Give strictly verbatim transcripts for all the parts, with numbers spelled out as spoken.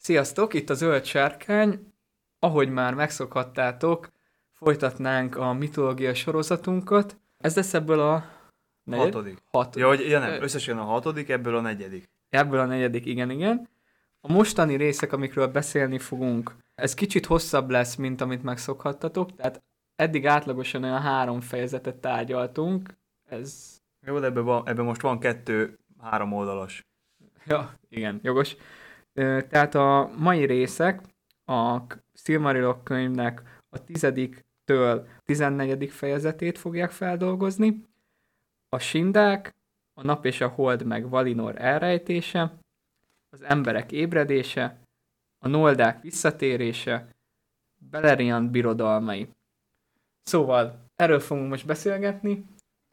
Sziasztok, itt a Zöld Sárkány. Ahogy már megszokhattátok, folytatnánk a mitológia sorozatunkat. Ez lesz ebből a... Negyed? Hatodik. Hatodik. Ja, hogy, ja nem, összesen a hatodik, ebből a negyedik. Ebből a negyedik, igen, igen. A mostani részek, amikről beszélni fogunk, ez kicsit hosszabb lesz, mint amit megszokhattatok, tehát eddig átlagosan olyan három fejezetet tárgyaltunk. Ez... Jó, de ebben, van, ebben most van kettő három oldalas. Ja, igen, jogos. Tehát a mai részek a Silmarillok könyvnek a tizediktől tizennegyedik fejezetét fogják feldolgozni. A Sindák, a Nap és a Hold meg Valinor elrejtése, az emberek ébredése, a Noldák visszatérése, Beleriand birodalmai. Szóval erről fogunk most beszélgetni,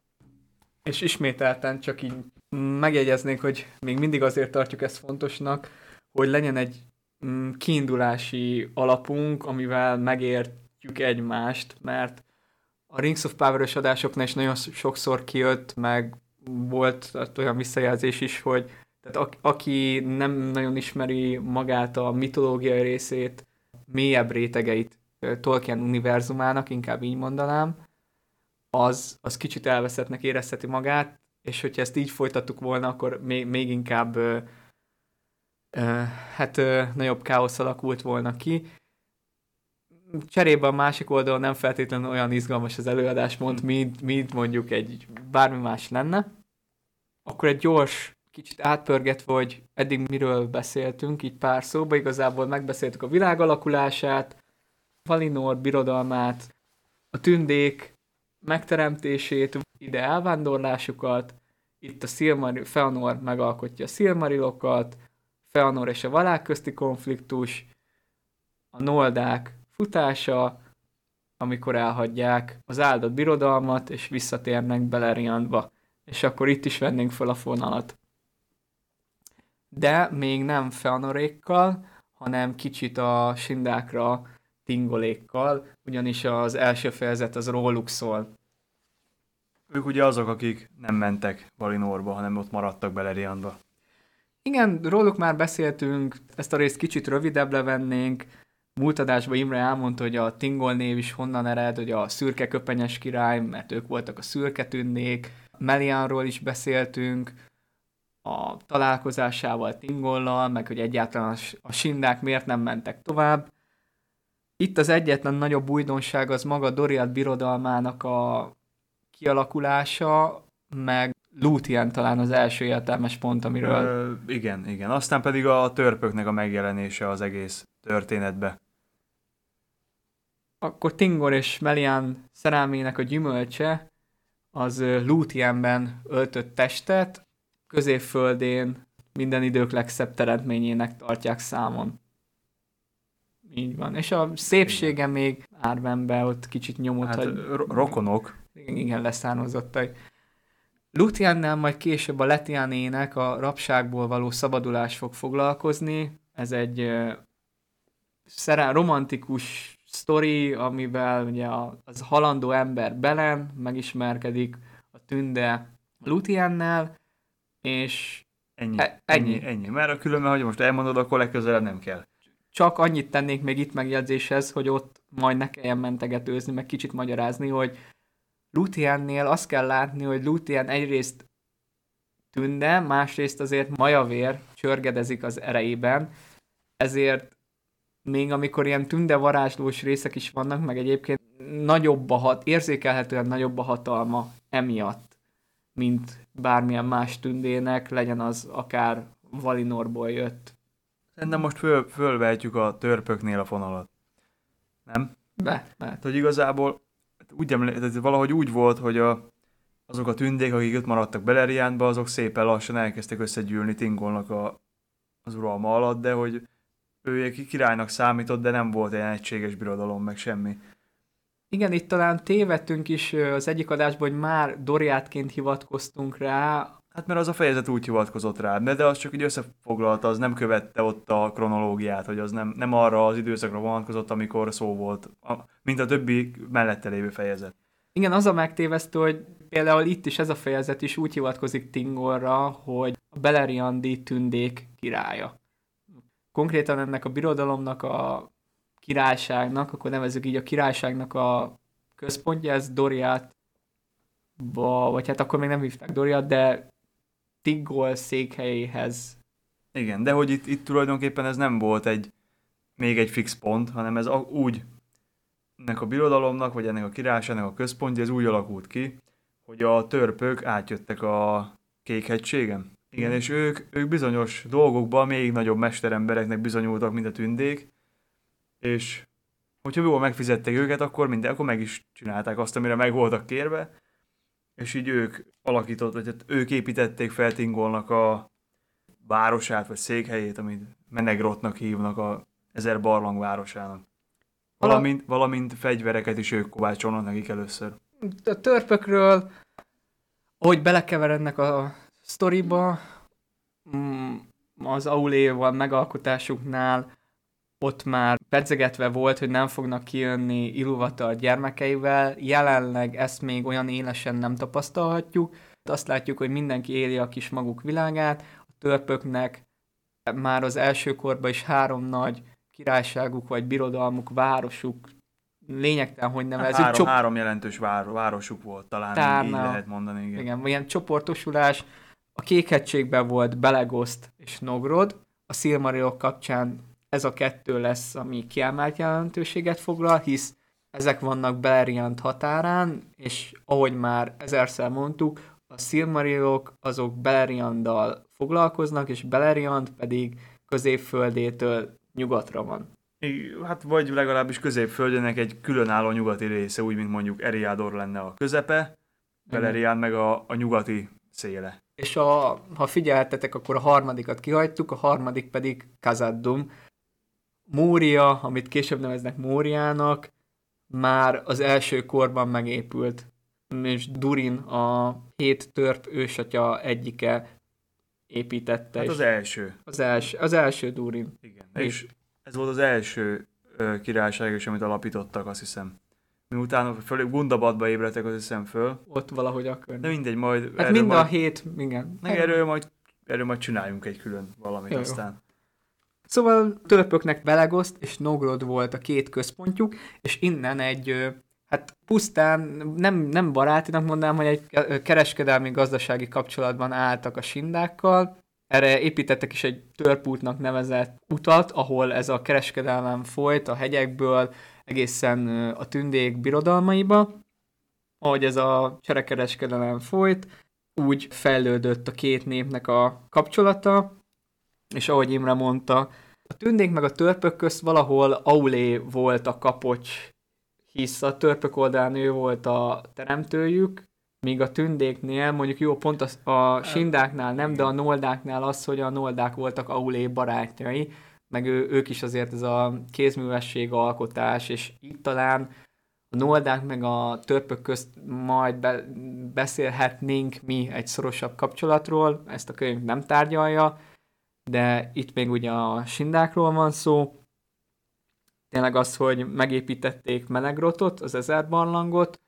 és ismételten csak így megjegyeznénk, hogy még mindig azért tartjuk ezt fontosnak, hogy legyen egy mm, kiindulási alapunk, amivel megértjük egymást, mert a Rings of Power-ös adásoknál is nagyon sokszor kijött, meg volt olyan visszajelzés is, hogy tehát a, aki nem nagyon ismeri magát a mitológiai részét, mélyebb rétegeit Tolkien univerzumának, inkább így mondanám, az, az kicsit elveszettnek érezheti magát, és hogyha ezt így folytattuk volna, akkor még, még inkább ö, ö, hát ö, nagyobb káosz alakult volna ki. Cserébe a másik oldalon nem feltétlenül olyan izgalmas az előadáspont, mint, mint mondjuk egy bármi más lenne. Akkor egy gyors, kicsit átpörgetve, hogy eddig miről beszéltünk, így pár szóba, igazából megbeszéltük a világ alakulását, Valinor birodalmát, a tündék megteremtését, ide elvándorlásukat, itt a Silmaril, Feanor megalkotja a Silmarillokat, Feanor és a Valág közti konfliktus, a Noldák futása, amikor elhagyják az áldott birodalmat, és visszatérnek Beleriandba. És akkor itt is vennénk fel a fonalat. De még nem Feanorékkal, hanem kicsit a Sindákra, Tingolékkal, ugyanis az első fejezet az róluk szól. Ők ugye azok, akik nem mentek Valinorba, hanem ott maradtak Beleriandba. Igen, róluk már beszéltünk, ezt a részt kicsit rövidebb levennénk. Múlt adásban Imre elmondta, hogy a Tingol név is honnan ered, hogy a szürke köpenyes király, mert ők voltak a szürke tündék. Melianról is beszéltünk, a találkozásával Tingollal, meg hogy egyáltalán a Sindák miért nem mentek tovább. Itt az egyetlen nagyobb újdonság az maga Doriath birodalmának a kialakulása, meg Lúthien talán az első értelmes pont, amiről... Ö, igen, igen. Aztán pedig a törpöknek a megjelenése az egész történetbe. Akkor Tingor és Melian szerelmének a gyümölcse az Lúthienben öltött testet, Középföldén minden idők legszebb teremtményének tartják számon. Így van. És a szépsége igen. Még Arwenben ott kicsit nyomott. Hát hogy... rokonok. Igen, leszármazottai. Lúthiennel majd később a Letianének a rabságból való szabadulás fog foglalkozni. Ez egy uh, szerel, romantikus sztori, amivel ugye az halandó ember Belen megismerkedik a tünde Lúthiennel, és ennyi, e- ennyi, ennyi. ennyi. Mert különben, hogy most elmondod, akkor legközelebb nem kell. Csak annyit tennék még itt megjegyzéshez, hogy ott majd ne kelljen mentegetőzni, meg kicsit magyarázni, hogy Lúthiennél azt kell látni, hogy Lúthien egyrészt tünde, másrészt azért majavér csörgedezik az erejében, ezért még amikor ilyen tünde varázslós részek is vannak, meg egyébként nagyobb a hat, érzékelhetően nagyobb a hatalma emiatt, mint bármilyen más tündének, legyen az akár Valinorból jött. Szerintem most föl, fölvehetjük a törpöknél a fonalat. Nem? Be, be. Hogy igazából úgy emlé- valahogy úgy volt, hogy a, azok a tündék, akik ott maradtak Beleriandba, azok szépen lassan elkezdtek összegyűlni Tingolnak a, az uralma alatt, de hogy ő királynak számított, de nem volt egy egységes birodalom, meg semmi. Igen, itt talán tévedtünk is az egyik adásban, hogy már Doriathként hivatkoztunk rá. Hát mert az a fejezet úgy hivatkozott rá, de az csak így összefoglalta, az nem követte ott a kronológiát, hogy az nem, nem arra az időszakra vonatkozott, amikor szó volt, mint a többi mellette lévő fejezet. Igen, az a megtévesztő, hogy például itt is ez a fejezet is úgy hivatkozik Tingolra, hogy a Beleriandi tündék királya. konkrétan ennek a birodalomnak, a királyságnak, akkor nevezzük így a királyságnak a központja, ez Doriath, vagy hát akkor még nem hívták Doriath, de Tingol székhelyéhez. Igen, de hogy itt, itt tulajdonképpen ez nem volt egy még egy fix pont, hanem ez a, úgy ennek a birodalomnak, vagy ennek a királyságnak a központja, ez úgy alakult ki, hogy a törpök átjöttek a Kékhegységen. Igen, mm. és ők, ők bizonyos dolgokban még nagyobb mesterembereknek bizonyultak, mint a tündék, és hogyha jól megfizették őket, akkor minden, akkor meg is csinálták azt, amire meg voltak kérve, és így ők alakított, vagy hát ők építették fel Tingolnak a városát, vagy székhelyét, amit Menegrothnak hívnak, a ezer barlang városának. Valamint, valamint fegyvereket is ők kovácsolnak nekik először. A törpökről, ahogy belekeverednek a sztoriba, az Auléval megalkotásuknál ott már pedzegetve volt, hogy nem fognak kijönni Ilúvatar gyermekeivel. Jelenleg ezt még olyan élesen nem tapasztalhatjuk. Azt látjuk, hogy mindenki éli a kis maguk világát. A törpöknek már az első korban is három nagy királyságuk, vagy birodalmuk, városuk, lényegtelen, hogy nevezzük. Három, Csop- három jelentős vár- városuk volt, talán Tárna, így lehet mondani. Igen. igen, ilyen csoportosulás. A Kékhegységben volt Belegoszt és Nogrod. A Silmarillok kapcsán ez a kettő lesz, ami kiemelt jelentőséget foglal, hisz ezek vannak Beleriand határán, és ahogy már ezerszer mondtuk, a Silmarillok azok Belerianddal foglalkoznak, és Beleriand pedig Középföldétől nyugatra van. Hát vagy legalábbis Középföldének egy különálló nyugati része, úgy, mint mondjuk Eriador lenne a közepe, Beleriand meg a, a nyugati széle. És a, ha figyeltetek, akkor a harmadikat kihagytuk, a harmadik pedig Khazad-dûm. Mória, amit később neveznek Móriának, már az első korban megépült. És Durin, a hét törp ősatya egyike építette. Hát az első. Az első, az első Durin. Igen. És ez volt az első ö, királyság is, amit alapítottak, azt hiszem. Miután föl Gundabadba ébredtek, azt hiszem föl. Ott valahogy a környék. De mindegy, majd... Hát mind majd, a hét, igen. Erről majd, erről majd csináljunk egy külön valamit jó, aztán. Jó. Szóval törpöknek Belegoszt és Nogrod volt a két központjuk, és innen egy, hát pusztán, nem, nem barátinak mondanám, hogy egy kereskedelmi gazdasági kapcsolatban álltak a sindákkal. Erre építettek is egy törpútnak nevezett utat, ahol ez a kereskedelem folyt a hegyekből egészen a tündék birodalmaiba. Ahogy ez a cserekereskedelem folyt, úgy fejlődött a két népnek a kapcsolata, és ahogy Imre mondta, a tündék meg a törpök közt valahol Aulé volt a kapocs, hisz a törpök oldalán ő volt a teremtőjük, míg a tündéknél, mondjuk jó, pont a, a sindáknál nem, de a noldáknál az, hogy a noldák voltak Aulé barátjai, meg ő, ők is azért ez a kézművesség, alkotás, és itt talán a noldák meg a törpök közt majd be, beszélhetnénk mi egy szorosabb kapcsolatról, ezt a könyv nem tárgyalja, de itt még ugye a sindákról van szó. Tényleg az, hogy megépítették Menegrothot, az ezer barlangot.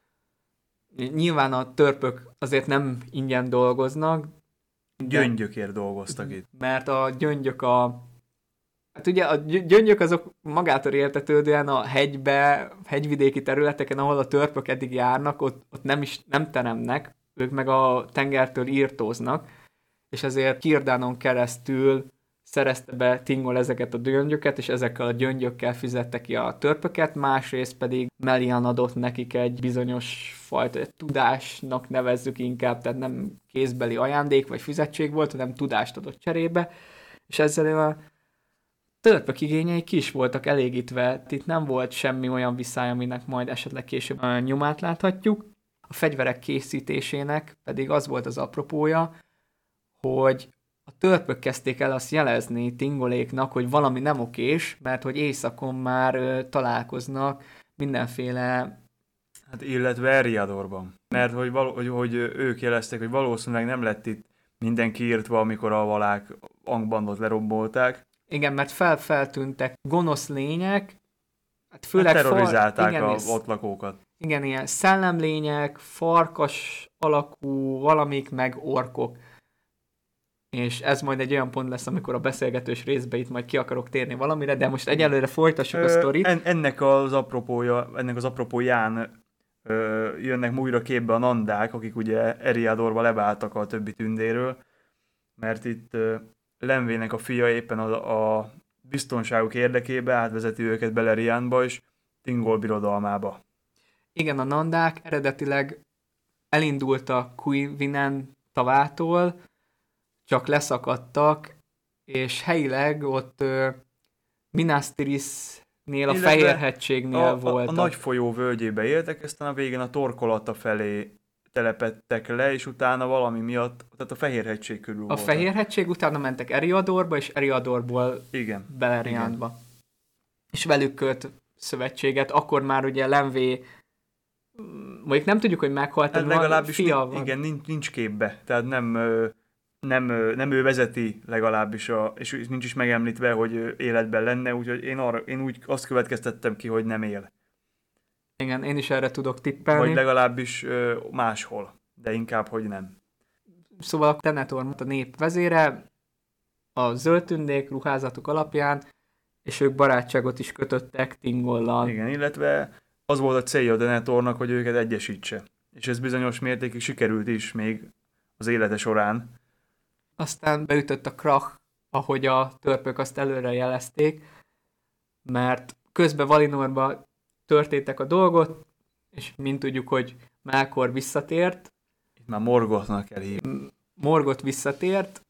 Nyilván a törpök azért nem ingyen dolgoznak. Gyöngyökért dolgoztak itt. Mert a gyöngyök a... Hát ugye a gyöngyök azok magától értetődően a hegybe, hegyvidéki területeken, ahol a törpök eddig járnak, ott, ott nem is nem teremnek, ők meg a tengertől írtóznak, és ezért Círdanon keresztül szerezte be Tingol ezeket a gyöngyöket, és ezekkel a gyöngyökkel fizette ki a törpöket, másrészt pedig Melian adott nekik egy bizonyos fajta tudásnak nevezzük inkább, tehát nem kézbeli ajándék vagy fizetség volt, hanem tudást adott cserébe, és ezzel a törpök igényei ki is voltak elégítve, itt nem volt semmi olyan visszály, aminek majd esetleg később nyomát láthatjuk. A fegyverek készítésének pedig az volt az apropója, hogy a törpök kezdték el azt jelezni Tingoléknak, hogy valami nem okés, mert hogy éjszakon már ö, találkoznak mindenféle... Hát illetve Eriadorban. Mert hogy, való, hogy, hogy ők jelezték, hogy valószínűleg nem lett itt mindenki írtva, amikor a valák Angbandot lerombolták. Igen, mert fel-feltűntek gonosz lények, hát főleg... Hát terrorizálták far... a igen, ott lakókat. Igen, ilyen szellemlények, farkas alakú valamik, meg orkok. és ez majd egy olyan pont lesz, amikor a beszélgetős részben itt majd ki akarok térni valamire, de most egyelőre folytassuk Ö, a sztorit. En, ennek az apropója, ennek az apropóján ö, jönnek újra képbe a nandák, akik ugye Eriadorba leváltak a többi tündéről, mert itt ö, Lenvének a fia éppen a, a biztonságuk érdekében átvezeti őket Beleriandba és Tingol birodalmába. Igen, a nandák eredetileg elindultak Kuivinen tavától, csak leszakadtak, és helyileg ott uh, Minas Tirithnél, a Illetve Fehérhegységnél a, a, voltak. a nagy folyó völgyébe éltek, aztán a végén a Torkolata felé telepedtek le, és utána valami miatt, tehát a Fehérhegység körül A voltak. Fehérhegység utána mentek Eriadorba, és Eriadorból Igen. Beleriandba. És velük köt szövetséget, akkor már ugye Lenvé, mondjuk nem tudjuk, hogy meghalt, Hát van legalábbis fia nincs, van. igen, nincs, nincs képbe, tehát nem, ö, nem, ö, nem ő vezeti legalábbis, a, és nincs is megemlítve, hogy ö, életben lenne, úgyhogy én, arra, én úgy azt következtettem ki, hogy nem él. Igen, én is erre tudok tippelni. Vagy legalábbis ö, máshol, de inkább, hogy nem. Szóval a Denethor a nép vezére, a zöld tündék ruházatuk alapján, és ők barátságot is kötöttek Tingollal. Igen, illetve az volt a célja a Denethornak, hogy őket egyesítse. És ez bizonyos mértékig sikerült is még az élete során. Aztán beütött a krach, ahogy a törpök azt előre jelezték, mert közben Valinorba történtek a dolgot, és mint tudjuk, hogy Melkor visszatért, Itt már Morgothnak kell hívni. Morgoth visszatért,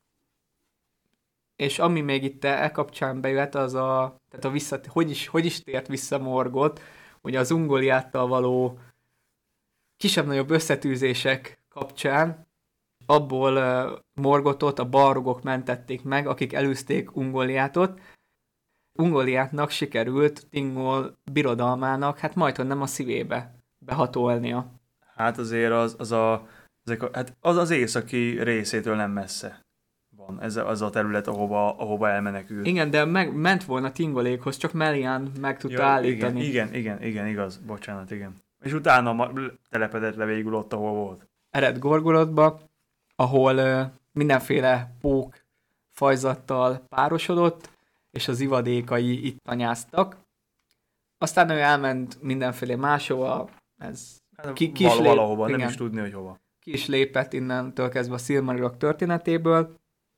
és ami még itt e kapcsán bejöhet, az a, tehát a visszat, hogy is, hogy is tért vissza Morgoth, ugye az Ungoliáttal való kisebb-nagyobb összetűzések kapcsán, abból uh, Morgothot a balrogok mentették meg, akik elűzték Ungoliátot. Ungoliátnak sikerült Tingol birodalmának, hát majdhogy nem a szívébe behatolnia. Hát azért az, az a, ezek a, hát az, az északi részétől nem messze van. Ez az a terület, ahova, ahova elmenekült. Igen, de meg, ment volna Tingolékhoz, csak Melian meg tudta Ja, állítani. igen, igen, igen, igen, igaz. Bocsánat, igen. És utána ma, telepedett le végül ott, ahol volt. Ered Gorgolodba, ahol uh, mindenféle pók fajzattal párosodott, és az ivadékai itt tanyáztak. Aztán ő elment mindenféle máshova, ez Hát ki, ki, val- is lép, valahova, nem igen, is tudni, hogy hova. ki is lépett innentől kezdve a Silmarilok történetéből.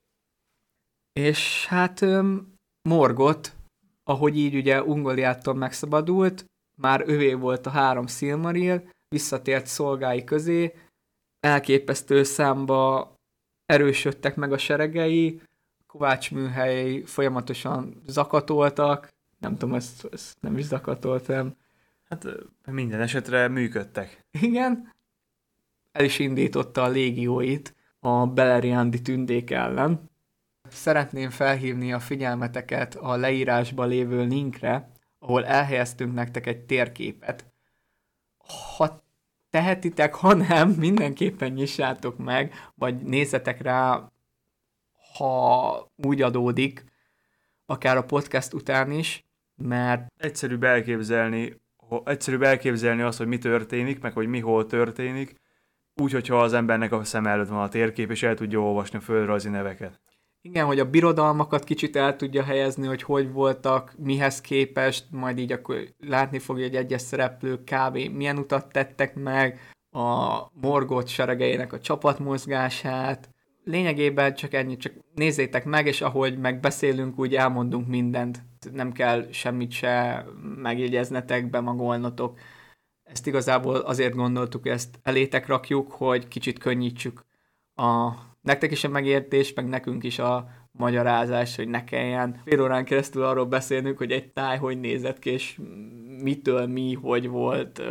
És hát um, Morgoth, ahogy így ugye Ungoliától megszabadult, már övé volt a három Silmaril, visszatért szolgái közé, elképesztő számba erősödtek meg a seregei, kovácsműhelyi folyamatosan zakatoltak, nem tudom, ezt, ezt nem is zakatoltam. Hát minden esetre működtek. Igen, el is indította a légióit a beleriandi tündék ellen. Szeretném felhívni a figyelmeteket a leírásban lévő linkre, ahol elhelyeztünk nektek egy térképet. Ha tehetitek, ha nem, mindenképpen nyissátok meg, vagy nézzetek rá, ha úgy adódik, akár a podcast után is, mert Egyszerűbb elképzelni, ho- egyszerűbb elképzelni azt, hogy mi történik, meg hogy mi hol történik, úgy, hogyha az embernek a szem előtt van a térkép, és el tudja olvasni a földrajzi neveket. igen, hogy a birodalmakat kicsit el tudja helyezni, hogy hogy voltak, mihez képest, majd így akkor látni fogja, hogy egyes szereplők kb. Milyen utat tettek meg, a Morgoth seregeinek a csapatmozgását. Lényegében csak ennyi, csak nézzétek meg, és ahogy megbeszélünk, úgy elmondunk mindent. Nem kell semmit se megjegyeznetek, bemagolnotok. Ezt igazából azért gondoltuk, hogy ezt elétek rakjuk, hogy kicsit könnyítsük a nektek is a megértés, meg nekünk is a magyarázás, hogy ne kelljen fél órán keresztül arról beszélnünk, hogy egy táj hogy nézett ki, és mitől mi, hogy volt.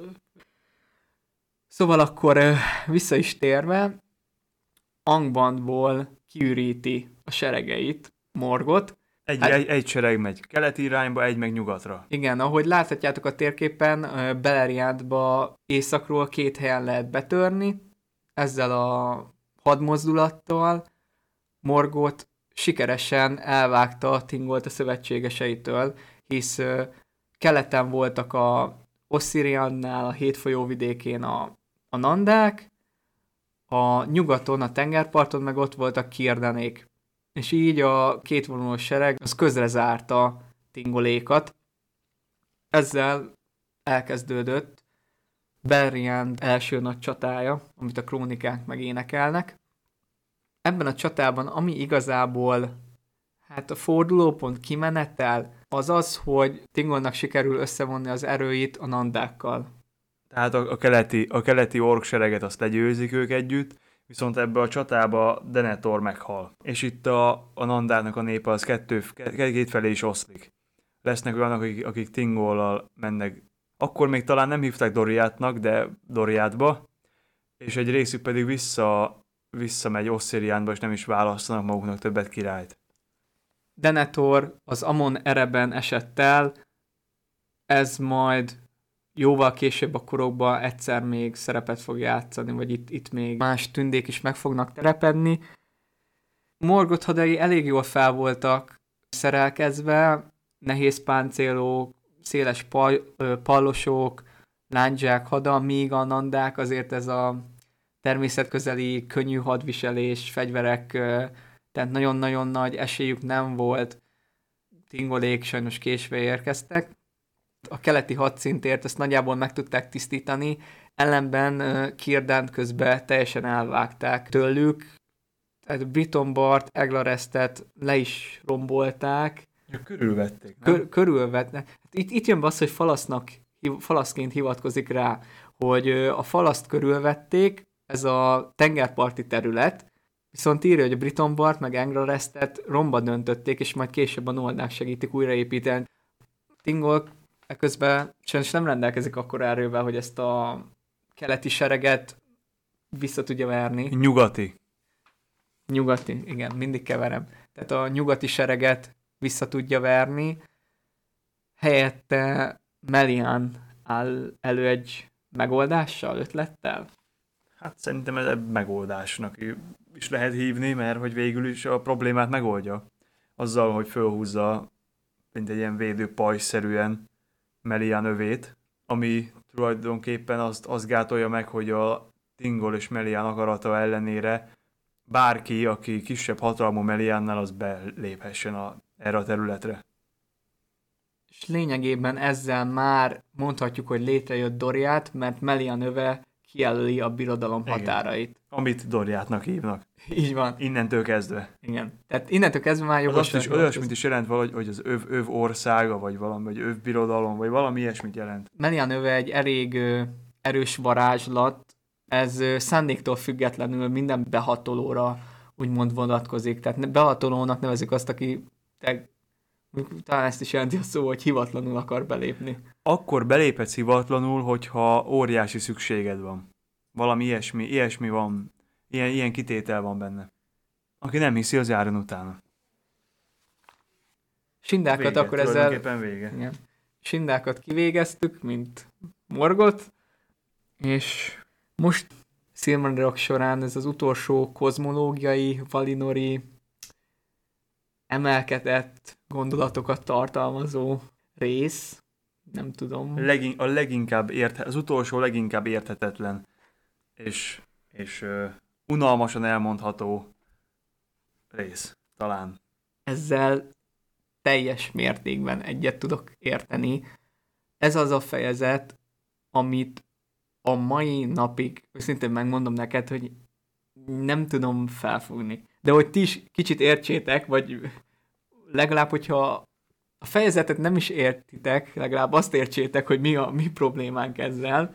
Szóval akkor vissza is térve, Angbandból kiüríti a seregeit Morgoth. Egy, Hát- egy, egy sereg megy keleti irányba, egy meg nyugatra. Igen, ahogy láthatjátok a térképen, Beleriandba északról két helyen lehet betörni. Ezzel a hadmozdulattal Morgoth sikeresen elvágta Tingolt a szövetségeseitől, hisz ö, keleten voltak a Ossiriannál, a hétfolyó vidékén a, a nandák, a nyugaton, a tengerparton meg ott voltak Círdanék. És így a kétvonulós sereg az közre zárta Tingolékat. Ezzel elkezdődött Beleriand első nagy csatája, amit a krónikák megénekelnek. Ebben a csatában, ami igazából hát a fordulópont kimenetel, az az, hogy Tingolnak sikerül összevonni az erőit a nandákkal. Tehát a, a, keleti, a keleti ork sereget azt legyőzik ők együtt, viszont ebbe a csatába Denethor meghal. És itt a, a nandának a népe az kettő, két felé is oszlik. Lesznek olyanok, akik, akik Tingollal mennek. Akkor még talán nem hívták Doriátnak, de Doriátba, és egy részük pedig vissza, visszamegy Ossziriánba, és nem is választanak maguknak többet királyt. Denethor az Amon Ereben esett el, ez majd jóval később a korokban egyszer még szerepet fog játszani, vagy itt, itt még más tündék is meg fognak terepedni. Morgoth hadai elég jól fel voltak szerelkezve, nehéz páncélok, széles pal- pallosok, lándzsák hada, míg a nandák azért ez a természetközeli könnyű hadviselés, fegyverek, tehát nagyon-nagyon nagy esélyük nem volt. Tingolék sajnos késve érkeztek. A keleti hadszintért ezt nagyjából meg tudták tisztítani, ellenben Círdánt közben teljesen elvágták tőlük. Tehát Britonbart, Eglarestet le is rombolták. Ja, körülvették, nem? Kör, körülvetnek. Hát itt, itt jön be az, hogy falasznak, falaszként hivatkozik rá, hogy a falaszt körülvették, ez a tengerparti terület, viszont írja, hogy a Britonbart meg Eglarestet romba döntötték, és majd később a noldák segítik újraépíteni. Tingol ekközben sajnos nem rendelkezik akkora erővel, hogy ezt a keleti sereget vissza tudja verni. Nyugati. Nyugati, igen, mindig keverem. Tehát a nyugati sereget vissza tudja verni. Helyette Melian áll elő egy megoldással, ötlettel? Hát szerintem ez megoldásnak is lehet hívni, mert hogy végül is a problémát megoldja. Azzal, hogy fölhúzza, mint egy ilyen védőpajszerűen Melian övét, ami tulajdonképpen azt, azt gátolja meg, hogy a Tingol és Melian akarata ellenére bárki, aki kisebb hatalmú Meliannál, az beléphessen a, erre a területre. És lényegében ezzel már mondhatjuk, hogy létrejött Doriát, mert Melian öve kijelöli a birodalom Igen. határait. Amit Doriátnak hívnak. Így van. Innentől kezdve. Igen. Tehát innentől kezdve már Az azt is jogos. olyasmit is jelent valahogy, hogy az öv, öv országa, vagy valami, vagy öv birodalom, vagy valami ilyesmit jelent. Melian öve egy elég ö, erős varázslat, ez ö, szándéktól függetlenül minden behatolóra úgymond vonatkozik. Tehát behatolónak nevezik azt, aki te, talán ezt is jelenti a szó, hogy hivatlanul akar belépni. Akkor beléphetsz hivatlanul, hogyha óriási szükséged van. Valami ilyesmi, ilyesmi van, ilyen, ilyen kitétel van benne. Aki nem hiszi, az járjon utána. Sindákat Vége, akkor ezzel... tulajdonképpen vége. Igen. Sindákat kivégeztük, mint Morgoth, és most Silmarillok során ez az utolsó kozmológiai, valinori, emelkedett gondolatokat tartalmazó rész, nem tudom. Legin, a leginkább érthe, az utolsó leginkább érthetetlen és, és uh, unalmasan elmondható rész, talán. Ezzel teljes mértékben egyet tudok érteni. Ez az a fejezet, amit a mai napig, őszintén megmondom neked, hogy nem tudom felfogni. De hogy ti is kicsit értsétek, vagy legalább, hogyha a fejezetet nem is értitek, legalább azt értsétek, hogy mi a mi problémánk ezzel,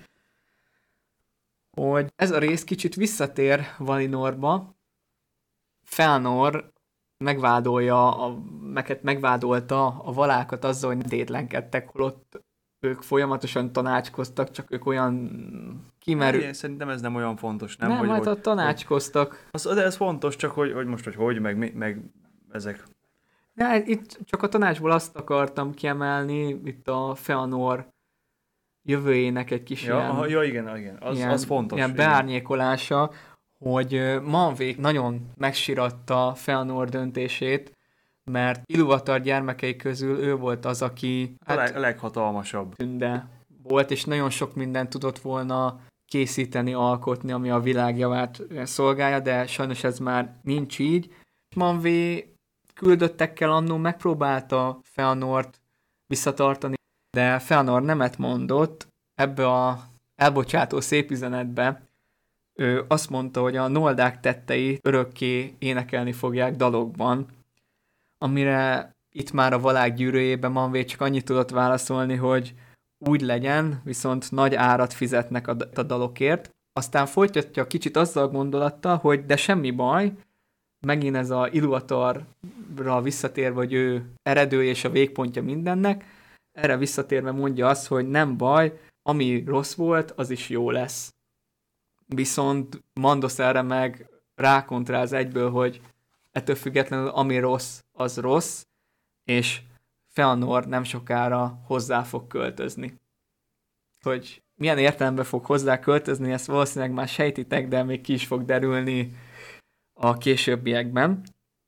hogy ez a rész kicsit visszatér Valinorba. Felnor megvádolja, a, meket megvádolta a valákat azzal, hogy tétlenkedtek, holott ők folyamatosan tanácskoztak, csak ők olyan kimerül... Igen, szerintem ez nem olyan fontos, nem? Nem, hogy, hát hogy, a tanácskoztak. Hogy, az, de ez fontos, csak hogy, hogy most, hogy hogy, meg, meg ezek. Ja, itt csak a tanácsból azt akartam kiemelni, itt a Feanor jövőjének egy kis Ja, ilyen... aha, ja igen, igen. Az, ilyen, az fontos. Ilyen igen. beárnyékolása, hogy Manvék nagyon megsiratta Feanor döntését, mert Ilúvatar gyermekei közül ő volt az, aki A, leg, hát, a leghatalmasabb. tünde volt, és nagyon sok mindent tudott volna készíteni, alkotni, ami a világ javát szolgálja, de sajnos ez már nincs így. Manvé küldöttekkel annó megpróbálta Feanort visszatartani, de Feanor nemet mondott. Ebbe a elbocsátó szép üzenetbe ő azt mondta, hogy a noldák tettei örökké énekelni fogják dalokban, amire itt már a Valág gyűrűjében Manvé csak annyit tudott válaszolni, hogy úgy legyen, viszont nagy árat fizetnek a, a dalokért. Aztán folytatja kicsit azzal a gondolattal, hogy de semmi baj, megint ez a Ilúvatarra visszatérve, hogy ő eredő és a végpontja mindennek, erre visszatérve mondja azt, hogy nem baj, ami rossz volt, az is jó lesz. Viszont Mandos erre meg rákontráz egyből, hogy ettől függetlenül ami rossz, az rossz, és Feanor nem sokára hozzá fog költözni. Hogy milyen értelemben fog hozzá költözni, ezt valószínűleg már sejtitek, de még ki is fog derülni a későbbiekben.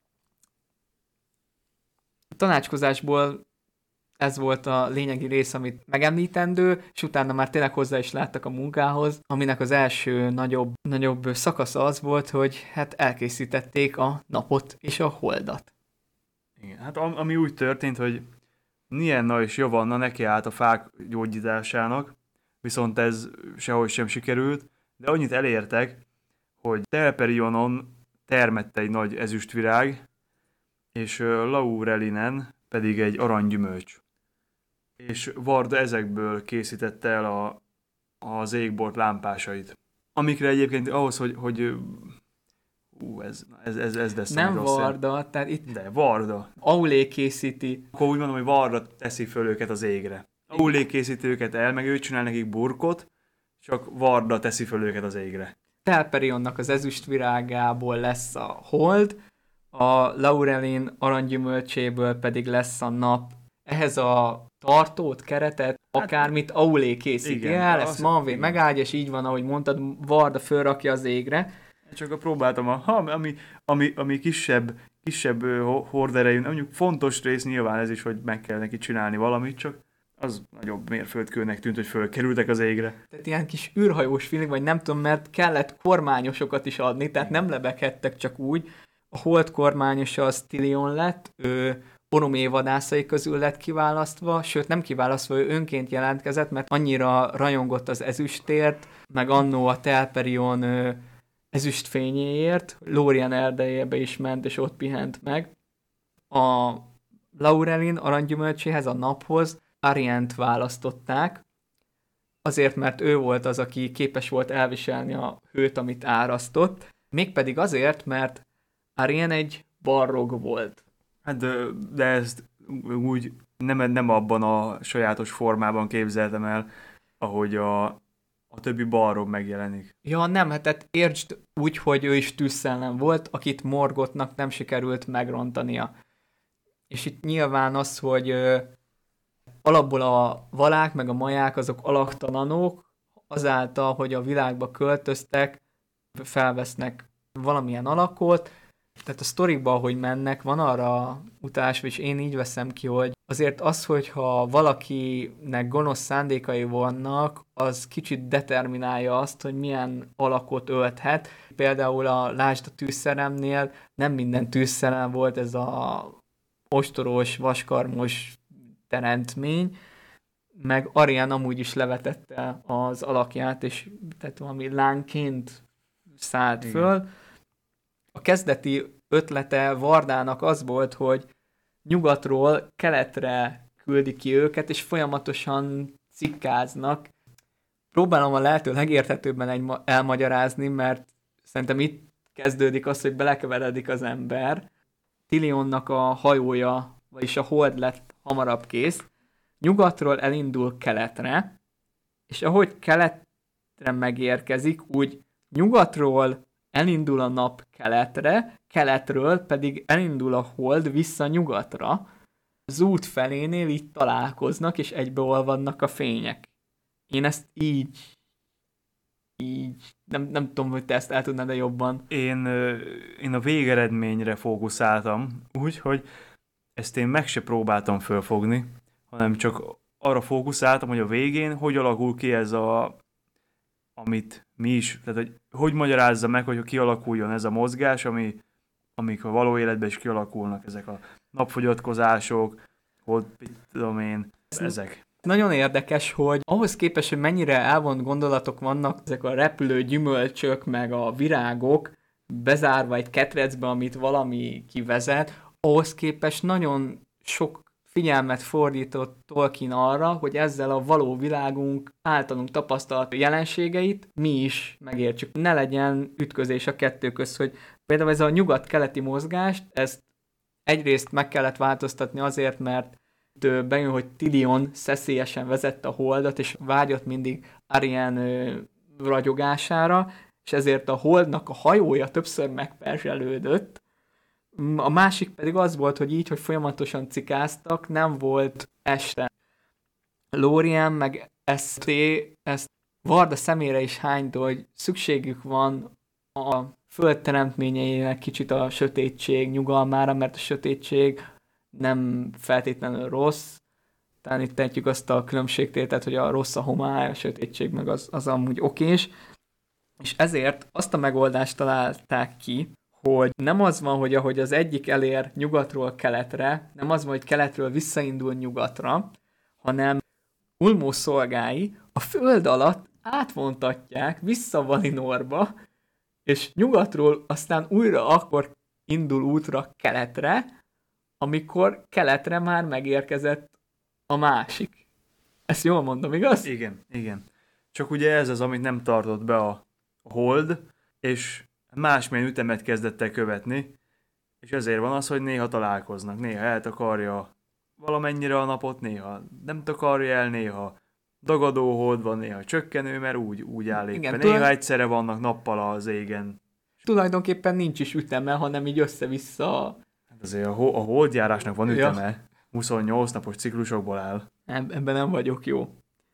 A tanácskozásból ez volt a lényegi rész, amit megemlítendő, és utána már tényleg hozzá is láttak a munkához, aminek az első nagyobb, nagyobb szakasza az volt, hogy hát elkészítették a napot és a holdat. Igen, hát ami úgy történt, hogy Nienna és Javanna neki állt a fák gyógyításának, viszont ez sehogy sem sikerült, de annyit elértek, hogy Telperionon termett egy nagy ezüstvirág, és Laurelinen pedig egy aranygyümölcs. És Varda ezekből készítette el a, az égbolt lámpásait. Amikre egyébként ahhoz, hogy, hogy ú, ez, ez, ez, ez lesz nem rossz. Varda, tehát itt de Varda. Aulé készíti. Akkor úgy mondom, hogy Varda teszi föl őket az égre. Aulé készíti őket el, meg ő csinál nekik burkot, csak Varda teszi föl őket az égre. Telperionnak az ezüstvirágából lesz a hold, a Laurelin aranygyümölcséből pedig lesz a nap. Ehhez a tartót, keretet, akármit Aulé készíti igen, el, ezt az- Manvé igen. megáldja, és így van, ahogy mondtad, Varda fölrakja az égre. Csak próbáltam, a, ha, ami, ami, ami kisebb, kisebb ö, ho- horderejű, mondjuk fontos rész nyilván ez is, hogy meg kell neki csinálni valamit, csak az nagyobb mérföldkőnek tűnt, hogy fölkerültek az égre. Tehát ilyen kis űrhajós feeling, vagy nem tudom, mert kellett kormányosokat is adni, tehát nem lebeghettek csak úgy. A hold kormányosa az Tilion lett, ő Boromé vadászai közül lett kiválasztva, sőt nem kiválasztva, ő önként jelentkezett, mert annyira rajongott az ezüstért, meg annó a Telperion ö, ezüstfényéért, Lórien erdejébe is ment, és ott pihent meg. A Laurelin aranygyümölcséhez, a naphoz Arient választották, azért, mert ő volt az, aki képes volt elviselni a hőt, amit árasztott, mégpedig azért, mert Arien egy barrog volt. Hát de, de ezt úgy nem, nem abban a sajátos formában képzeltem el, ahogy a, a többi balrog megjelenik. Ja, nem, hát tehát értsd úgy, hogy ő is tűzszellem volt, akit Morgothnak nem sikerült megrontania. És itt nyilván az, hogy ö, alapból a valák meg a maják azok alaktalanok, azáltal, hogy a világba költöztek, felvesznek valamilyen alakot, tehát a sztorikban, ahogy mennek, van arra utalás, és én így veszem ki, hogy azért az, hogyha valakinek gonosz szándékai vannak, az kicsit determinálja azt, hogy milyen alakot ölthet. Például a Lásd a tűzszeremnél nem minden tűzszerem volt ez a ostoros, vaskarmos teremtmény, meg Arien amúgy is levetette az alakját, és tehát valami lányként szállt Igen. föl. A kezdeti ötlete Vardának az volt, hogy nyugatról keletre küldi ki őket, és folyamatosan cikkáznak. Próbálom a lehető legérthetőbben egy elmagyarázni, mert szerintem itt kezdődik az, hogy belekeveredik az ember. Tilionnak a hajója, vagyis a hold lett hamarabb kész. Nyugatról elindul keletre, és ahogy keletre megérkezik, úgy nyugatról elindul a nap keletre, keletről pedig elindul a hold vissza nyugatra. Az út felénél így találkoznak, és egybeolvadnak a fények. Én ezt így, így, nem, nem tudom, hogy te ezt el tudnád de jobban. Én, ö, én a végeredményre fókuszáltam, úgyhogy ezt én meg se próbáltam fölfogni, hanem csak arra fókuszáltam, hogy a végén hogy alakul ki ez a amit mi is, tehát hogy, hogy magyarázza meg, hogy kialakuljon ez a mozgás, ami, amik a való életben is kialakulnak, ezek a napfogyatkozások, hogy tudom én, ezek. Nagyon érdekes, hogy ahhoz képest, hogy mennyire elvont gondolatok vannak, ezek a repülő gyümölcsök, meg a virágok bezárva egy ketrecbe, amit valami kivezet, ahhoz képest nagyon sok figyelmet fordított Tolkien arra, hogy ezzel a való világunk általunk tapasztalt jelenségeit mi is megértsük. Ne legyen ütközés a kettő közt, hogy például ez a nyugat-keleti mozgást, ezt egyrészt meg kellett változtatni azért, mert bejön, hogy Tilion szeszélyesen vezette a holdat, és vágyott mindig Ariane ragyogására, és ezért a holdnak a hajója többször megperzselődött. A másik pedig az volt, hogy így, hogy folyamatosan cikáztak, nem volt este. Lórien meg es té ezt Varda szemére is hányta, hogy szükségük van a föld teremtményeinek kicsit a sötétség nyugalmára, mert a sötétség nem feltétlenül rossz. Tehát itt tehetjük azt a különbségtételt, hogy a rossz a homály, a sötétség meg az, az amúgy okés. És ezért azt a megoldást találták ki, hogy nem az van, hogy ahogy az egyik elér nyugatról keletre, nem az van, hogy keletről visszaindul nyugatra, hanem Ulmo szolgái a föld alatt átvontatják vissza Valinorba, és nyugatról aztán újra akkor indul útra keletre, amikor keletre már megérkezett a másik. Ezt jól mondom, igaz? Igen, igen. Csak ugye ez az, amit nem tartott be a hold, és másmilyen ütemet kezdett el követni, és ezért van az, hogy néha találkoznak, néha eltakarja valamennyire a napot, néha nem takarja el, néha dagadó hold van, néha csökkenő, mert úgy, úgy áll éppen. Igen, néha tulaj... egyszerre vannak nappal az égen. Tulajdonképpen nincs is üteme, hanem így össze-vissza. Hát azért a, ho- a holdjárásnak van üteme, ja. huszonnyolc napos ciklusokból áll. Ebben nem vagyok jó.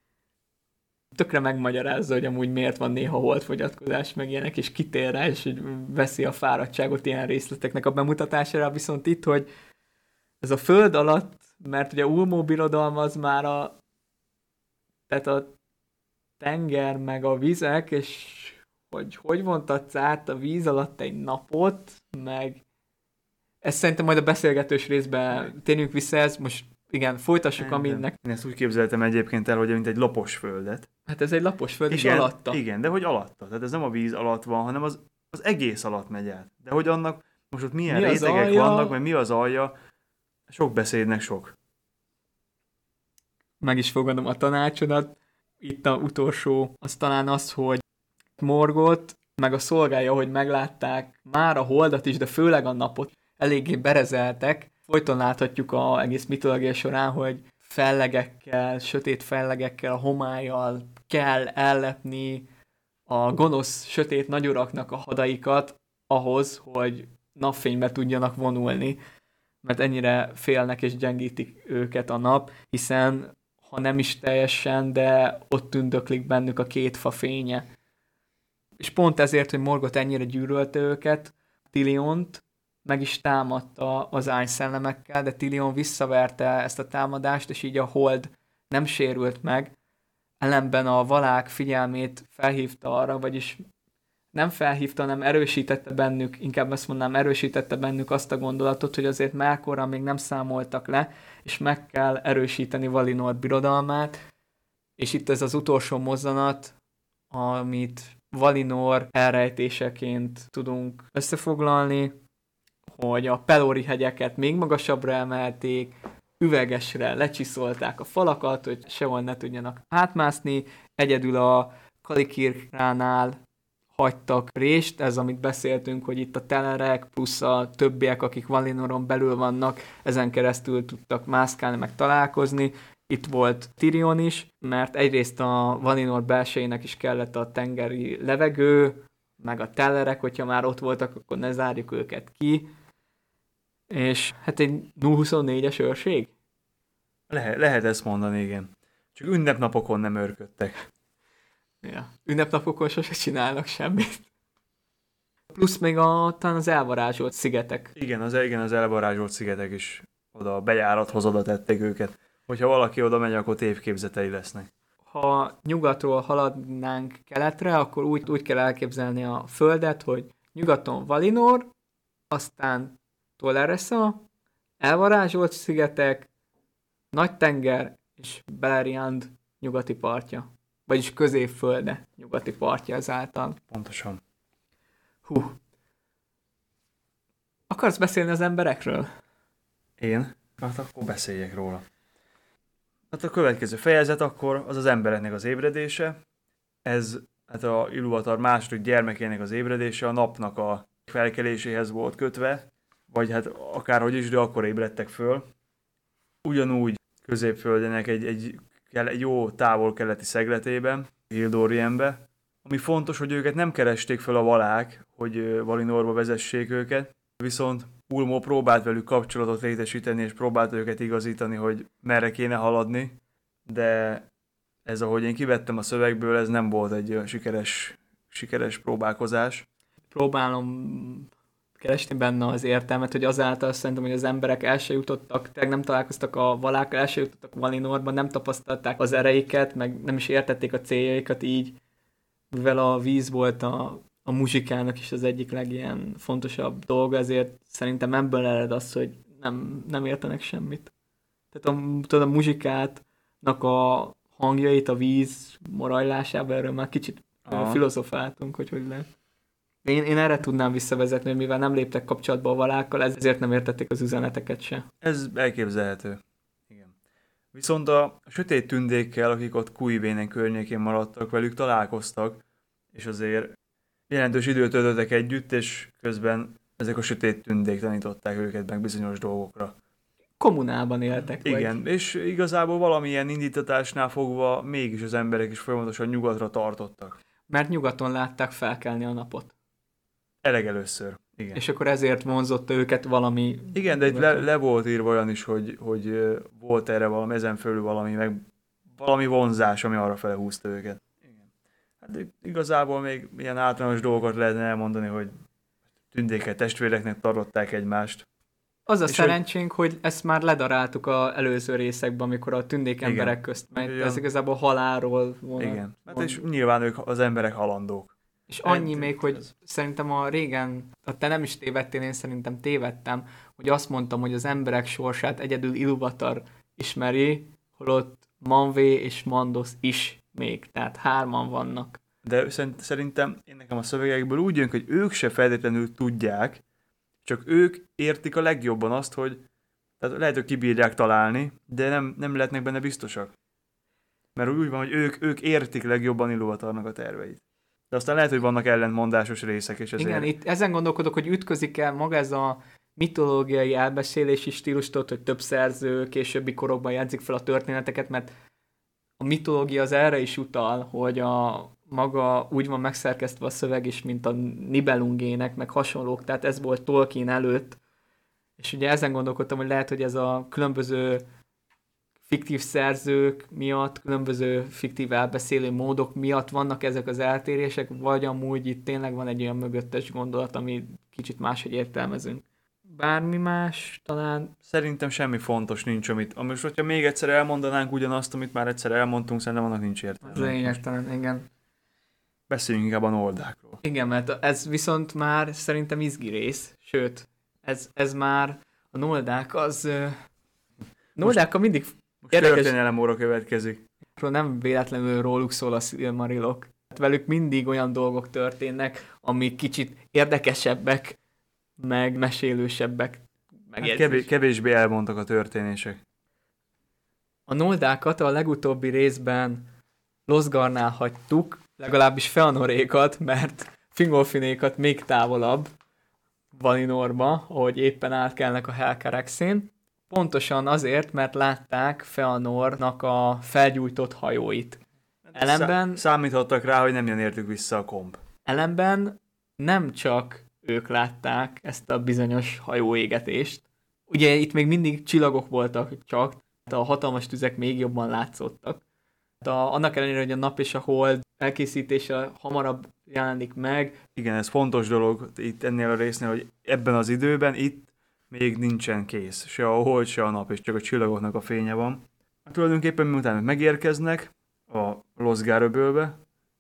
Tökre megmagyarázza, hogy amúgy miért van néha holdfogyatkozás, meg ilyenek, és kitér rá, és hogy veszi a fáradtságot ilyen részleteknek a bemutatására, viszont itt, hogy ez a föld alatt, mert ugye Ulmo birodalma az már a tehát a tenger meg a vizek, és hogy hogy vontatsz át a víz alatt egy napot, meg ezt szerintem majd a beszélgetős részben térjünk vissza, ez most igen, folytassuk, aminek... Én ezt úgy képzeltem egyébként el, hogy mint egy lapos földet. Hát ez egy lapos föld, igen, és alatta. Igen, de hogy alatta. Tehát ez nem a víz alatt van, hanem az, az egész alatt megy át. De hogy annak most ott milyen mi rétegek vannak, mert mi az alja, sok beszédnek sok. Meg is fogadom a tanácsodat. Itt a utolsó, az talán az, hogy Morgoth, meg a szolgája, hogy meglátták már a holdat is, de főleg a napot, eléggé berezeltek. Folyton láthatjuk a egész mitológia során, hogy fellegekkel, sötét fellegekkel, a homállyal kell ellepni a gonosz, sötét nagyuraknak a hadaikat ahhoz, hogy napfénybe tudjanak vonulni, mert ennyire félnek és gyengítik őket a nap, hiszen ha nem is teljesen, de ott tündöklik bennük a két fa fénye. És pont ezért, hogy Morgoth ennyire gyűlölte őket, Tiliont meg is támadta az ányszellemekkel, de Tilion visszaverte ezt a támadást, és így a hold nem sérült meg. Ellenben a valák figyelmét felhívta arra, vagyis nem felhívta, hanem erősítette bennük, inkább azt mondanám, erősítette bennük azt a gondolatot, hogy azért Melkorral még nem számoltak le, és meg kell erősíteni Valinor birodalmát, és itt ez az utolsó mozzanat, amit Valinor elrejtéseként tudunk összefoglalni, hogy a Pelori hegyeket még magasabbra emelték, üvegesre lecsiszolták a falakat, hogy sehol ne tudjanak átmászni, egyedül a Kalikirránál hagytak rést, ez amit beszéltünk, hogy itt a telerek plusz a többiek, akik Valinoron belül vannak, ezen keresztül tudtak mászkálni, meg találkozni. Itt volt Tirion is, mert egyrészt a Valinor belsejének is kellett a tengeri levegő, meg a tellerek, hogyha már ott voltak, akkor ne zárjuk őket ki. És hát egy nulla huszonnégyes őrség? Lehet, lehet ezt mondani, igen. Csak ünnepnapokon nem őrködtek. Ja, ünnepnapokon sose csinálnak semmit. Plusz még a, talán az elvarázsolt szigetek. Igen, az, igen, az elvarázsolt szigetek is oda a bejárathoz oda tették őket. Hogyha valaki oda megy, akkor tévképzetei lesznek. ha nyugatról haladnánk keletre, akkor úgy, úgy kell elképzelni a Földet, hogy nyugaton Valinor, aztán Toleresa, elvarázsolt szigetek, Nagy-tenger és Beleriand nyugati partja. Vagyis Középfölde nyugati partja ezáltal. Pontosan. Hú. Akarsz beszélni az emberekről? Én? Hát akkor beszéljek róla. Hát a következő fejezet akkor az az embereknek az ébredése. Ez hát a Ilúvatar második gyermekének az ébredése a napnak a felkeléséhez volt kötve, vagy hát akárhogy is, de akkor ébredtek föl. Ugyanúgy Középföldenek egy, egy, egy jó távol-keleti szegletében, Hildórienbe, ami fontos, hogy őket nem keresték fel a valák, hogy Valinorba vezessék őket, viszont Ulmo próbált velük kapcsolatot létesíteni, és próbált őket igazítani, hogy merre kéne haladni, de ez, ahogy én kivettem a szövegből, ez nem volt egy sikeres, sikeres próbálkozás. Próbálom keresni benne az értelmet, hogy azáltal szerintem, hogy az emberek el se jutottak, tényleg nem találkoztak a valákkal, el se jutottak Valinorban, nem tapasztalták az ereiket, meg nem is értették a céljaikat így, mivel a víz volt a, a muzsikának is az egyik legilyen fontosabb dolga, ezért szerintem ebből ered az, hogy nem, nem értenek semmit. Tehát a, tudod, a muzsikátnak a hangjait, a víz morajlásában, erről már kicsit Aha. filozofáltunk, hogy hogy lehet. Én, én erre tudnám visszavezetni, hogy mivel nem léptek kapcsolatba a valákkal, ezért nem értették az üzeneteket se. Ez elképzelhető. Igen. Viszont a sötét tündékkel, akik ott Kuivénen környékén maradtak, velük találkoztak, és azért jelentős időt töltöttek együtt, és közben ezek a sötét tündék tanították őket meg bizonyos dolgokra. Kommunában éltek. Igen, vagy. És igazából valamilyen indítatásnál fogva mégis az emberek is folyamatosan nyugatra tartottak. Mert nyugaton látták felkelni a napot. Elegelőször, igen. És akkor ezért vonzotta őket valami... Igen, de itt le, le volt írva olyan is, hogy, hogy volt erre valami, ezen fölül valami, meg valami vonzás, ami arra fele húzta őket. Igen. Hát igazából még ilyen általános dolgokat lehetne elmondani, hogy tündéket testvéreknek tartották egymást. Az a szerencsénk, hogy... hogy ezt már ledaráltuk az előző részekben, amikor a tündék emberek igen. közt megy. Ez igazából halálról vonat. Igen, hát és nyilván ők az emberek halandók. És annyi egy, még, hogy ez. Szerintem a régen, te nem is tévedtél, én szerintem tévedtem, hogy azt mondtam, hogy az emberek sorsát egyedül Ilúvatar ismeri, holott Manwë és Mandos is még, tehát hárman vannak. De szerintem én nekem a szövegekből úgy jön, hogy ők se feltétlenül tudják, csak ők értik a legjobban azt, hogy tehát lehet, hogy kibírják találni, de nem, nem lehetnek benne biztosak. Mert úgy van, hogy ők, ők értik legjobban Ilúvatarnak a terveit. De aztán lehet, hogy vannak ellentmondásos részek, és ezért... Igen, itt ezen gondolkodok, hogy ütközik el maga ez a mitológiai elbeszélési stílustól, hogy több szerző későbbi korokban jegyzik fel a történeteket, mert a mitológia az erre is utal, hogy a maga úgy van megszerkesztve a szöveg is, mint a Nibelungének, meg hasonlók, tehát ez volt Tolkien előtt, és ugye ezen gondolkodtam, hogy lehet, hogy ez a különböző fiktív szerzők miatt, különböző fiktív elbeszélő módok miatt vannak ezek az eltérések, vagy amúgy itt tényleg van egy olyan mögöttes gondolat, ami kicsit máshogy értelmezünk. Bármi más talán? Szerintem semmi fontos nincs, amit... Most, hogyha még egyszer elmondanánk ugyanazt, amit már egyszer elmondtunk, szerintem annak nincs értelme. Az lényegtelen, igen. Beszéljünk inkább a noldákról. Igen, mert ez viszont már szerintem izgi rész, sőt, ez, ez már a noldák az... Noldákkal mindig... Most történelem óra következik. Nem véletlenül róluk szól a Silmarillok. Velük mindig olyan dolgok történnek, amik kicsit érdekesebbek, meg mesélősebbek. Hát kevés, kevésbé elmondtak a történések. A noldákat a legutóbbi részben Losgardnál hagytuk, legalábbis Feanorékat, mert Fingolfinékat még távolabb Valinorba, ahogy éppen átkelnek a Helcaraxén. Pontosan azért, mert látták Feanornak a felgyújtott hajóit. Ellenben... Számíthattak rá, hogy nem jön értük vissza a komp. Ellenben nem csak ők látták ezt a bizonyos hajóégetést. Ugye itt még mindig csillagok voltak csak, a hatalmas tüzek még jobban látszottak. A, annak ellenére, hogy a nap és a hold elkészítése hamarabb jelenik meg. Igen, ez fontos dolog itt ennél a résznél, hogy ebben az időben itt még nincsen kész. Se a hold, se a nap, és csak a csillagoknak a fénye van. Hát tulajdonképpen miután megérkeznek, a Lozgár-öbölbe,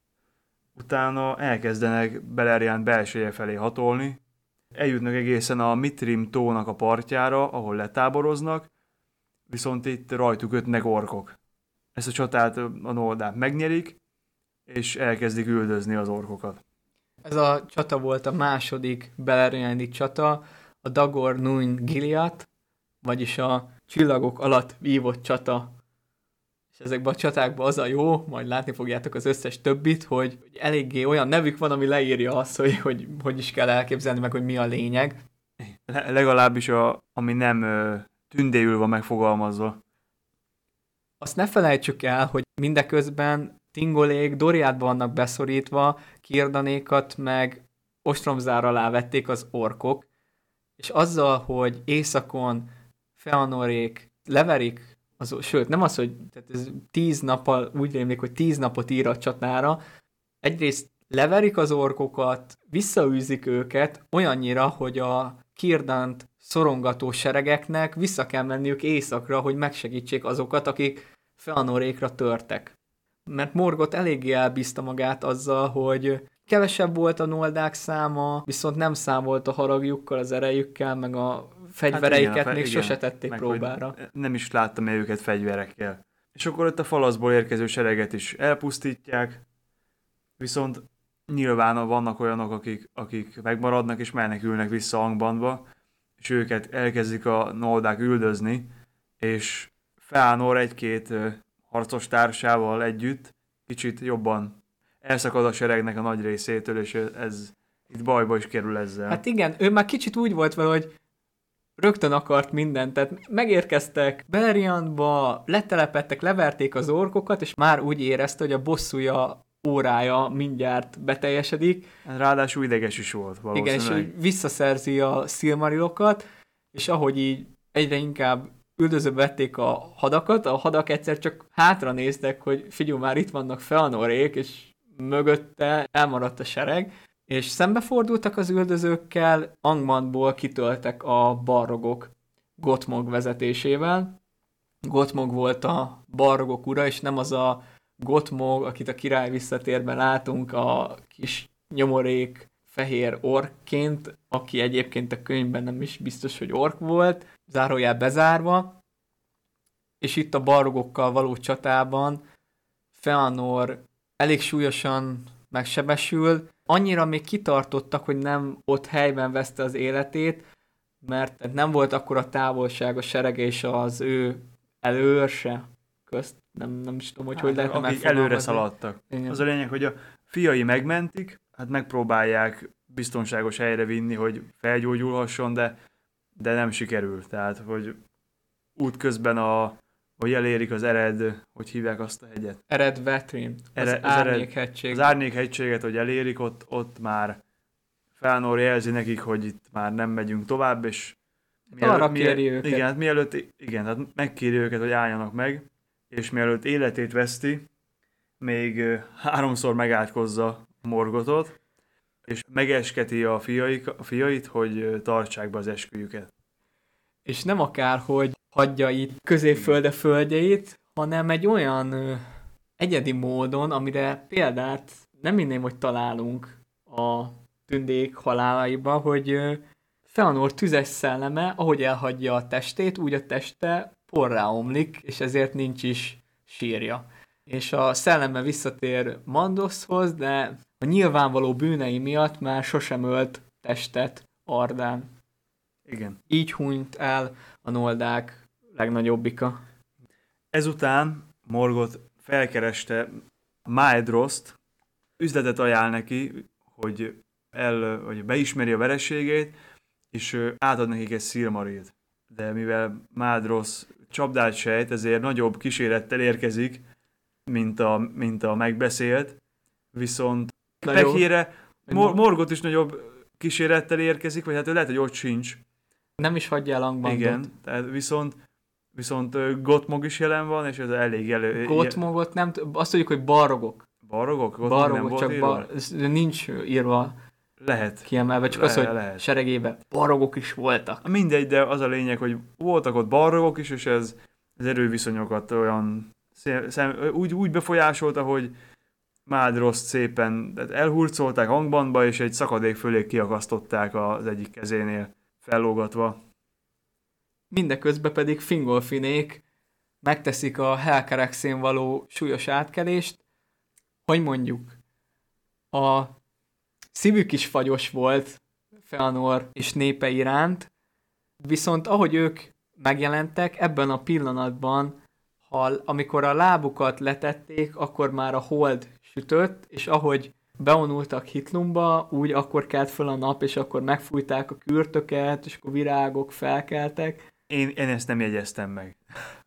utána elkezdenek Beleriand belseje felé hatolni, eljutnak egészen a Mitrim tónak a partjára, ahol letáboroznak, viszont itt rajtuk ötnek orkok. Ezt a csatát a noldák megnyerik, és elkezdik üldözni az orkokat. Ez a csata volt a második beleriandi csata, a Dagor Nuin Giliad, vagyis a csillagok alatt vívott csata. És ezekben a csatákban az a jó, majd látni fogjátok az összes többit, hogy eléggé olyan nevük van, ami leírja azt, hogy hogy, hogy is kell elképzelni, meg hogy mi a lényeg. Le- legalábbis a, ami nem ö, tündéül van megfogalmazva. Azt ne felejtsük el, hogy mindeközben Tingolék Doriádba vannak beszorítva, Kirdanékat meg ostromzár alá vették az orkok, és azzal, hogy északon Feanorék leverik, az, sőt, nem az, hogy tehát ez tíz nappal, úgy rémlik, hogy tíz napot ír a csatára, egyrészt leverik az orkokat, visszaűzik őket olyannyira, hogy a Kirdant szorongató seregeknek vissza kell menniük északra, hogy megsegítsék azokat, akik Feanorékra törtek. Mert Morgoth eléggé elbízta magát azzal, hogy kevesebb volt a noldák száma, viszont nem számolt a haragjukkal, az erejükkel, meg a fegyvereiket hát igen, még igen, sose tették meg próbára. Nem is láttam őket fegyverekkel. És akkor ott a falaszból érkező sereget is elpusztítják, viszont nyilván vannak olyanok, akik, akik megmaradnak és menekülnek vissza Angbandba, és őket elkezdik a noldák üldözni, és Feanor egy-két harcos társával együtt kicsit jobban elszakad a seregnek a nagy részétől, és ez itt bajba is kerül ezzel. Hát igen, ő már kicsit úgy volt vele, hogy rögtön akart mindent, tehát megérkeztek Beleriandba, letelepedtek, leverték az orkokat, és már úgy érezte, hogy a bosszúja órája mindjárt beteljesedik. Ráadásul ideges is volt valószínűleg. Igen, és hogy visszaszerzi a Silmarilokat, és ahogy így egyre inkább üldözőbe vették a hadakat, a hadak egyszer csak hátra néztek, hogy figyelj, már itt vannak Feanorék, és mögötte elmaradt a sereg, és szembefordultak az üldözőkkel, Angbandból kitöltek a balrogok Gottmog vezetésével. Gottmog volt a balrogok ura, és nem az a Gottmog, akit a Király visszatérben látunk, a kis nyomorék fehér orkként, aki egyébként a könyvben nem is biztos, hogy ork volt, zárójel bezárva, és itt a balrogokkal való csatában Feanor elég súlyosan megsebesül, annyira még kitartottak, hogy nem ott helyben veszte az életét, mert nem volt akkora távolság a sereg és az ő előőrse közt. Nem, nem is tudom, hogy hát, hogy lehetne megfogalmazni. Előre szaladtak. Igen. Az a lényeg, hogy a fiai megmentik, hát megpróbálják biztonságos helyre vinni, hogy felgyógyulhasson, de, de nem sikerül. Tehát, hogy útközben a hogy elérik az Ered, hogy hívják azt a hegyet? Ered Vetrin, az, az Árnyékhegység. Az Árnyékhegységet, hogy elérik, ott, ott már Feanor jelzi nekik, hogy itt már nem megyünk tovább, és mielőtt, arra kéri mielőtt, őket. Igen, hát mielőtt, igen, hát megkéri őket, hogy álljanak meg, és mielőtt életét veszti, még háromszor megátkozza Morgothot, és megesketi a, fiaik, a fiait, hogy tartsák be az esküjüket. És nem akár, hogy hagyja itt Középfölde földjeit, hanem egy olyan ö, egyedi módon, amire példát nem minném, hogy találunk a tündék halálaiba, hogy ö, Feanor tüzes szelleme, ahogy elhagyja a testét, úgy a teste porrá omlik, és ezért nincs is sírja. És a szelleme visszatér Mandoszhoz, de a nyilvánvaló bűnei miatt már sosem ölt testet Ardán. Igen. Így hunyt el a noldák legnagyobbika. Ezután Morgoth felkereste Maedrost, üzletet ajánl neki, hogy, el, hogy beismeri a vereségét, és átad nekik egy Silmarilt. De mivel Maedros csapdát sejt, ezért nagyobb kísérettel érkezik, mint a, mint a megbeszélt, viszont pekére Mor- Morgoth is nagyobb kísérettel érkezik, vagy hát ő lehet, hogy ott sincs. Nem is hagyja el Angbandot. Igen, tehát viszont Viszont Gottmog is jelen van, és ez elég elő... Gottmogot nem... Azt mondjuk, hogy balrogok. Balrogok? Gottmog balrogok, nem volt csak írva? Bar... nincs írva. Lehet. Kiemelve, csak Le- az, hogy lehet. seregében balrogok is voltak. Mindegy, de az a lényeg, hogy voltak ott balrogok is, és ez az erőviszonyokat olyan szem, szem, úgy, úgy befolyásolta, hogy Mádroszt szépen elhurcolták hangbandba, és egy szakadék fölé kiakasztották az egyik kezénél fellógatva. Mindeközben pedig Fingolfinék megteszik a Helkerexén való súlyos átkelést, hogy mondjuk a szívük is fagyos volt Feanor és népe iránt, viszont ahogy ők megjelentek, ebben a pillanatban, ha, amikor a lábukat letették, akkor már a hold sütött, és ahogy bevonultak Hitlumba, úgy akkor kelt fel a nap, és akkor megfújták a kürtöket, és akkor virágok felkeltek. Én, én ezt nem jegyeztem meg.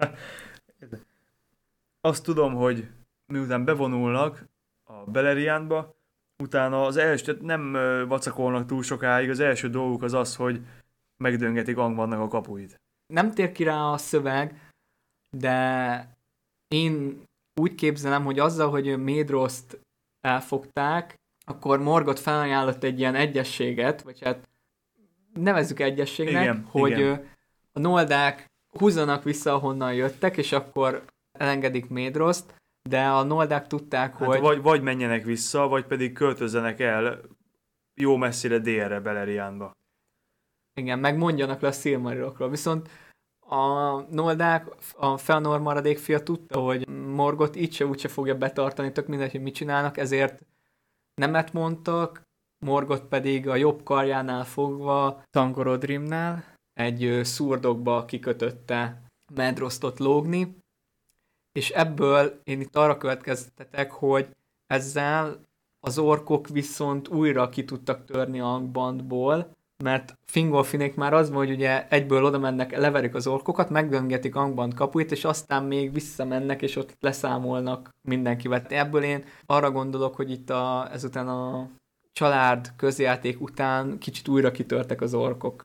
Azt tudom, hogy miután bevonulnak a Beleriandba, utána az első, nem vacakolnak túl sokáig, az első dolguk az az, hogy megdöngetik Angbannak a kapuit. Nem tér ki rá a szöveg, de én úgy képzelem, hogy azzal, hogy Maedrost elfogták, akkor Morgoth felajánlott egy ilyen egyességet, vagy hát nevezzük egyességnek, igen, hogy igen. a noldák húzzanak vissza, ahonnan jöttek, és akkor elengedik Maedrost, de a noldák tudták, hát hogy... Vagy, vagy menjenek vissza, vagy pedig költözzenek el jó messzire délre Beleriandba. Igen, meg mondjanak le a Silmarilokról. Viszont a noldák, a Feanor maradék fia tudta, hogy Morgoth így se úgyse fogja betartani, tök mindegy, hogy mit csinálnak, ezért nemet mondtak, Morgoth pedig a jobb karjánál fogva Tangorodrimnál egy szurdokba kikötötte Maedrostot lógni, és ebből én itt arra következtetek, hogy ezzel az orkok viszont újra ki tudtak törni a Angbandból, mert Fingolfinék már az van, hogy ugye egyből oda mennek, leverik az orkokat, megdöngetik Angband kapuit, és aztán még visszamennek, és ott leszámolnak mindenkivel. Ebből én arra gondolok, hogy itt a, ezután a család közjáték után kicsit újra kitörtek az orkok.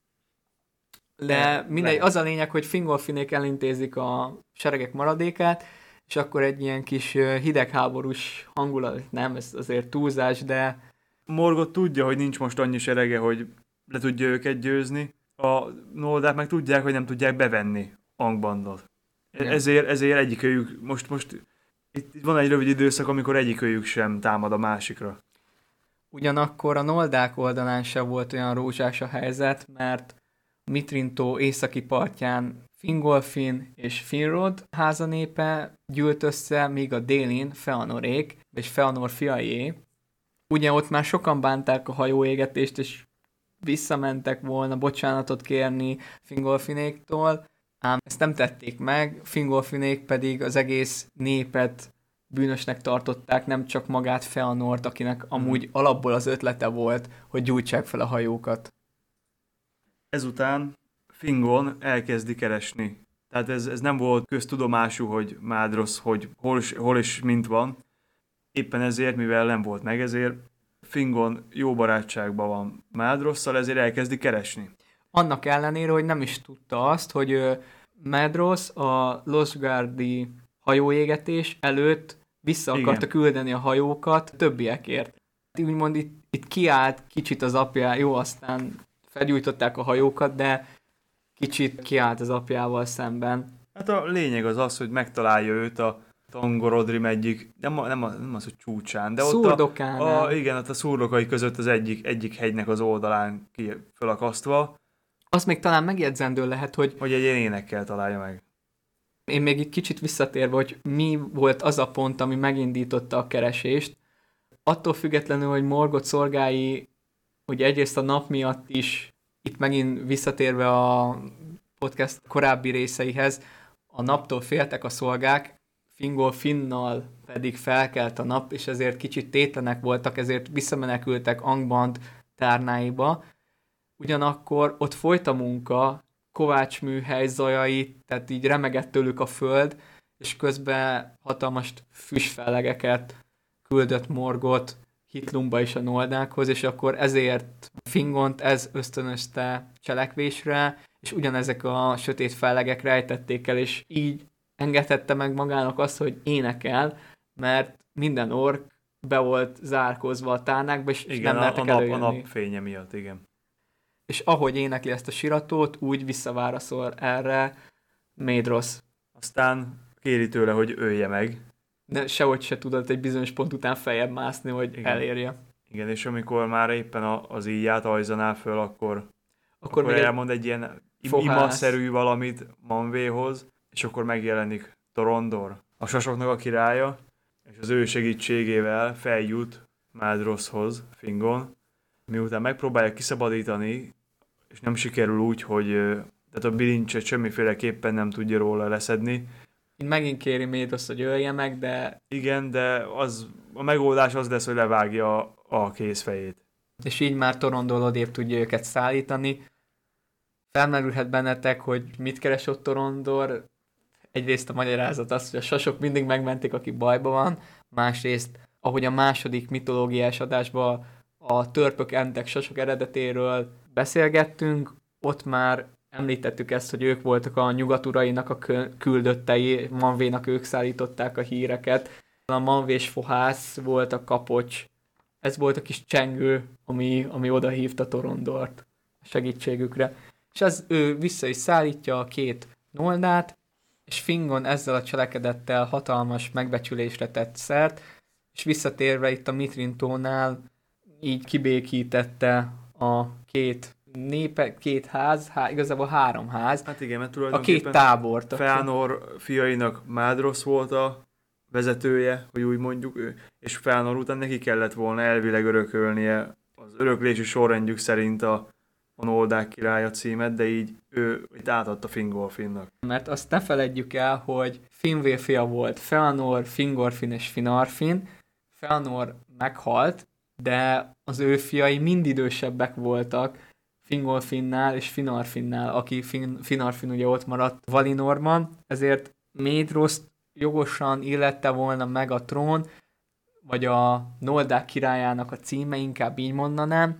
De mindegy, az a lényeg, hogy Fingolfinék elintézik a seregek maradékát, és akkor egy ilyen kis hidegháborús hangulat, nem, ez azért túlzás, de Morgoth tudja, hogy nincs most annyi serege, hogy le tudja őket győzni. A noldák meg tudják, hogy nem tudják bevenni Angbandot. Ezért, ezért egyikőjük, most, most itt, itt van egy rövid időszak, amikor egyikőjük sem támad a másikra. Ugyanakkor a noldák oldalán sem volt olyan rózsás a helyzet, mert Mitrintó északi partján Fingolfin és Finrod házanépe gyűlt össze, míg a délin Feanorék és Feanor fiaié. Ugye ott már sokan bánták a hajóégetést, és visszamentek volna bocsánatot kérni Fingolfinéktól, ám ezt nem tették meg, Fingolfinék pedig az egész népet bűnösnek tartották, nem csak magát Feanort, akinek amúgy alapból az ötlete volt, hogy gyújtsák fel a hajókat. Ezután Fingon elkezdi keresni. Tehát ez, ez nem volt köztudomású, hogy Maedrosz, hogy hol, hol és mint van. Éppen ezért, mivel nem volt meg, ezért Fingon jó barátságban van Maedrosszal, ezért elkezdi keresni. Annak ellenére, hogy nem is tudta azt, hogy Maedrosz a Losgardi hajóégetés előtt vissza akarta Igen. küldeni a hajókat többiekért. Úgymond itt, itt kiállt kicsit az apja, jó, aztán felgyújtották a hajókat, de kicsit kiállt az apjával szemben. Hát a lényeg az az, hogy megtalálja őt a Tangorodrim egyik, nem, nem, nem az, hogy csúcsán, de ott a, a, igen, ott a szurdokai között az egyik, egyik hegynek az oldalán ki fölakasztva. Azt még talán megjegyzendő lehet, hogy... Hogy egy ilyen énekkel találja meg. Én még egy kicsit visszatérve, hogy mi volt az a pont, ami megindította a keresést. Attól függetlenül, hogy Morgoth szolgái, hogy egyrészt a nap miatt is, itt megint visszatérve a podcast korábbi részeihez, a naptól féltek a szolgák, Fingolfinnal pedig felkelt a nap, és ezért kicsit tétlenek voltak, ezért visszamenekültek Angband tárnáiba. Ugyanakkor ott folyt a munka, kovácsműhely zajai, tehát így remegett tőlük a föld, és közben hatalmas füstfellegeket küldött Morgoth Hitlumba is a noldákhoz, és akkor ezért Fingont ez ösztönözte cselekvésre, és ugyanezek a sötét fellegek rejtették el, és így engedhette meg magának azt, hogy énekel, mert minden ork be volt zárkozva a tárnákba, és igen, nem mertek a, nap, előjönni. a napfénye miatt, igen. És ahogy énekli ezt a siratót, úgy visszaválaszol erre Maedrosz. Aztán kéri tőle, hogy ölje meg. De sehogy se tudott egy bizonyos pont után feljebb mászni, hogy Igen. elérje. Igen, és amikor már éppen a, az íját ajzanál föl, akkor, Akkor, akkor még elmond egy ilyen fohász. imaszerű valamit Manvéhoz, és akkor megjelenik Torondor, a sasoknak a királya, és az ő segítségével feljut Maedhroszhoz, Fingon, miután megpróbálja kiszabadítani, és nem sikerül úgy, hogy ö, tehát a bilincset semmiféleképpen nem tudja róla leszedni. így megint kéri Maedhrosz, hogy ölje meg, de Igen, de az, a megoldás az lesz, hogy levágja a, a kézfejét. és így már Torondor odébb tudja őket szállítani. Felmerülhet bennetek, hogy mit keres ott Torondor. Egyrészt a magyarázat az, hogy a sasok mindig megmentik, aki bajban van. Másrészt, ahogy a második mitológiás adásban a törpök, entek, sasok eredetéről beszélgettünk, ott már említettük ezt, hogy ők voltak a nyugaturainak a küldöttei, Manvénak ők szállították a híreket. A manvés fohász volt a kapocs. Ez volt a kis csengő, ami, ami oda hívta Torondort a segítségükre. És az ő vissza is szállítja a két Noldát, és Fingon ezzel a cselekedettel hatalmas megbecsülésre tett szert, és visszatérve itt a Mitrintónál így kibékítette a két népe, két ház, há, igazából három ház, Hát igen, mert a tulajdonképpen két tábort. Fëanor fiainak Maedhrosz volt a vezetője, hogy úgy mondjuk ő, és Fëanor után neki kellett volna elvileg örökölnie az öröklési sorrendjük szerint a, a Noldák királya címet, de így ő itt átadta Fingolfinnak. Mert azt ne feledjük el, hogy Finvér fia volt Fëanor, Fingolfin és Finarfin. Fëanor meghalt, de az ő fiai mind idősebbek voltak Fingolfinnál és Finarfinnál, aki fin- Finarfin ugye ott maradt Valinorban, ezért Maedhroszt jogosan illette volna meg a trón, vagy a Noldák királyának a címe, inkább így mondanám,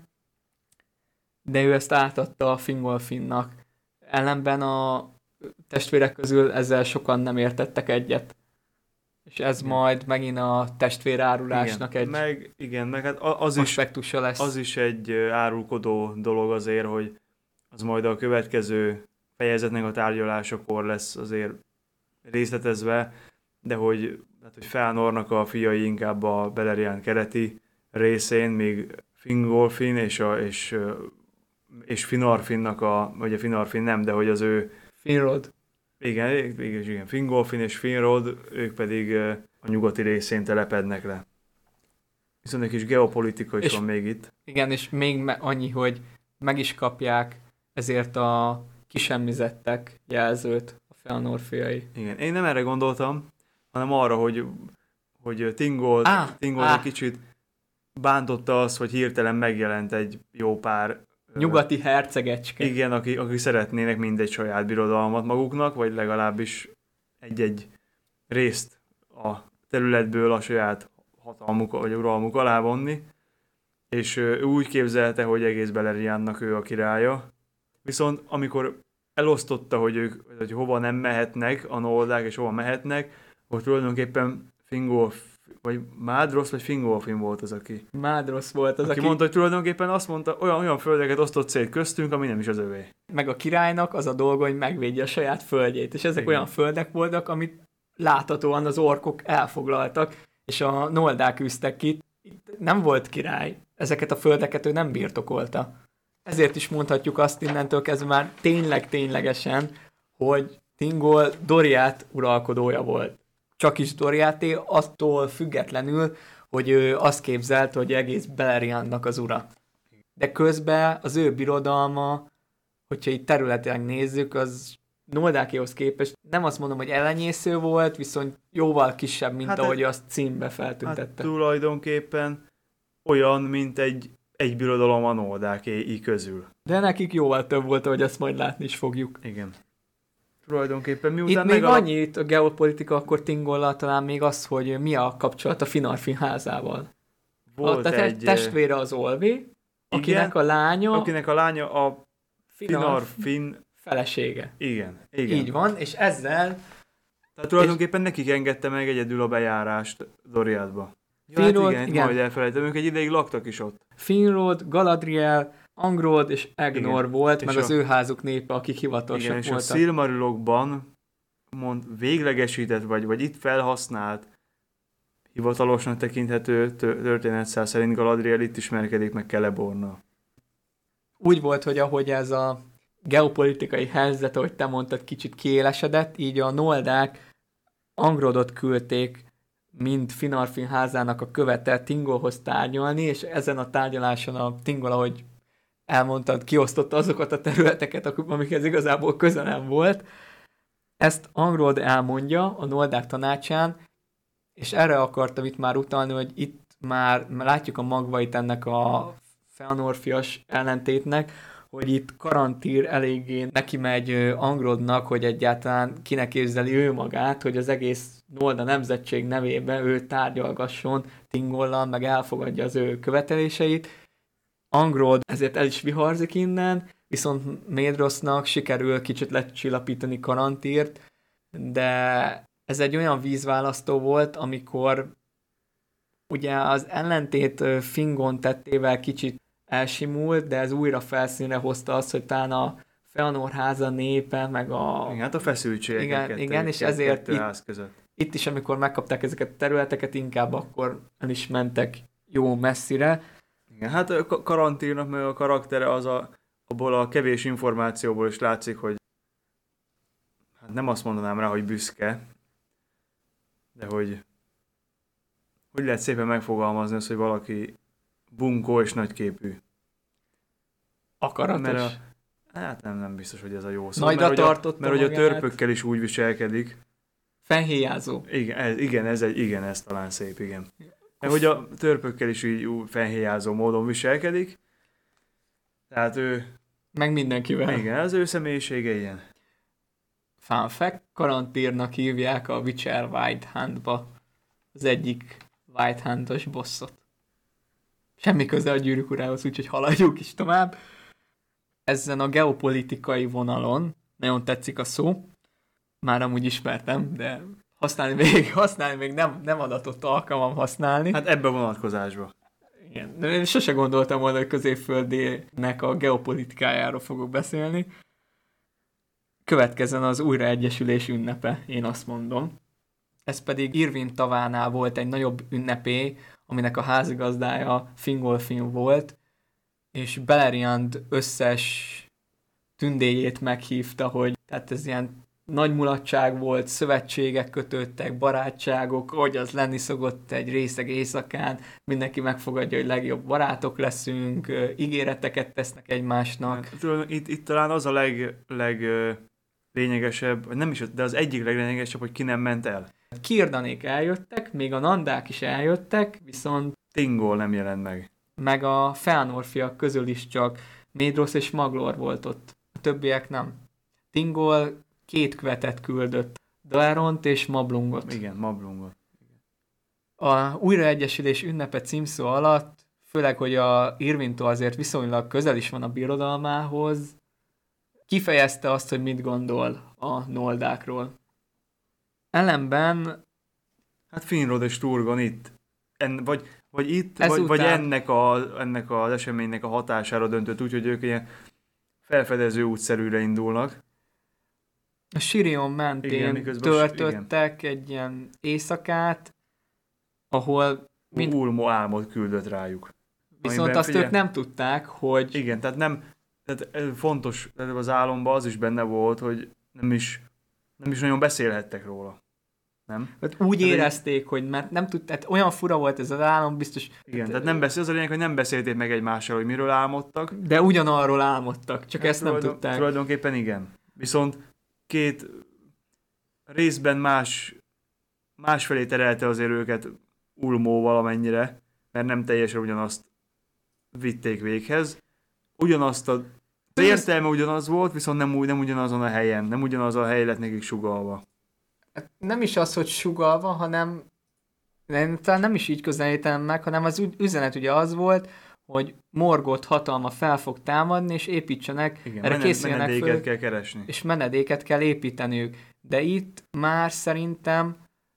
de ő ezt átadta a Fingolfinnak. Ellenben a testvérek közül ezzel sokan nem értettek egyet. És ez igen. majd megint a testvérárulásnak Igen, egy meg, igen, meg hát az is, aspektusa lesz. az is egy árulkodó dolog azért, hogy az majd a következő fejezetnek a tárgyalásakor lesz azért részletezve, de hogy, hát, hogy Fëanornak a fiai inkább a Beleriand keleti részén, míg Fingolfin és, a, és, és Finarfinnak a, vagy a Finarfin nem, de hogy az ő Finrod. igen, igen, igen, Fingolfin és Finrod, ők pedig a nyugati részén telepednek le. Viszont egy kis geopolitika is És- van még itt. Igen, és még me- annyi, hogy meg is kapják ezért a kisemmizettek jelzőt a Fëanor fiai. Igen, én nem erre gondoltam, hanem arra, hogy, hogy Tingol, Á, Tingol á. egy kicsit bántotta az, hogy hirtelen megjelent egy jó pár ö, Nyugati hercegecske. igen, aki, aki szeretnének mindegy saját birodalmat maguknak, vagy legalábbis egy-egy részt a területből a saját hatalmuk vagy uralmuk alá vonni, és ő úgy képzelte, hogy egész Beleriandnak ő a királya. Viszont amikor elosztotta, hogy ők hogy hova nem mehetnek a Noldák, és hova mehetnek, akkor tulajdonképpen Fingolf, vagy Maedhrosz, vagy Fingolfin volt az, aki, Maedhrosz volt az, aki, aki, mondta, hogy tulajdonképpen azt mondta, olyan, olyan földeket osztott szét köztünk, ami nem is az övé. meg a királynak az a dolga, hogy megvédje a saját földjét. És ezek Igen. olyan földek voltak, amit láthatóan az orkok elfoglaltak, és a Noldák űztek ki. Itt nem volt király. Ezeket a földeket ő nem birtokolta. Ezért is mondhatjuk azt innentől kezdve már tényleg ténylegesen, hogy Tingol Doriath uralkodója volt. Csak is Doriathé, attól függetlenül, hogy ő azt képzelt, hogy egész Beleriandnak az ura. De közben az ő birodalma, hogyha itt területileg nézzük, az Noldákéhoz képest nem azt mondom, hogy elenyésző volt, viszont jóval kisebb, mint Hát hát ez- ahogy azt címbe Hát feltüntette. tulajdonképpen olyan, mint egy, egy birodalom a Noldákéi közül. De nekik jóval több volt, ahogy azt majd látni is fogjuk. Igen. Tulajdonképpen Itt miután még megalap... annyi itt a geopolitika, akkor Tingollal talán még az, hogy mi a kapcsolat a Finarfin házával. volt a te- egy... testvére az Olvé, akinek igen, a lánya akinek a lánya a Finarfin Finarfin... felesége. Igen, igen. Így van, és ezzel Tehát tulajdonképpen nekik engedte meg egyedül a bejárást Doriathba. Ja, hát Finrod, igen, igen. majd elfelejtem, ők egy ideig laktak is ott. Finrod, Galadriel, Angrod és Egnor Igen. volt, És meg a- az ő házuk népe, akik hivatalosak Igen, és a voltak. Silmarilokban mond, véglegesített, vagy, vagy itt felhasznált, hivatalosnak tekinthető történetszál szerint Galadriel itt ismerkedik meg Celebornnal. Úgy volt, hogy ahogy ez a geopolitikai helyzet, ahogy te mondtad, kicsit kiélesedett, így a noldák Angrodot küldték, mint Finarfin házának a követe Thingolhoz tárgyalni, és ezen a tárgyaláson a Thingol, ahogy elmondtad, kiosztotta azokat a területeket, amikhez igazából köze nem volt. Ezt Angrod elmondja a noldák tanácsán, és erre akartam itt már utalni, hogy itt már látjuk a magvait ennek a Feanorfias ellentétnek, hogy itt Karantír eléggé neki megy Angrodnak, hogy egyáltalán kinek képzeli ő magát, hogy az egész Nolda nemzetség nevében ő tárgyalgasson Thingollal, meg elfogadja az ő követeléseit. Angrod ezért el is viharzik innen, viszont Maedrossnak sikerül kicsit lecsillapítani Karantírt, de ez egy olyan vízválasztó volt, amikor ugye az ellentét Fingon tettével kicsit elsimult, de ez újra felszínre hozta azt, hogy talán a Feanor háza népe, meg a... Igen, hát a feszültségek. Igen, kettő, igen és kettő, ezért kettő itt, között. itt is, amikor megkapták ezeket a területeket, inkább akkor el is mentek jó messzire. Igen, hát a Karantírnak meg a karaktere az a, abból a kevés információból is látszik, hogy hát nem azt mondanám rá, hogy büszke, de hogy hogy lehet szépen megfogalmazni azt, hogy valaki bunkó és nagyképű. Akaratos? Mert a, hát nem, nem biztos, hogy ez a jó szó. Nagyra mert tartotta Mert hogy a magát. törpökkel is úgy viselkedik. Fenhéjázó. Igen, ez, igen, ez egy, igen, ez talán szép, igen. Mert hogy a törpökkel is így úgy fenhéjázó módon viselkedik. Tehát ő... Meg mindenkivel. Igen, az ő személyisége ilyen. Fun fact, Karantírnak hívják a Witcher White Handba az egyik White Handos bosszot. Semmi köze a Gyűrűk urához, úgyhogy haladjuk is tovább. Ezen a geopolitikai vonalon nagyon tetszik a szó. Már amúgy ismertem, de használni még, használni még nem, nem adatott alkalmam használni. Hát ebbe vonatkozásba. Igen. De én sose gondoltam volna, hogy Középföldének a geopolitikájáról fogok beszélni. Következzen az újraegyesülés ünnepe, én azt mondom. Ez pedig Irvin tavánál volt egy nagyobb ünnepé, aminek a házigazdája Fingolfin volt, és Beleriand összes tündéjét meghívta, hogy tehát ez ilyen nagy mulatság volt, szövetségek kötöttek, barátságok, hogy az lenni szokott egy részeg éjszakán, mindenki megfogadja, hogy legjobb barátok leszünk, ígéreteket tesznek egymásnak. Hát, itt, itt talán az a leg, leg lényegesebb, nem is, de az egyik leglényegesebb, hogy ki nem ment el. Kirdanék eljöttek, még a Nandák is eljöttek, viszont Thingol nem jelent meg. meg a Feanor fiak közül is csak Maedross és Maglor volt ott. A többiek nem. Thingol két követet küldött, Daeront és Mablungot. Igen, Mablungot. A újraegyesülés ünnepe címszó alatt, főleg, hogy a Irvintól azért viszonylag közel is van a birodalmához, kifejezte azt, hogy mit gondol a noldákról. Ellenben... Hát Finrod és Turgon itt. En, vagy, vagy itt, Ezután... vagy, vagy ennek, a, ennek az eseménynek a hatására döntött úgy, hogy ők ilyen felfedező útszerűre indulnak. A Sirion mentén igen, töltöttek igen. egy ilyen éjszakát, ahol... Mind... Ulmo álmot küldött rájuk. Viszont azt figyel... ők nem tudták, hogy... Igen, tehát nem... Tehát fontos, tehát az álomban az is benne volt, hogy nem is, nem is nagyon beszélhettek róla. Nem? Hát úgy tehát érezték, egy... hogy mert nem tud, tehát olyan fura volt ez az álom, biztos... Igen, tehát, tehát nem beszél, az a lényeg, hogy nem beszélték meg egymással, hogy miről álmodtak. De ugyanarról álmodtak, csak hát ezt nem tulajdon, tudták. Tulajdonképpen igen. Viszont két részben más, másfelé terelte azért őket Ulmó valamennyire, mert nem teljesen ugyanazt vitték véghez. Ugyanazt a... Az értelme ugyanaz volt, viszont nem, nem ugyanazon a helyen, nem ugyanaz a hely lett nekik sugallva. Nem is az, hogy sugallva, hanem nem, talán nem is így közelítem meg, hanem az üzenet ugye az volt, hogy Morgoth hatalma fel fog támadni, és építsenek, igen, erre mened, készüljenek menedéket föl, kell keresni. És menedéket kell építeniük. De itt már szerintem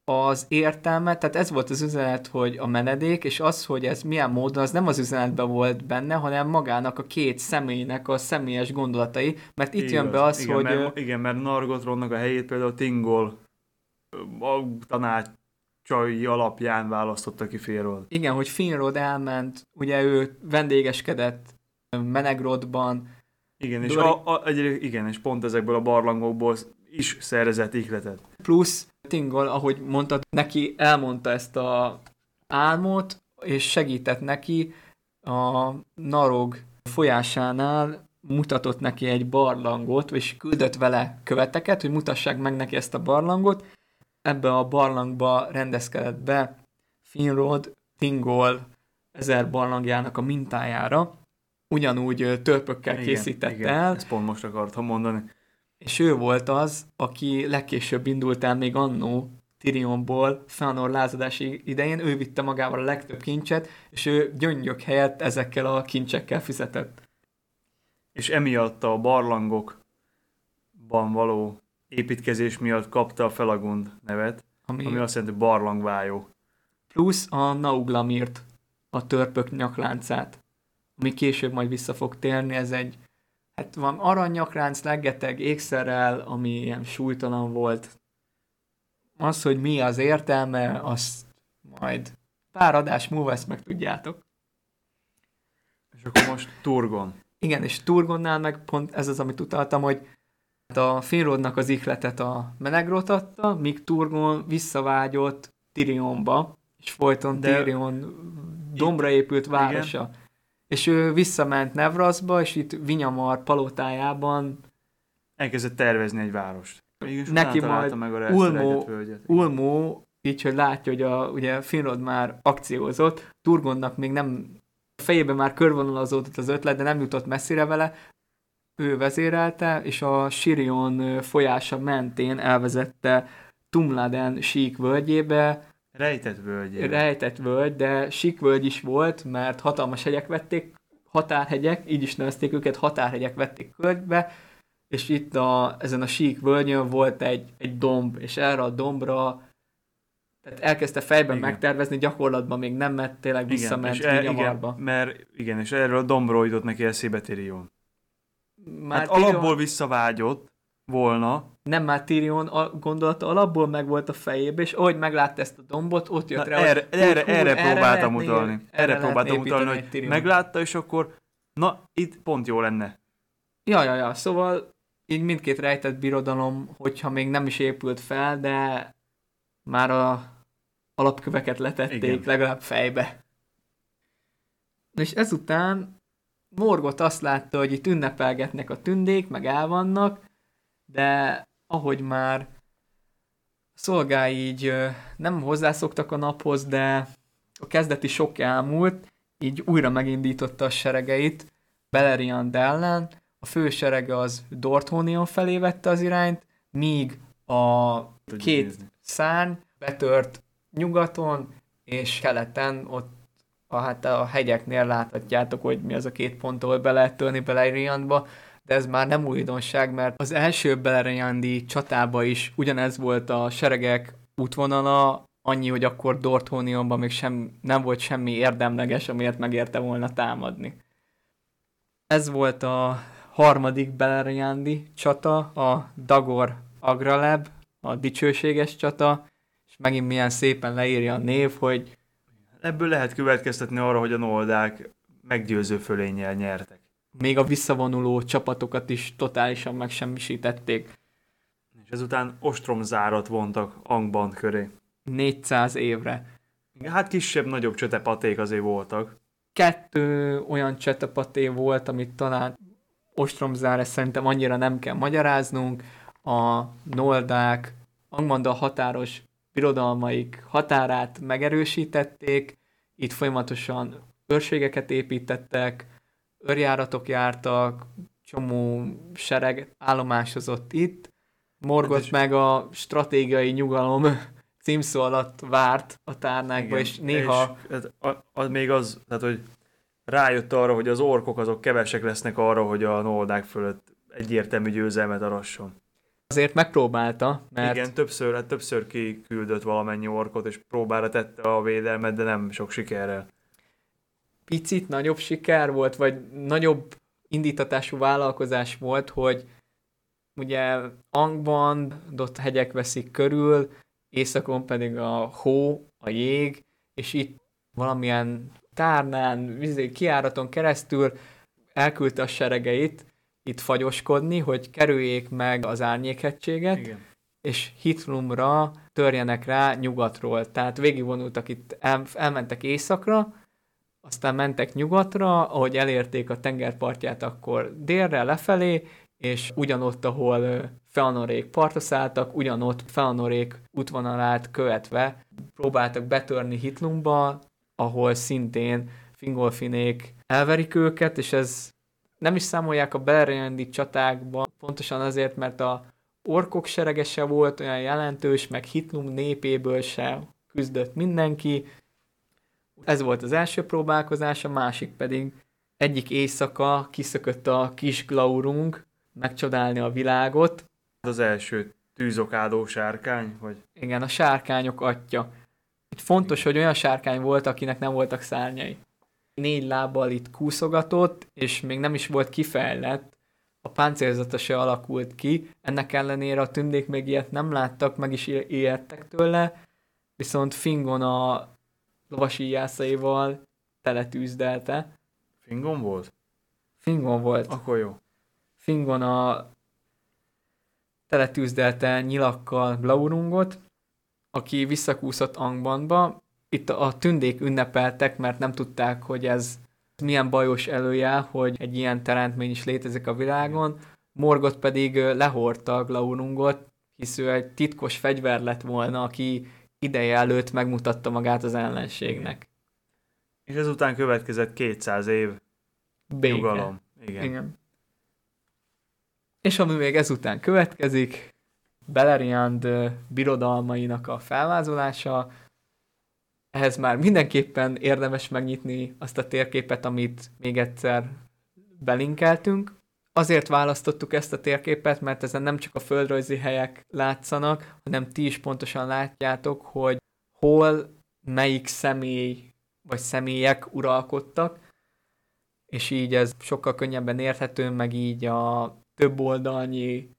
az értelme, tehát ez volt az üzenet, hogy a menedék, és az, hogy ez milyen módon, az nem az üzenetben volt benne, hanem magának a két személynek a személyes gondolatai, mert itt Igaz. jön be az, igen, hogy... Mert, igen, mert Nargothrondnak a helyét például Tingol a tanácsai alapján választotta ki Finrod. Igen, hogy Finrod elment, ugye ő vendégeskedett Menegrodban. Igen, és, Dori... a, a, egy, igen, és pont ezekből a barlangokból is szerezett ihletet. Plusz Tingol, ahogy mondtad, neki elmondta ezt a álmot, és segített neki a Narog folyásánál, mutatott neki egy barlangot, és küldött vele követeket, hogy mutassák meg neki ezt a barlangot. Ebbe a barlangba rendezkedett be Finrod, Tingol ezer barlangjának a mintájára. Ugyanúgy törpökkel igen, készítette igen, el. ezt pont most akartam mondani. És ő volt az, aki legkésőbb indult el még annó Tyrionból, Feanor lázadási idején, ő vitte magával a legtöbb kincset, és ő gyöngyök helyett ezekkel a kincsekkel fizetett. És emiatt a barlangokban való építkezés miatt kapta a Felagund nevet, ami, ami azt jelenti, hogy barlangvájó. Plusz a Nauglamírt, a törpök nyakláncát, ami később majd vissza fog térni, ez egy, hát van aranynyaklánc, leggeteg ékszerrel, ami ilyen súlytalan volt. Az, hogy mi az értelme, azt majd pár adás múlva ezt meg tudjátok. És akkor most Turgon. Igen, és Turgonnál meg pont ez az, amit utaltam, hogy a Finrodnak az ihletet a Menegrot adta, míg Turgon visszavágyott Tyrionba, és folyton De Tyrion dombra épült városa. Igen. És ő visszament Nevrasba, és itt Vinyamar palotájában elkezdett tervezni egy várost. Mégis neki majd meg a Ulmo, Ulmo, így, hogy látja, hogy a, ugye Finrod már akciózott, Turgonnak még nem, a fejében már körvonalazódott az ötlet, de nem jutott messzire vele, ő vezérelte, és a Sirion folyása mentén elvezette Tumladen sík völgyébe. Rejtett völgyébe. Rejtett völgy, de sík völgy is volt, mert hatalmas hegyek vették, határhegyek, így is nevezték őket, határhegyek vették körbe, és itt a, ezen a sík völgyön volt egy, egy domb, és erre a dombra tehát elkezdte fejben igen. megtervezni, gyakorlatban még nem, mert tényleg visszament Vinyamarba. Igen, mert igen, és erről a dombról jutott neki eszébe Tyrion. Már hát Tyrion... alapból visszavágyott volna. Nem, már Tyrion gondolata alapból meg volt a fejében, és ahogy meglátta ezt a dombot, ott jött Na, rá, erre, hogy erre, hú, erre erre próbáltam utalni. Erre, erre próbáltam utalni, hogy Tyrion. meglátta, és akkor na, itt pont jó lenne. Ja, ja, ja, szóval így mindkét rejtett birodalom, hogyha még nem is épült fel, de már a alapköveket letették, igen. legalább fejbe. És ezután Morgoth azt látta, hogy itt ünnepelgetnek a tündék, meg elvannak, de ahogy már szolgái így nem hozzászoktak a naphoz, de a kezdeti sok elmúlt, így újra megindította a seregeit Beleriand ellen. A fő serege az Dorthonion felé vette az irányt, míg a két szárny betört nyugaton, és keleten ott a, hát a hegyeknél láthatjátok, hogy mi az a két pont, ahol be lehet törni Beleriandba, de ez már nem újdonság, mert az első Beleriandi csatába is ugyanez volt a seregek útvonala, annyi, hogy akkor Dorthonionban még sem, nem volt semmi érdemleges, amiért megérte volna támadni. Ez volt a harmadik Beleriandi csata, a Dagor Agraleb, a dicsőséges csata, és megint milyen szépen leírja a név, hogy ebből lehet következtetni arra, hogy a noldák meggyőző fölénnyel nyertek. Még a visszavonuló csapatokat is totálisan megsemmisítették. És ezután ostromzárat vontak Angband köré. négyszáz évre. Hát kisebb-nagyobb csetepaték azért voltak. Kettő olyan csetepaté volt, amit talán ostromzár, ezt szerintem annyira nem kell magyaráznunk. A noldák Angmanda határos birodalmaik határát megerősítették, itt folyamatosan őrségeket építettek, őrjáratok jártak, csomó sereg állomásozott itt. Morgoth hát meg a stratégiai nyugalom címszó alatt várt a tárnákba, igen, és néha... És az, az még az, tehát, hogy rájött arra, hogy az orkok azok kevesek lesznek arra, hogy a noldák fölött egyértelmű győzelmet arasson. azért megpróbálta, mert... Igen, többször, hát többször kiküldött valamennyi orkot, és próbára tette a védelmet, de nem sok sikerrel. Picit nagyobb siker volt, vagy nagyobb indítatású vállalkozás volt, hogy ugye Angband ott hegyek veszik körül, északon pedig a hó, a jég, és itt valamilyen tárnán, kiáraton keresztül elküldte a seregeit itt fagyoskodni, hogy kerüljék meg az árnyékhegységet, Igen. és Hithlumra törjenek rá nyugatról. Tehát végigvonultak itt, el, elmentek északra, aztán mentek nyugatra, ahogy elérték a tengerpartját, akkor délre, lefelé, és ugyanott, ahol Feanorék partra szálltak, ugyanott Feanorék útvonalát követve próbáltak betörni Hithlumba, ahol szintén Fingolfinék elverik őket, és ez nem is számolják a Beleriandi csatákban, pontosan azért, mert a orkok serege se volt olyan jelentős, meg Hithlum népéből se küzdött mindenki. Ez volt az első próbálkozás, a másik pedig egyik éjszaka kiszökött a kis Glaurung megcsodálni a világot. Az első tűzokádó sárkány, vagy? Igen, a sárkányok atya. Itt fontos, hogy olyan sárkány volt, akinek nem voltak szárnyai. Négy lábbal itt kúszogatott, és még nem is volt kifejlett, a páncélzata se alakult ki, ennek ellenére a tündék még ilyet nem láttak, meg is ijedtek tőle, viszont Fingon a lovasi íjászaival teletűzdelte. Fingon volt? Fingon volt. Akkor jó. Fingon a teletűzdelte nyilakkal Glaurungot, aki visszakúszott Angbandba. Itt a tündék ünnepeltek, mert nem tudták, hogy ez milyen bajos előjel, hogy egy ilyen teremtmény is létezik a világon. Morgoth pedig lehordta Glaurungot, hisz ő egy titkos fegyver lett volna, aki ideje előtt megmutatta magát az ellenségnek. És ezután következett kétszáz év Béke. nyugalom. Igen. Igen. És ami még ezután következik, Beleriand birodalmainak a felvázolása. Ehhez már mindenképpen érdemes megnyitni azt a térképet, amit még egyszer belinkeltünk. Azért választottuk ezt a térképet, mert ezen nem csak a földrajzi helyek látszanak, hanem ti is pontosan látjátok, hogy hol melyik személy vagy személyek uralkodtak, és így ez sokkal könnyebben érthető, meg így a több oldalnyi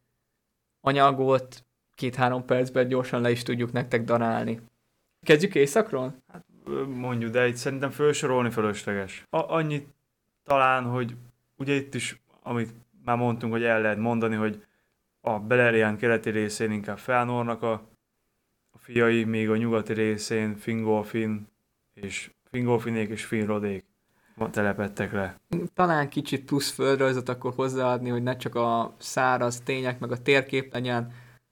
anyagot két-három percben gyorsan le is tudjuk nektek darálni. Kezdjük északról? Hát mondjuk, de itt szerintem felsorolni fölösleges. A- annyit talán, hogy ugye itt is, amit már mondtunk, hogy el lehet mondani, hogy a Beleriand keleti részén inkább Feanornak a, a fiai, még a nyugati részén Fingolfin és Fingolfinék és Finrodék telepedtek le. Talán kicsit plusz földrajzot akkor hozzáadni, hogy ne csak a száraz tények, meg a térkép legyen.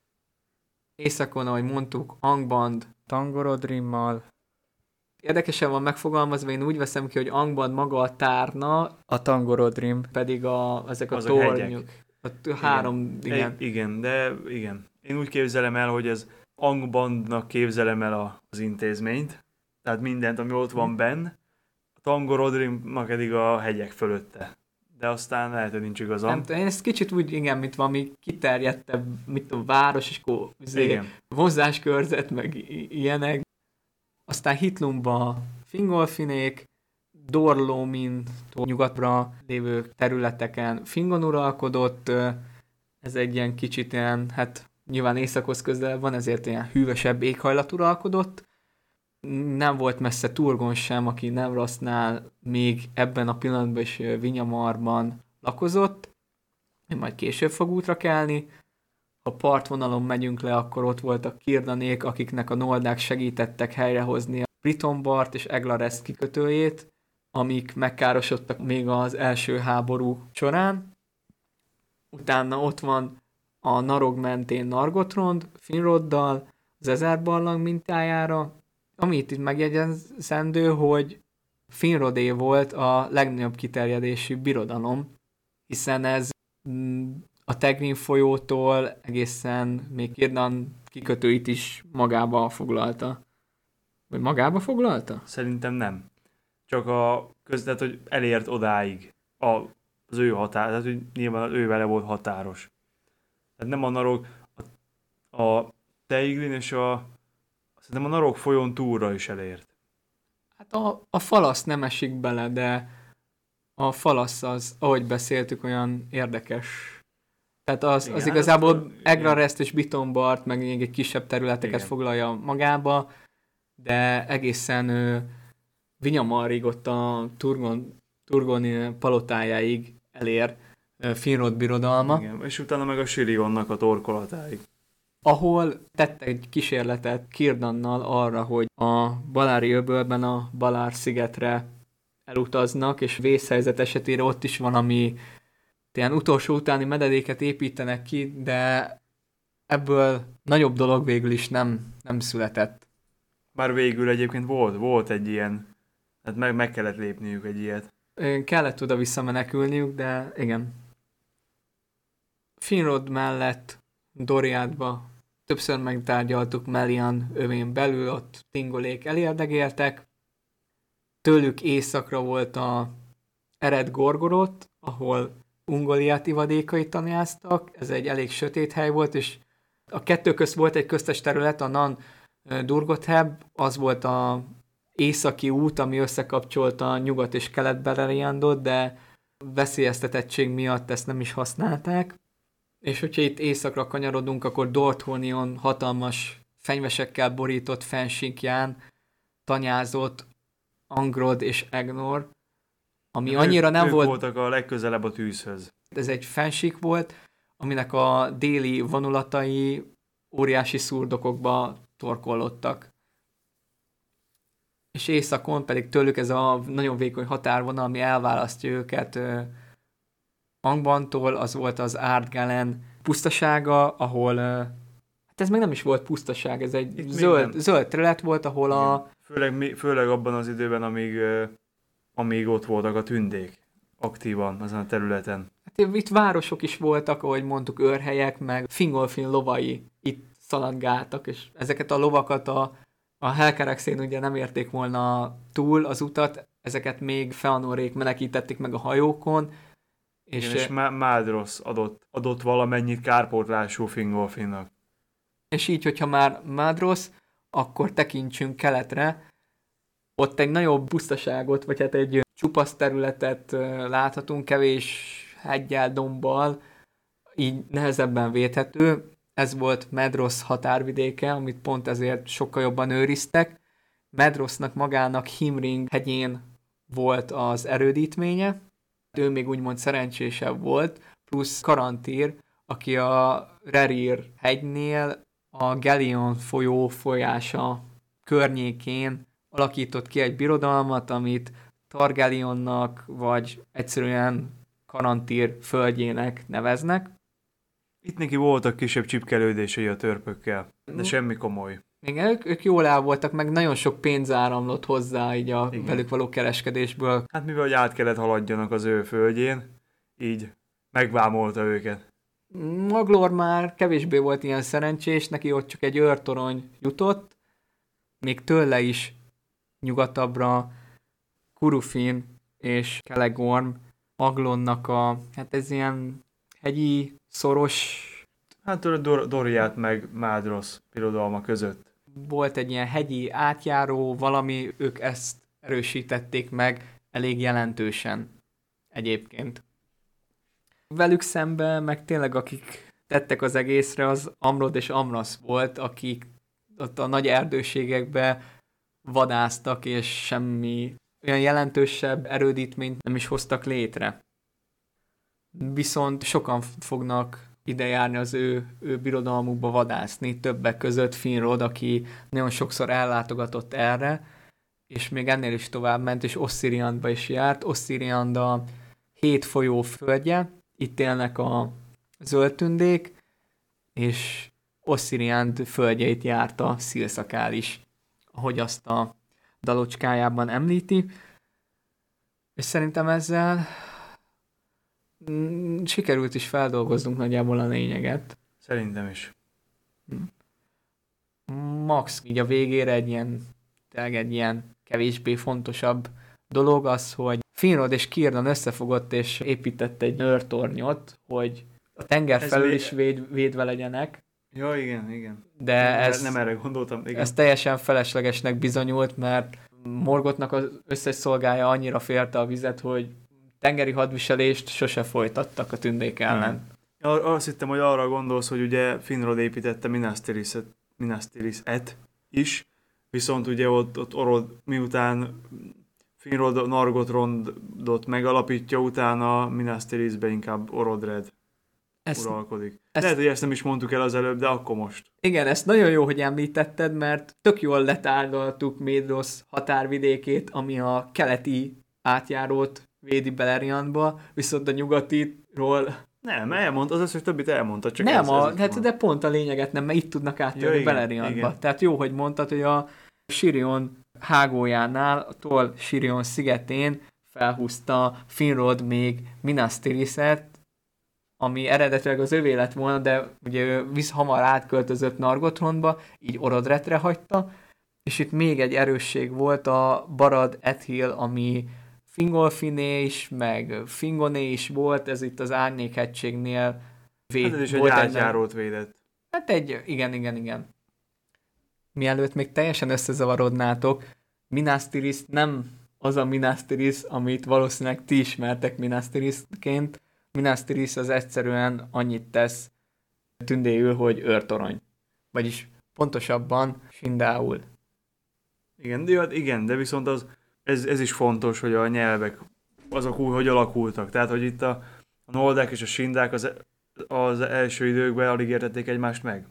Északon, ahogy mondtuk, Angband Tangorodrimmal. Érdekesen van megfogalmazva, én úgy veszem ki, hogy Angband maga a tárna, a Tangorodrim pedig a, ezek a Az a tornyok. A t- három, igen. igen. E, igen, de igen. Én úgy képzelem el, hogy ez Angbandnak képzelem el a, az intézményt, tehát mindent, ami ott van benn, a Tangorodrimnak pedig a hegyek fölötte. De aztán lehet, hogy nincs igazam. Nem tudom, én ezt kicsit úgy, igen, mint valami kiterjedtebb, mit tudom, város, és akkor Igen. vonzáskörzet, meg i- ilyenek. Aztán Hithlumba Fingolfinék, Dorlomin nyugatra lévő területeken Fingon uralkodott, ez egy ilyen kicsit ilyen, hát nyilván északhoz közel van, ezért ilyen hűvösebb éghajlat uralkodott. Nem volt messze Turgon sem, aki Nevrasznál még ebben a pillanatban is Vinyamarban lakozott, majd később fog útra kelni. Ha partvonalon megyünk le, akkor ott voltak Kirdanék, akiknek a noldák segítettek helyrehozni a Britonbart és Eglarest kikötőjét, amik megkárosodtak még az első háború során. Utána ott van a Narog mentén Nargothrond, Finroddal, az Ezer barlang mintájára, ami itt megjegyzendő, hogy Finrodé volt a legnagyobb kiterjedésű birodalom, hiszen ez a Tegrin folyótól egészen még Círdan kikötőit is magába foglalta. Vagy magába foglalta? Szerintem nem. Csak a közlet, hogy elért odáig a, az ő határ, tehát hogy nyilván ő vele volt határos. Tehát nem a Narog, a Teiglin és a szerintem a Narok folyón túlra is elért. Hát a, a falasz nem esik bele, de a falasz az, ahogy beszéltük, olyan érdekes. Tehát az, Igen, az hát igazából ez- Egrarest és Bitombart, meg még egy kisebb területeket Igen. foglalja magába, de egészen ö, Vinyamarrig, ott a Turgon, Turgoni palotájáig elér ö, Finrod birodalma, Igen, és utána meg a Sirionnak a torkolatáig. ahol tett egy kísérletet Kirdannal arra, hogy a Balári öbölben a Balár szigetre elutaznak, és vészhelyzet esetére ott is van, ami ilyen utolsó utáni mededéket építenek ki, de ebből nagyobb dolog végül is nem, nem született. Bár végül egyébként volt, volt egy ilyen, hát meg, meg kellett lépniük egy ilyet. Ö, Kellett oda visszamenekülniük, de igen. Finrod mellett Doriádba többször megtárgyaltuk Melian övén belül, ott Tingolék elérdegéltek. Tőlük északra volt a Ered Gorgoroth, ahol Ungoliát ivadékai tanyáztak, ez egy elég sötét hely volt, és a kettő közt volt egy köztes terület, a Nan Durgotheb, az volt a északi út, ami összekapcsolta nyugat és kelet Beleriandot, de veszélyeztetettség miatt ezt nem is használták. És hogyha itt északra kanyarodunk, akkor Dorthonion hatalmas fenyvesekkel borított fensíkján tanyázott Angrod és Egnor, ami Ők- annyira nem ők volt, voltak a legközelebb a tűzhöz. ez egy fensík volt, aminek a déli vonulatai óriási szurdokokba torkollottak. És északon pedig tőlük ez a nagyon vékony határvonal, ami elválasztja őket ö, Angbantól, az volt az Ardgalen pusztasága, ahol, ö, hát ez meg nem is volt pusztaság, ez egy Itt még zöld, nem. zöld terület volt, ahol a, Igen. Főleg, mi- főleg abban az időben, amíg, ö, amíg ott voltak a tündék aktívan azon a területen. hát itt városok is voltak, ahogy mondtuk, őrhelyek, meg Fingolfin lovai itt szaladgáltak, és ezeket a lovakat a, a Helcaraxén ugye nem érték volna túl az utat, ezeket még Feanorék menekítették meg a hajókon, és, És, és Má- Mádrosz adott, adott valamennyit kárpótlású Fingolfinnak. és így, hogyha már Mádrosz, akkor tekintsünk keletre, ott egy nagyobb pusztaságot, vagy hát egy csupasz területet ö, láthatunk, kevés heggyel, dombbal, így nehezebben védhető. Ez volt Medrosz határvidéke, amit pont ezért sokkal jobban őriztek. Medrosznak magának Himring hegyén volt az erődítménye, ő még úgymond szerencsésebb volt, plusz Karantír, aki a Rerir hegynél a Gelion folyó folyása környékén alakított ki egy birodalmat, amit Targaryennak, vagy egyszerűen Karantír földjének neveznek. Itt neki voltak kisebb csipkelődései a törpökkel, de semmi komoly. Igen, ők, ők jól el voltak, meg nagyon sok pénz áramlott hozzá így a Igen. velük való kereskedésből. Hát mivel hogy át kellett haladjanak az ő földjén, így megvámolta őket. Maglor már kevésbé volt ilyen szerencsés, neki ott csak egy őrtorony jutott, még tőle is nyugatabbra Curufin és Celegorm, Maglonnak a, hát ez ilyen hegyi, szoros, Hát tőle Dor- Doriát meg Mádrosz birodalma között. volt egy ilyen hegyi átjáró, valami, ők ezt erősítették meg elég jelentősen egyébként. Velük szemben, meg tényleg akik tettek az egészre, az Amrod és Amras volt, akik ott a nagy erdőségekbe vadáztak, és semmi olyan jelentősebb erődítményt nem is hoztak létre. Viszont sokan fognak ide járni az ő, ő birodalmukba vadászni, többek között Finrod, aki nagyon sokszor ellátogatott erre, és még ennél is tovább ment, és Ossziriandba is járt. Ossziriand a hét folyó földje, itt élnek a zöldtündék, és Ossziriand földjeit járta Szilszakál is, ahogy azt a dalocskájában említi. És szerintem ezzel mm, sikerült is feldolgoznunk nagyjából a lényeget. Szerintem is. Max, így a végére egy ilyen, tényleg egy ilyen kevésbé fontosabb dolog az, hogy Finrod és Círdan összefogott és épített egy őrtornyot, hogy a tenger Ez felül még- is véd, védve legyenek. Ja, igen, igen. De nem, ez, nem erre gondoltam, igen. ez teljesen feleslegesnek bizonyult, mert Morgothnak az összes szolgája annyira félte a vizet, hogy tengeri hadviselést sose folytattak a tündék ellen. Ar- azt hittem, hogy arra gondolsz, hogy ugye Finrod építette Minas Tirith-et, Minas Tirith-et is, viszont ugye ott, ott Orod, miután Finrod Nargothrondot megalapítja, utána Minas Tirithbe inkább Orodred Ezt, uralkodik. ezt, Lehet, hogy ezt nem is mondtuk el az előbb, de akkor most. igen, ezt nagyon jó, hogy említetted, mert tök jól letárgyaltuk Médrosz határvidékét, ami a keleti átjárót védi Beleriandba, viszont a nyugatiról Nem, elmond, az összes többit elmondta, csak nem, ez, a, ez hát, de pont a lényeget nem, mert itt tudnak áttörni Ja, igen, Beleriandba. igen. Tehát jó, hogy mondtad, hogy a Sirion hágójánál, a Tol Sirion szigetén felhúzta Finrod még Minas Tirith-et, ami eredetileg az övé lett volna, de ugye ő visz hamar átköltözött Nargothrondba, így Orodretre hagyta, és itt még egy erősség volt a Barad Ethil, ami Fingolfiné is, meg Fingoné is volt, ez itt az Árnyékhegységnél véd, Hát ez is egy volt átjárót védett. Hát egy, igen, igen, igen. Mielőtt még teljesen összezavarodnátok, Minas Tirith nem az a Minas Tirith, amit valószínűleg ti ismertek Minas Tirith-ként. Minas Tirith az egyszerűen annyit tesz tündéül, hogy őrtorony. Vagyis pontosabban Sindaul. Igen, de, hát igen, de viszont az, ez, ez is fontos, hogy a nyelvek azok úgy, hogy alakultak. Tehát, hogy itt a, a noldák és a sindák az, az első időkben alig értették egymást meg.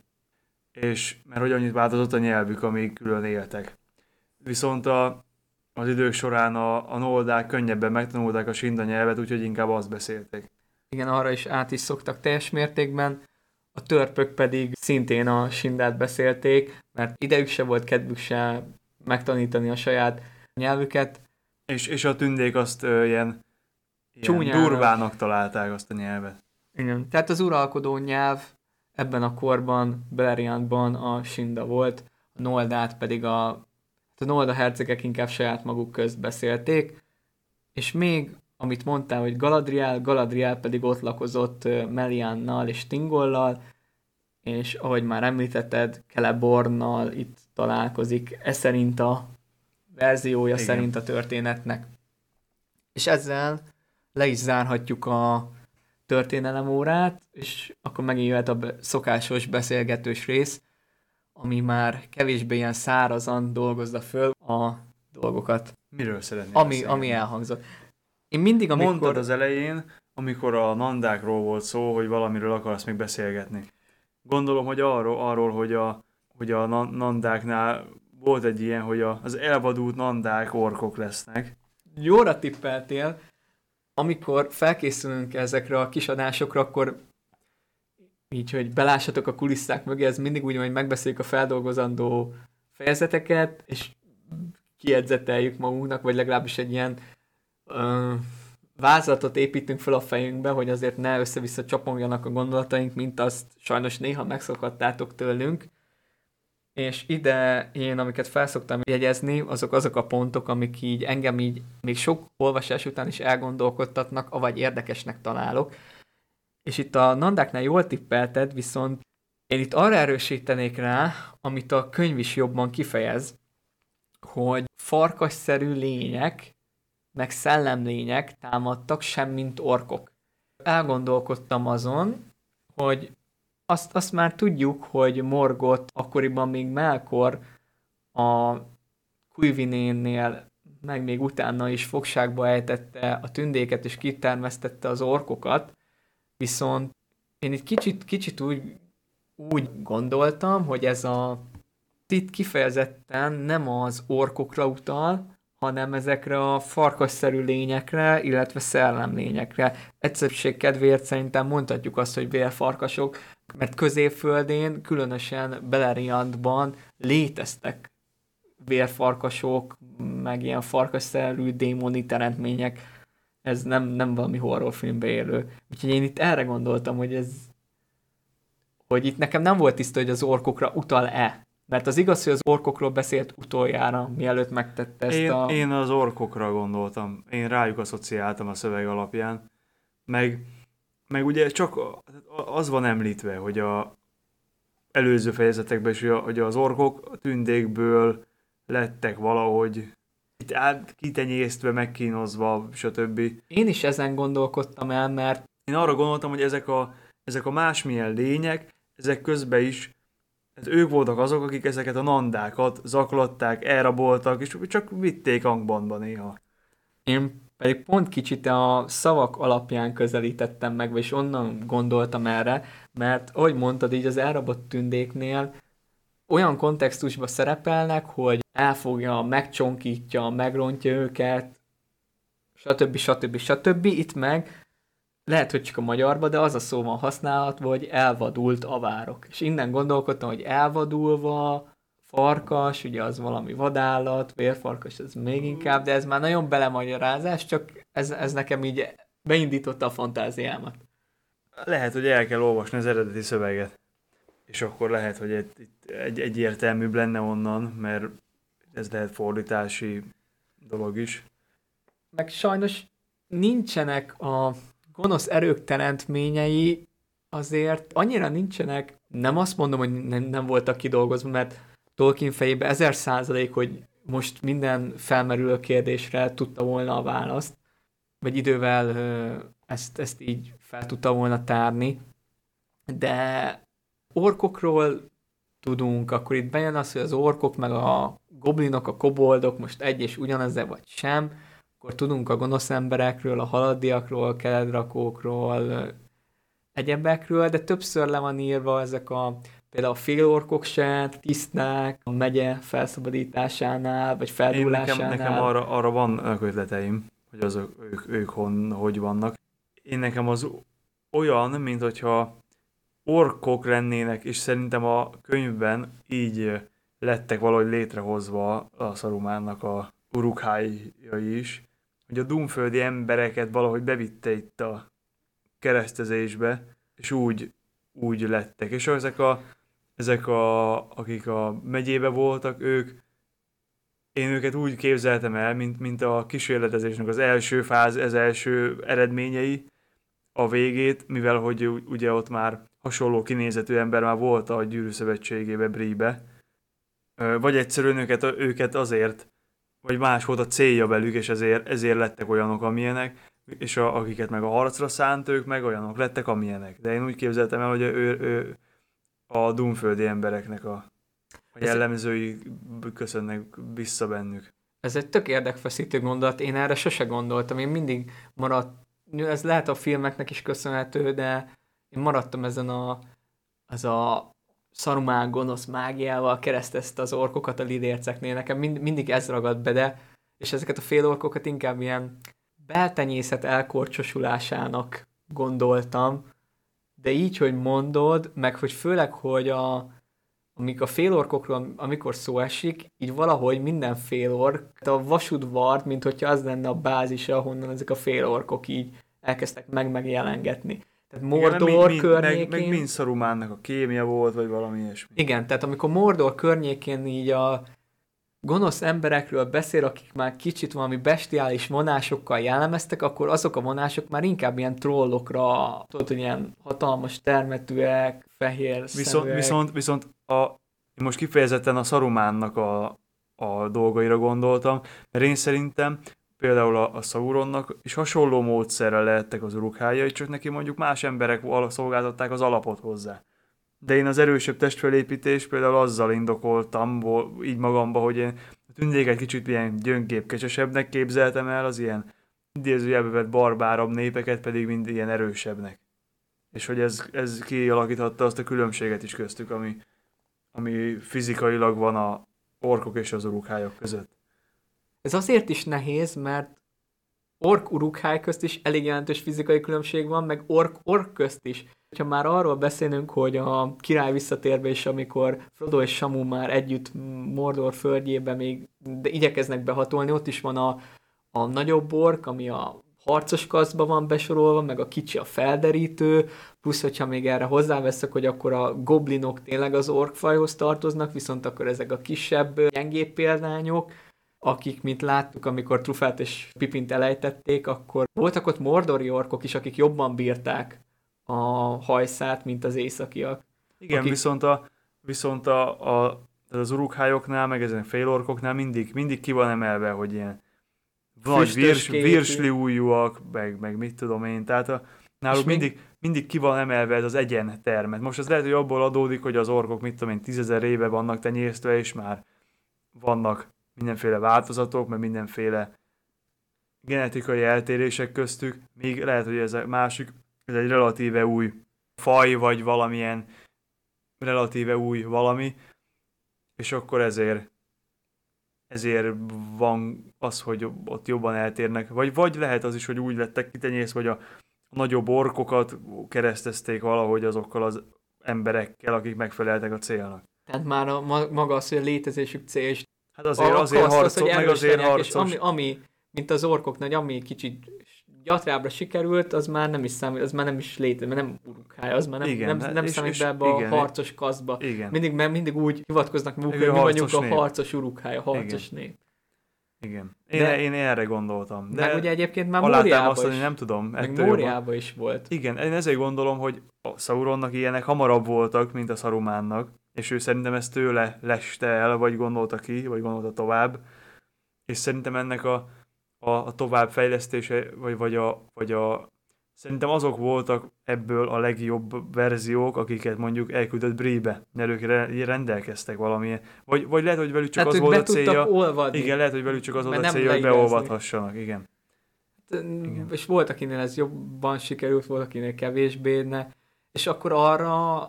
És mert hogy annyit változott a nyelvük, amíg külön éltek. Viszont a, az idők során a, a noldák könnyebben megtanulták a sinda nyelvet, úgyhogy inkább azt beszélték. Igen, arra is át is szoktak teljes mértékben. A törpök pedig szintén a sindát beszélték, mert idejük se volt, kedvük se megtanítani a saját nyelvüket. És, és a tündék azt ö, ilyen, ilyen Csúnyának. durvának találták azt a nyelvet. Igen. Tehát az uralkodó nyelv ebben a korban, Beleriandban a sinda volt, a noldát pedig a, a nolda hercegek inkább saját maguk közt beszélték, és még, amit mondtál, hogy Galadriel, Galadriel pedig ott lakozott Meliánnal és Tingollal, és ahogy már említetted, Celebornnal itt találkozik, ez szerint a verziója Igen. szerint a történetnek. És ezzel le is zárhatjuk a történelem órát, és akkor megint jöhet a szokásos beszélgetős rész, ami már kevésbé ilyen szárazan dolgozza föl a dolgokat, Miről szeretnél ami, beszélni? ami elhangzott. Én mindig, amikor... Mondtad az elején, amikor a nandákról volt szó, hogy valamiről akarsz még beszélgetni. Gondolom, hogy arról, arról hogy a, hogy a nandáknál volt egy ilyen, hogy a, az elvadult nandák orkok lesznek. Jóra tippeltél, amikor felkészülünk ezekre a kis adásokra, akkor így, hogy belássatok a kulisszák mögé, ez mindig úgy van, hogy megbeszéljük a feldolgozandó fejezeteket, és kiedzeteljük magunknak, vagy legalábbis egy ilyen ö, vázlatot építünk fel a fejünkbe, hogy azért ne össze-vissza csapongjanak a gondolataink, mint azt sajnos néha megszokhattátok tőlünk. És ide én, amiket felszoktam jegyezni, azok azok a pontok, amik így engem így még sok olvasás után is elgondolkodtatnak, avagy érdekesnek találok. És itt a nandáknál jól tippelted, viszont én itt arra erősítenék rá, amit a könyv is jobban kifejez, hogy farkasszerű lények, meg szellemlények támadtak, semmint orkok. Elgondolkodtam azon, hogy azt, azt már tudjuk, hogy Morgoth akkoriban még Melkor a Cuivinénnél, meg még utána is fogságba ejtette a tündéket, és kitermesztette az orkokat, viszont én itt kicsit, kicsit úgy, úgy gondoltam, hogy ez a itt kifejezetten nem az orkokra utal, hanem ezekre a farkasszerű lényekre, illetve szellemlényekre. Egyszerűség kedvéért szerintem mondhatjuk azt, hogy vérfarkasok, mert Középföldén, különösen Beleriandban léteztek vérfarkasok, meg ilyen farkasszerű démoni teremtmények. Ez nem, nem valami horrorfilmbe élő. Úgyhogy én itt erre gondoltam, hogy ez hogy itt nekem nem volt tiszta, hogy az orkokra utal-e. Mert az igaz, hogy az orkokról beszélt utoljára, mielőtt megtette ezt én, a... Én az orkokra gondoltam. Én rájuk asszociáltam a szöveg alapján. Meg, meg ugye csak az van említve, hogy a, előző fejezetekben is, hogy az orkok a tündékből lettek valahogy itt át, kitenyésztve, megkínozva, stb. Én is ezen gondolkodtam el, mert én arra gondoltam, hogy ezek a, ezek a másmilyen lények, ezek közben is, hát ők voltak azok, akik ezeket a nandákat zaklatták, elraboltak, és csak vitték Angbandba néha. Én pedig pont kicsit a szavak alapján közelítettem meg, és onnan gondoltam erre, mert ahogy mondtad, így az elrabott tündéknél olyan kontextusban szerepelnek, hogy elfogja, megcsonkítja, megrontja őket, stb. stb. stb. Itt meg lehet, hogy csak a magyarban, de az a szó van használatban, hogy elvadult avárok. És innen gondolkodtam, hogy elvadulva, farkas, ugye az valami vadállat, vérfarkas, ez még inkább, de ez már nagyon belemagyarázás, csak ez, ez nekem így beindította a fantáziámat. Lehet, hogy el kell olvasni az eredeti szöveget. És akkor lehet, hogy egy, egy, egyértelműbb lenne onnan, mert ez lehet fordítási dolog is. Meg sajnos nincsenek a gonosz erők teremtményei, azért annyira nincsenek, nem azt mondom, hogy nem, nem voltak kidolgozva, mert Tolkien fejében ezer százalék, hogy most minden felmerülő kérdésre tudta volna a választ, vagy idővel ezt, ezt így fel tudta volna tárni, de orkokról tudunk, akkor itt bejön az, hogy az orkok, meg a goblinok, a koboldok most egy és ugyanez vagy sem, akkor tudunk a gonosz emberekről, a haladdiakról, keledrakókról, egyebekről, de többször le van írva ezek a például a félorkok se tisztnák a megye felszabadításánál, vagy feldúlásánál. Nekem, nekem arra, arra van ötleteim, hogy azok, ők, ők hon, hogy vannak. Én nekem az olyan, mint hogyha orkok lennének, és szerintem a könyvben így lettek valahogy létrehozva a Szarumánnak a urukhájai is, hogy a dunföldi embereket valahogy bevitte itt a keresztezésbe, és úgy, úgy lettek. És ezek, a, ezek a, akik a megyébe voltak, ők, én őket úgy képzeltem el, mint, mint a kísérletezésnek az első fáz, az első eredményei, a végét, mivel hogy ugye ott már hasonló kinézetű ember már volt a Gyűrű Szövetségébe, Bree-be, vagy egyszerűen őket, őket azért, vagy más volt a célja velük, és ezért, ezért lettek olyanok, amilyenek, és a, akiket meg a harcra szánt, ők meg olyanok lettek, amilyenek. De én úgy képzeltem el, hogy ő, ő a dunföldi embereknek a, a jellemzői köszönnek vissza bennük. Ez egy tök érdekfeszítő gondolat, én erre sose gondoltam, én mindig maradt, ez lehet a filmeknek is köszönhető, de én maradtam ezen a, az a Szarumán gonosz mágiával keresztezte az orkokat a lidérceknél, nekem mind, mindig ez ragad be, de és ezeket a félorkokat inkább ilyen beltenyészet elkorcsosulásának gondoltam, de így, hogy mondod, meg hogy főleg, hogy a, amik a félorkokról, amikor szó esik, így valahogy minden félork, a vasudvart, mint hogyha az lenne a bázisa, ahonnan ezek a félorkok így elkezdtek meg megjelengetni. Tehát Mordor igen, mind, környékén... Meg, meg mind Szarumánnak a kémia volt, vagy valami ilyesmi. Igen, tehát amikor Mordor környékén így a gonosz emberekről beszél, akik már kicsit valami bestiális vonásokkal jellemeztek, akkor azok a vonások már inkább ilyen trollokra, tudod, hogy ilyen hatalmas termetűek, fehér viszont, szeműek. Viszont, viszont a, én most kifejezetten a Szarumánnak a, a dolgaira gondoltam, mert én szerintem például a, a Sauronnak is hasonló módszerrel lehettek az urukhájai, csak neki mondjuk más emberek szolgáltatták az alapot hozzá. De én az erősebb testfelépítést például azzal indokoltam így magamba, hogy én a tündéket kicsit ilyen gyöngébb, kecsesebbnek képzeltem el, az ilyen idézőjelbe vett barbárabb népeket pedig mind ilyen erősebbnek. És hogy ez, ez kialakíthatta azt a különbséget is köztük, ami, ami fizikailag van a orkok és az urukhályok között. Ez azért is nehéz, mert ork-urukhály közt is elég jelentős fizikai különbség van, meg ork-ork közt is. Ha már arról beszélünk, hogy a király visszatérve is, amikor Frodo és Samu már együtt Mordor földjébe még de igyekeznek behatolni, ott is van a, a nagyobb ork, ami a harcos kasztba van besorolva, meg a kicsi a felderítő, plusz, hogyha még erre hozzáveszek, hogy akkor a goblinok tényleg az orkfajhoz tartoznak, viszont akkor ezek a kisebb, gyengébb példányok, akik, mint láttuk, amikor Trufát és Pipint elejtették, akkor voltak ott mordori orkok is, akik jobban bírták a hajszát, mint az északiak. Igen, akik... viszont a, viszont a, a, az urukhályoknál, meg ezen félorkoknál mindig, mindig ki van emelve, hogy ilyen nagy virs, virsli ujjúak, meg, meg mit tudom én, tehát a, náluk mindig, még... mindig ki van emelve ez az egyen termet. Most az lehet, hogy abból adódik, hogy az orkok, mit tudom én, tízezer éve vannak tenyésztve, és már vannak mindenféle változatok, meg mindenféle genetikai eltérések köztük, még lehet, hogy ez a másik, ez egy relatíve új faj, vagy valamilyen relatíve új valami, és akkor ezért ezért van az, hogy ott jobban eltérnek. Vagy, vagy lehet az is, hogy úgy lettek kitenyészve, hogy a, a nagyobb orkokat keresztezték valahogy azokkal az emberekkel, akik megfeleltek a célnak. Tehát már a, maga az, hogy a létezésük cél, és hát azért, azért harcol, meg azért harcos. Ami, ami, mint az orkoknak, ami kicsit gyatrábbra sikerült, az már nem is számít, az már nem is létezik, mert nem urukhály, az már nem, igen, nem, nem és, számít és, be ebbe igen, a harcos kaszba. Igen. Mindig, mert mindig úgy hivatkoznak maguk, hogy mi vagyunk a harcos urukhály, a harcos igen. nép. Igen. Én, de, én erre gondoltam. De meg ugye egyébként már Móriában is. Nem tudom. Meg Móriában is volt. Igen, én ezért gondolom, hogy a Sauronnak ilyenek hamarabb voltak, mint a Sarumánnak, és ő szerintem ezt tőle leste el, vagy gondolta ki, vagy gondolta tovább. És szerintem ennek a a, a továbbfejlesztése, vagy, vagy, a, vagy a... Szerintem azok voltak ebből a legjobb verziók, akiket mondjuk elküldött Bree-be, mert ők rendelkeztek valamilyen. Vagy, vagy lehet, hogy velük csak hát az volt a célja... olvadni. Igen, lehet, hogy velük csak az volt a célja, hogy beolvadhassanak, igen. igen. És volt, akinél ez jobban sikerült, volt, akinél kevésbé, ne. És akkor arra,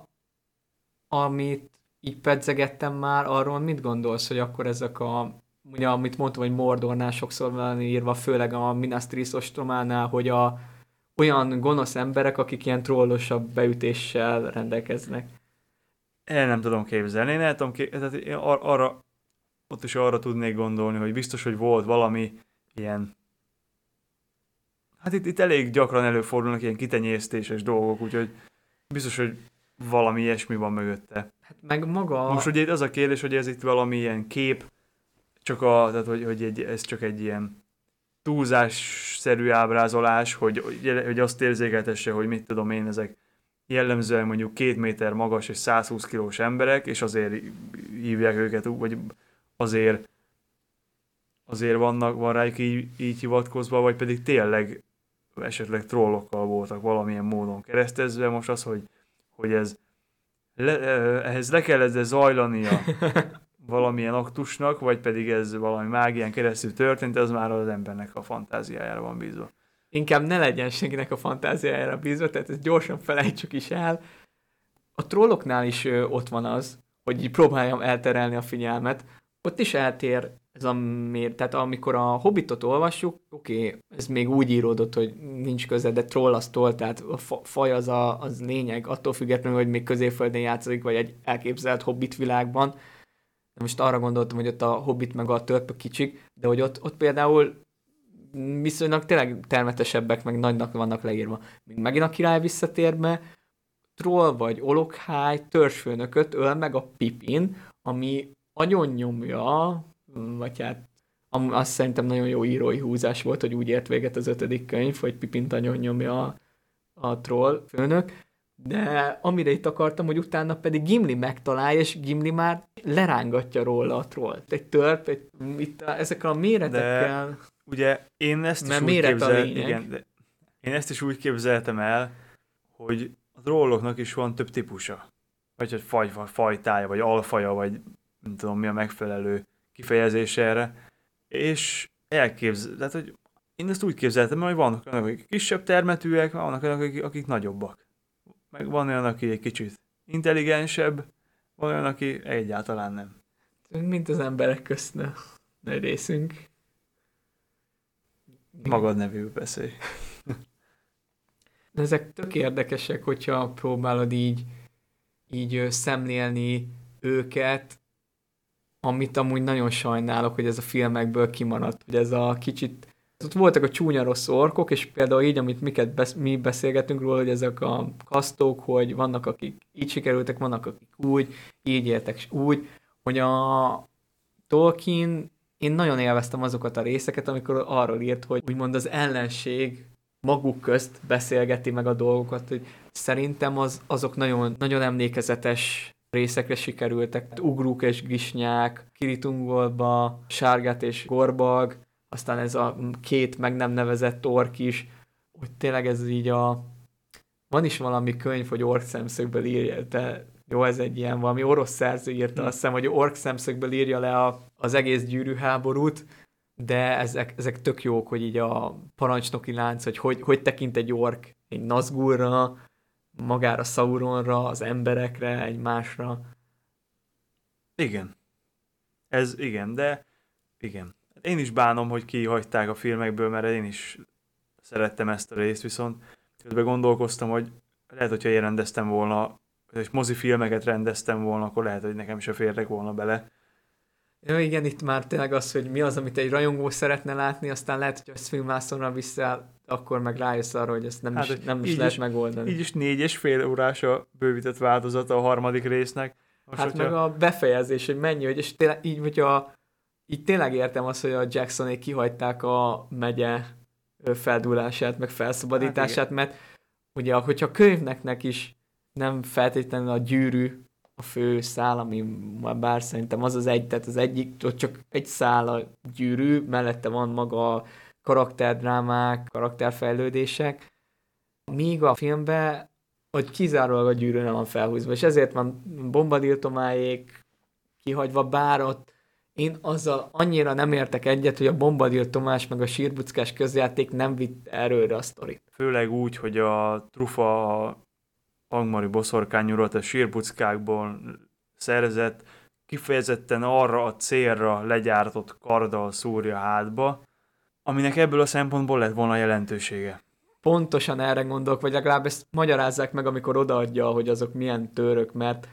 amit így pedzegettem már, arról mit gondolsz, hogy akkor ezek a... Ugye, amit mondtam, hogy Mordornál sokszor van írva, főleg a Minas Tirith ostrománál, hogy a, olyan gonosz emberek, akik ilyen trollosabb beütéssel rendelkeznek. El nem tudom képzelni. Én el tudom képzelni, tehát én ar- arra, ott is arra tudnék gondolni, hogy biztos, hogy volt valami ilyen... Hát itt, itt elég gyakran előfordulnak ilyen kitenyésztéses dolgok, úgyhogy biztos, hogy valami ilyesmi van mögötte. Hát meg maga... Most ugye az a kérdés, hogy ez itt valami ilyen kép, csak a, tehát hogy, hogy egy, ez csak egy ilyen túlzásszerű ábrázolás, hogy, hogy azt érzékeltesse, hogy mit tudom én, ezek jellemzően mondjuk két méter magas és százhúsz kilós emberek, és azért hívják őket, vagy azért, azért vannak, van rájuk így, így hivatkozva, vagy pedig tényleg esetleg trollokkal voltak valamilyen módon keresztezve. Most az, hogy, hogy ez le, ehhez le kellett zajlania valamilyen aktusnak, vagy pedig ez valami mágián keresztül történt, az már az embernek a fantáziájára van bízva. Inkább ne legyen senkinek a fantáziájára bízva, tehát ezt gyorsan felejtsük is el. A trolloknál is ö, ott van az, hogy így próbáljam elterelni a figyelmet. Ott is eltér ez a mér, tehát amikor a Hobbitot olvassuk, oké, okay, ez még úgy íródott, hogy nincs köze, de troll az troll, tehát a faj az a az lényeg, attól függetlenül, hogy még középföldön játszik, vagy egy elképzelt Hobbit világban. De most arra gondoltam, hogy ott a Hobbit meg a törpök kicsik, de hogy ott, ott például viszonylag tényleg termetesebbek, meg nagynak vannak leírva. Még megint a király visszatérve, troll vagy olokhály törzsfőnököt öl meg a Pippin, ami agyonnyomja, vagy hát azt szerintem nagyon jó írói húzás volt, hogy úgy ért véget az ötödik könyv, hogy Pippint agyonnyomja a, a troll főnök, de amire itt akartam, hogy utána pedig Gimli megtalálja, és Gimli már lerángatja róla a trollt. Egy törp, egy, itt a, ezekkel a méretekkel... De ugye én ezt is úgy képzel... igen, de én ezt is úgy képzeltem el, hogy a trolloknak is van több típusa. Vagy hogy faj, fajtája, vagy alfaja, vagy nem tudom mi a megfelelő kifejezés erre. És elképzel... Tehát, hogy én ezt úgy képzeltem, hogy vannak olyanok, akik kisebb termetűek, vannak olyanok, akik, akik nagyobbak. Meg van olyan, aki egy kicsit intelligensebb, van olyan, aki egyáltalán nem. Mint az emberek közt nagy részünk. Magad nevű beszélj. Ezek tök érdekesek, hogyha próbálod így, így szemlélni őket, amit amúgy nagyon sajnálok, hogy ez a filmekből kimaradt, hogy ez a kicsit... Ott voltak a csúnya rossz orkok, és például így, amit miket besz- mi beszélgetünk róla, hogy ezek a kasztok, hogy vannak, akik így sikerültek, vannak, akik úgy, így éltek, úgy, hogy a Tolkien, én nagyon élveztem azokat a részeket, amikor arról írt, hogy úgymond az ellenség maguk közt beszélgeti meg a dolgokat, hogy szerintem az, azok nagyon, nagyon emlékezetes részekre sikerültek. Ugruk és Gisnyák, Kiritungolba, Sárgát és Gorbag, aztán ez a két meg nem nevezett ork is, hogy tényleg ez így a... Van is valami könyv, hogy ork szemszögből írja, de jó, ez egy ilyen valami orosz szerző írta, hmm. azt hiszem, hogy ork szemszögből írja le a, az egész gyűrűháborút, de ezek, ezek tök jók, hogy így a parancsnoki lánc, hogy hogy, hogy tekint egy ork egy Nazgûlra, magára Sauronra, az emberekre, egymásra. Igen. Ez igen, de igen. Én is bánom, hogy kihagyták a filmekből, mert én is szerettem ezt a részt, viszont közben gondolkoztam, hogy lehet, hogyha én rendeztem volna, és mozifilmeket rendeztem volna, akkor lehet, hogy nekem se fértek volna bele. Ja, igen, itt már tényleg az, hogy mi az, amit egy rajongó szeretne látni, aztán lehet, hogy ezt filmvászonra vissza, akkor meg rájössz arra, hogy ezt nem hát, is, nem is lehet is, megoldani. Így is négy és fél órás a bővített változata a harmadik résznek. Most, hát hogyha... meg a befejezés, hogy mennyi, hogy és tényleg, így, hogyha így tényleg értem azt, hogy a Jacksonék kihagyták a megye feldúlását, meg felszabadítását, hát mert ugye, hogyha könyvnek is nem feltétlenül a gyűrű a fő szál, ami bár szerintem az az egy, tehát az egyik, ott csak egy szál a gyűrű, mellette van maga a karakterdrámák, karakterfejlődések, míg a filmben hogy kizárólag a gyűrű nem van felhúzva, és ezért van Bombadil Tomáék kihagyva, bár ott én azzal annyira nem értek egyet, hogy a Bombadil Tomás meg a Sírbuckás közjáték nem vitt erőre a sztorit. Főleg úgy, hogy a trufa a Angmari boszorkányurat a sírbuckákból szerzett, kifejezetten arra a célra legyártott karddal szúrja hátba, aminek ebből a szempontból lett volna jelentősége. Pontosan erre gondolok, vagy legalább ezt magyarázzák meg, amikor odaadja, hogy azok milyen török, mert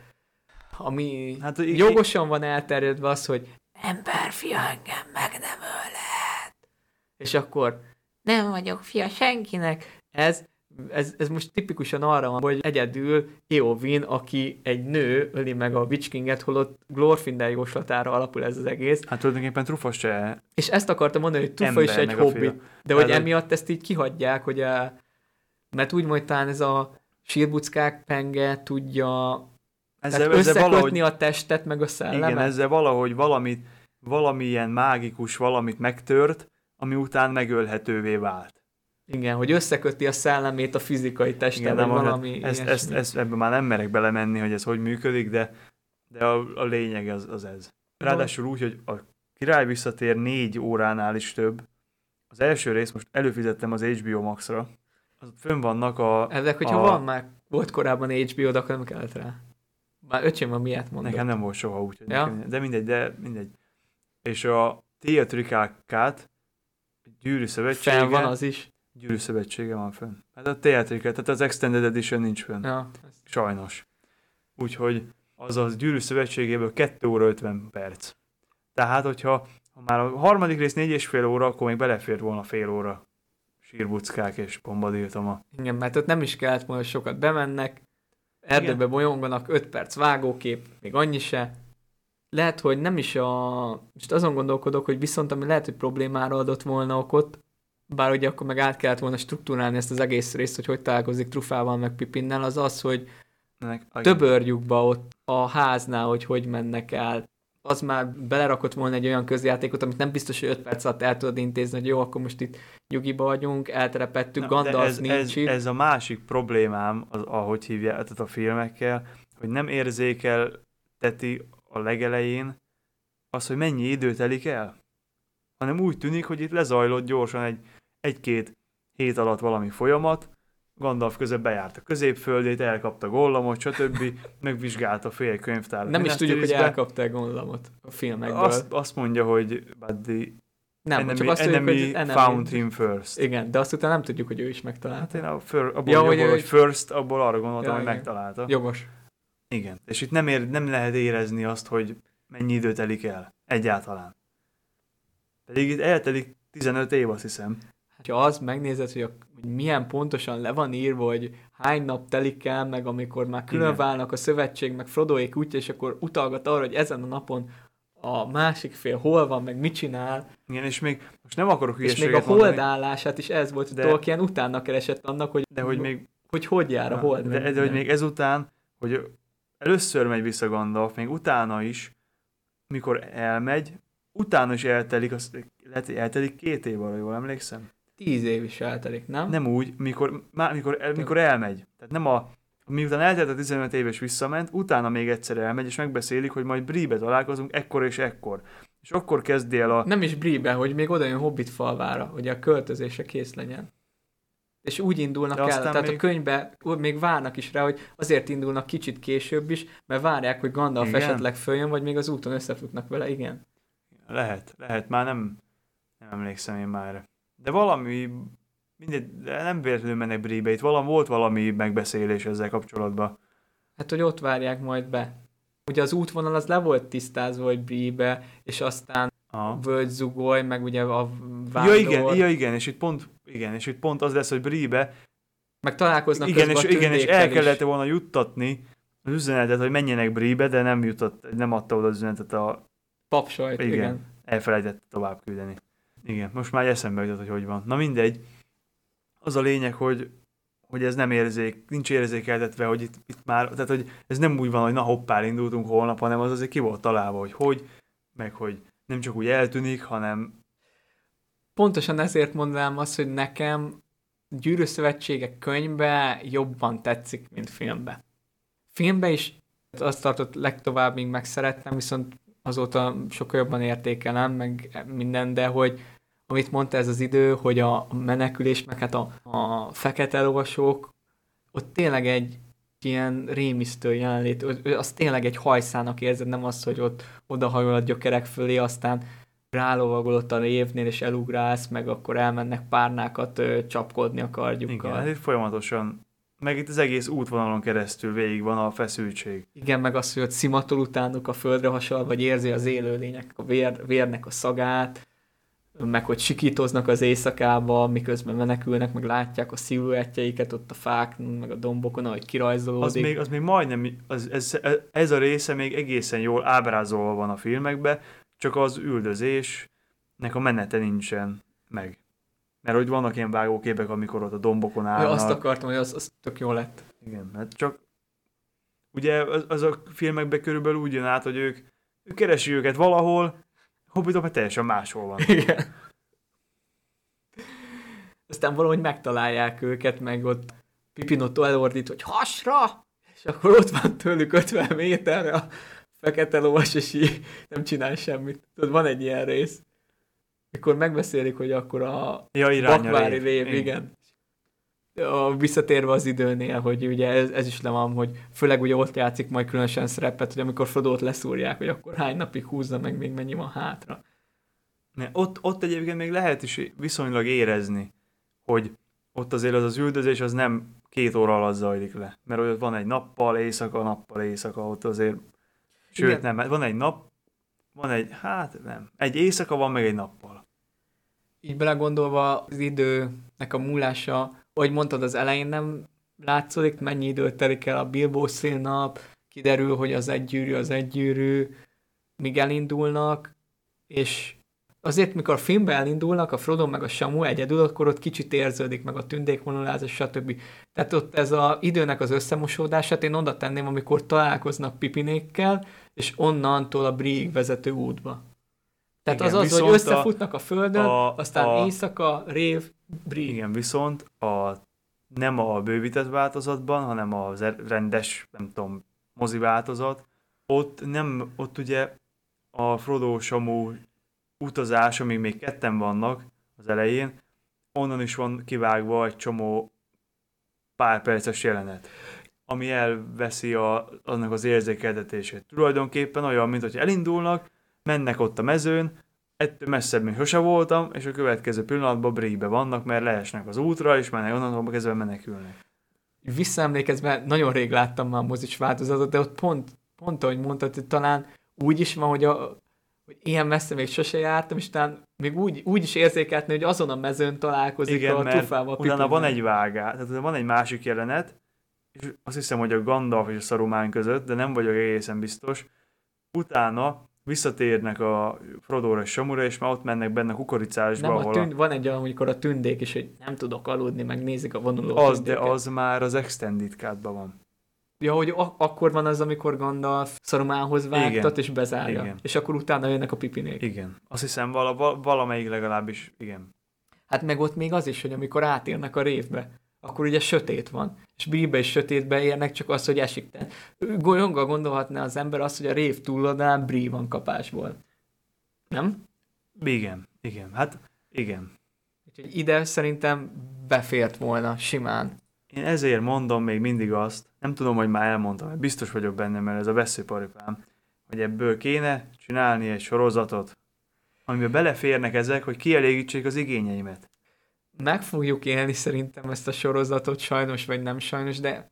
ami hát, jogosan van elterjedve az, hogy emberfia, engem meg nem ölhet. És akkor nem vagyok fia senkinek. Ez Ez, ez most tipikusan arra van, hogy egyedül Éowyn, aki egy nő, öli meg a Witch Kinget, holott Glorfindel jóslatára alapul ez az egész. Hát tulajdonképpen Trufa se... És ezt akartam mondani, hogy Trufa is egy hobbi. De hogy emiatt ezt így kihagyják, hogy a... mert úgy majd talán ez a sírbuckák penge tudja ezzel, ezzel összekötni valahogy... a testet, meg a szellemet. Igen, ezzel valahogy valamit, valamilyen mágikus valamit megtört, ami után megölhetővé vált. Igen, hogy összeköti a szellemét a fizikai testet, vagy valami ezt, ezt, ezt, ebben már nem merek belemenni, hogy ez hogy működik, de, de a, a lényeg az, az ez. Ráadásul úgy, hogy a Király visszatér négy óránál is több. Az első rész most előfizettem az há bé o Maxra. Az fönn vannak a... Ezek, hogyha a... van már, volt korábban há bé o, akkor nem kellett rá. Már öcsém van miért mondott. Nekem nem volt soha úgy, hogy ja? nekem, de mindegy, de mindegy. És a teatrikákát Gyűrű Szövetsége... Fenn van az is. Gyűrű Szövetsége van fönn. Hát a teatrika, tehát az Extended Edition nincs fönn. Ja. Sajnos. Úgyhogy az a Gyűrű Szövetségéből kettő óra ötven perc. Tehát, hogyha ha már a harmadik rész négy és fél óra, akkor még belefér volna fél óra sírbuckák és Bombadil Toma. Igen, mert ott nem is kellett volna sokat bemennek, erdőbe bolyonganak, öt perc vágókép, még annyi se. Lehet, hogy nem is a... Most azon gondolkodok, hogy viszont ami lehet, hogy problémára adott volna okot, bár ugye akkor meg át kellett volna struktúrálni ezt az egész részt, hogy hogy találkozik Trufával meg Pippinnel, az az, hogy töbörjükbe ott a háznál, hogy hogy mennek el. Az már belerakott volna egy olyan közjátékot, amit nem biztos, hogy öt perc alatt el tudod intézni, hogy jó, akkor most itt nyugiba vagyunk, elterepettük, Gandalf ez, nincs ez, itt. ez a másik problémám, az, ahogy hívják tehát a filmekkel, hogy nem érzékelteti a legelején az, hogy mennyi idő telik el, hanem úgy tűnik, hogy itt lezajlott gyorsan egy egy-két hét alatt valami folyamat, Gandalf közben bejárt a középföldét, elkapta Gollamot, stb. Megvizsgálta a fél könyvtárat. Nem is tudjuk, hogy elkapta Gollamot a filmekből. Azt, azt mondja, hogy but the nem, enemy, csak azt enemy, tudjuk, hogy enemy found him first. Igen, de azt utána nem tudjuk, hogy ő is megtalálta. Hát én a fir, abból, ja, abból, hogy, hogy, hogy first, abból arra gondoltam, ja, hogy igen. Megtalálta. Jogos. Igen, és itt nem, ér, nem lehet érezni azt, hogy mennyi idő telik el. Egyáltalán. Pedig itt eltelik tizenöt év, azt hiszem. Ha azt megnézed, hogy, a, hogy milyen pontosan le van írva, hogy hány nap telik el, meg amikor már külön válnak a szövetség, meg Frodoék útja, és akkor utalgat arra, hogy ezen a napon a másik fél hol van, meg mit csinál. Igen, és még most nem akarok hülyeséget mondani. És még a holdállását is ez volt, hogy de, Tolkien utána keresett annak, hogy de hogy, még, hogy, hogy jár a hold. De, de, de hogy még ezután, hogy először megy vissza Gandalf, még utána is, mikor elmegy, utána is eltelik, az, lehet, hogy eltelik két év arra, jól emlékszem? Tíz év is eltelik, nem? Nem úgy, mikor, már, mikor, el, mikor elmegy. Tehát nem a, miután eltelt a tizenöt év és visszament, utána még egyszer elmegy, és megbeszélik, hogy majd Bree-be találkozunk ekkor és ekkor. És akkor kezdi el a... Nem is Bree-be, hogy még oda jön Hobbit falvára, hogy a költözése kész legyen. És úgy indulnak el, tehát még... a könyvben még várnak is rá, hogy azért indulnak kicsit később is, mert várják, hogy Gandalf igen? esetleg följön, vagy még az úton összefutnak vele, igen. Lehet, lehet, már nem, nem emlékszem én már. De valami, mindegy, nem véletlenül mennek Bree-be, itt valami, volt valami megbeszélés ezzel kapcsolatban. Hát, hogy ott várják majd be. Ugye az útvonal az le volt tisztázva, hogy Bree-be, és aztán Völgyzugoly, meg ugye a vándor. Ja igen, ja igen, és itt pont, igen, és itt pont az lesz, hogy Bree-be meg találkoznak igen, és, igen, és el kellett is. volna juttatni az üzenetet, hogy menjenek Bree-be, de nem jutott, nem adta oda az üzenetet a papsajt, igen. igen. Elfelejtett tovább küldeni. Igen, most már eszembe jutott, hogy hogy van. Na mindegy. Az a lényeg, hogy, hogy ez nem érzék, nincs érzékeltetve, hogy itt, itt már, tehát hogy ez nem úgy van, hogy na hoppá, indultunk holnap, hanem az azért ki volt találva, hogy hogy, meg hogy nem csak úgy eltűnik, hanem... Pontosan ezért mondanám azt, hogy nekem Gyűrű Szövetségek könyvbe jobban tetszik, mint filmbe. Filmbe is azt tartott legtovább, még megszerettem, viszont azóta sokkal jobban értékelem, meg minden, de hogy amit mondta ez az idő, hogy a menekülés, meg hát a, a fekete lovasok, ott tényleg egy ilyen rémisztő jelenlét, az tényleg egy hajszának érzed, nem az, hogy ott odahajol a gyökerek fölé, aztán rálovagol ott a révnél, és elugrálsz, meg akkor elmennek párnákat ö, csapkodni a kardjukkal. Igen, hát itt folyamatosan, meg itt az egész útvonalon keresztül végig van a feszültség. Igen, meg az, hogy ott szimatol utánuk a földre hasonl, vagy érzi az élőlények a vér, vérnek a szagát, meg hogy sikítoznak az éjszakába, miközben menekülnek, meg látják a sziluettjeiket ott a fákon, meg a dombokon, ahogy kirajzolódik. Az még, az még majdnem, az, ez, ez a része még egészen jól ábrázolva van a filmekben, csak az üldözésnek a menete nincsen meg. Mert hogy vannak ilyen vágóképek, amikor ott a dombokon állnak. Ja, azt akartam, hogy az, az tök jó lett. Igen, hát csak ugye az, az a filmekben körülbelül úgy jön át, hogy ők, ők keresi őket valahol, Hobbitok meg teljesen máshol van. Igen. Aztán valahogy megtalálják őket, meg ott Pippin ott elordít, hogy hasra! És akkor ott van tőlük ötven méterre a fekete lovas, és így nem csinál semmit. Tudod, van egy ilyen rész. Akkor megbeszélik, hogy akkor a ja, bakvári rév, igen. igen. A, visszatérve az időnél, hogy ugye ez, ez is le van, hogy főleg ugye ott játszik majd különösen szerepet, hogy amikor Frodót leszúrják, hogy akkor hány napig húzza meg, még mennyi van hátra. Ne, ott, ott egyébként még lehet is viszonylag érezni, hogy ott azért az az üldözés az nem két óra alatt zajlik le. Mert ott van egy nappal, éjszaka, nappal, éjszaka, ott azért, sőt igen. nem, van egy nap, van egy, hát nem, egy éjszaka van, meg egy nappal. Így belegondolva az időnek a múlása, ahogy mondtad, az elején nem látszódik, mennyi időt telik el a Bilbó szélnap, kiderül, hogy az egy gyűrű, az egy gyűrű, míg elindulnak, és azért, mikor a filmben elindulnak, a Frodo meg a Samu egyedül, akkor ott kicsit érződik, meg a tündékvonulázás, stb. Tehát ott ez az időnek az összemosódását én oda tenném, amikor találkoznak Pippinékkel, és onnantól a Brieg vezető útba. Tehát igen, az az, hogy összefutnak a, a földön, a, aztán a, éjszaka, rév, Brieg. Igen, viszont a, nem a bővített változatban, hanem a rendes, nem tudom, mozi változat, ott nem, ott ugye a Frodo Samu utazás, amíg még ketten vannak az elején, onnan is van kivágva egy csomó pár perces jelenet, ami elveszi a, annak az érzékeltetését. Tulajdonképpen olyan, mint hogy elindulnak, mennek ott a mezőn, ettől messzebb, mint sose voltam, és a következő pillanatban Briegbe vannak, mert leesnek az útra, és mennek onnantól kezdve menekülnek. Visszaemlékezve, nagyon rég láttam már a mozis változatot, de ott pont, pont ahogy mondtad, hogy talán úgy is van, hogy, a, hogy ilyen messze még sose jártam, és talán még úgy, úgy is érzékeltni, hogy azon a mezőn találkozik igen, a Tufával. Utána van egy vágás, tehát van egy másik jelenet, és azt hiszem, hogy a Gandalf és a Saruman között, de nem vagyok egészen biztos. Utána visszatérnek a Frodóra és Samura, és már ott mennek benne a kukoricásba. Nem, a tünd, a... van egy olyan, amikor a tündék is, hogy nem tudok aludni, meg nézik a vonulót. Az, de az már az Extended Cut-ban van. Ja, hogy ak- akkor van az, amikor Gandalf Sarumanhoz vágtat, Igen. és bezárja. Igen. És akkor utána jönnek a pipinék. Igen. Azt hiszem vala, val- valamelyik legalábbis, igen. Hát meg ott még az is, hogy amikor átérnek a révbe, akkor ugye sötét van. És Bríbe is sötétbe érnek, csak az, hogy esik. Tehát Golyonga gondolhatná az ember azt, hogy a rév túloldalán Bree van kapásból. Nem? Igen. Igen. Hát igen. Úgyhogy ide szerintem befért volna simán. Én ezért mondom még mindig azt, nem tudom, hogy már elmondtam, mert biztos vagyok benne, mert ez a veszőparipám, hogy ebből kéne csinálni egy sorozatot, amiben beleférnek ezek, hogy kielégítsék az igényeimet. Meg fogjuk élni szerintem ezt a sorozatot, sajnos vagy nem sajnos, de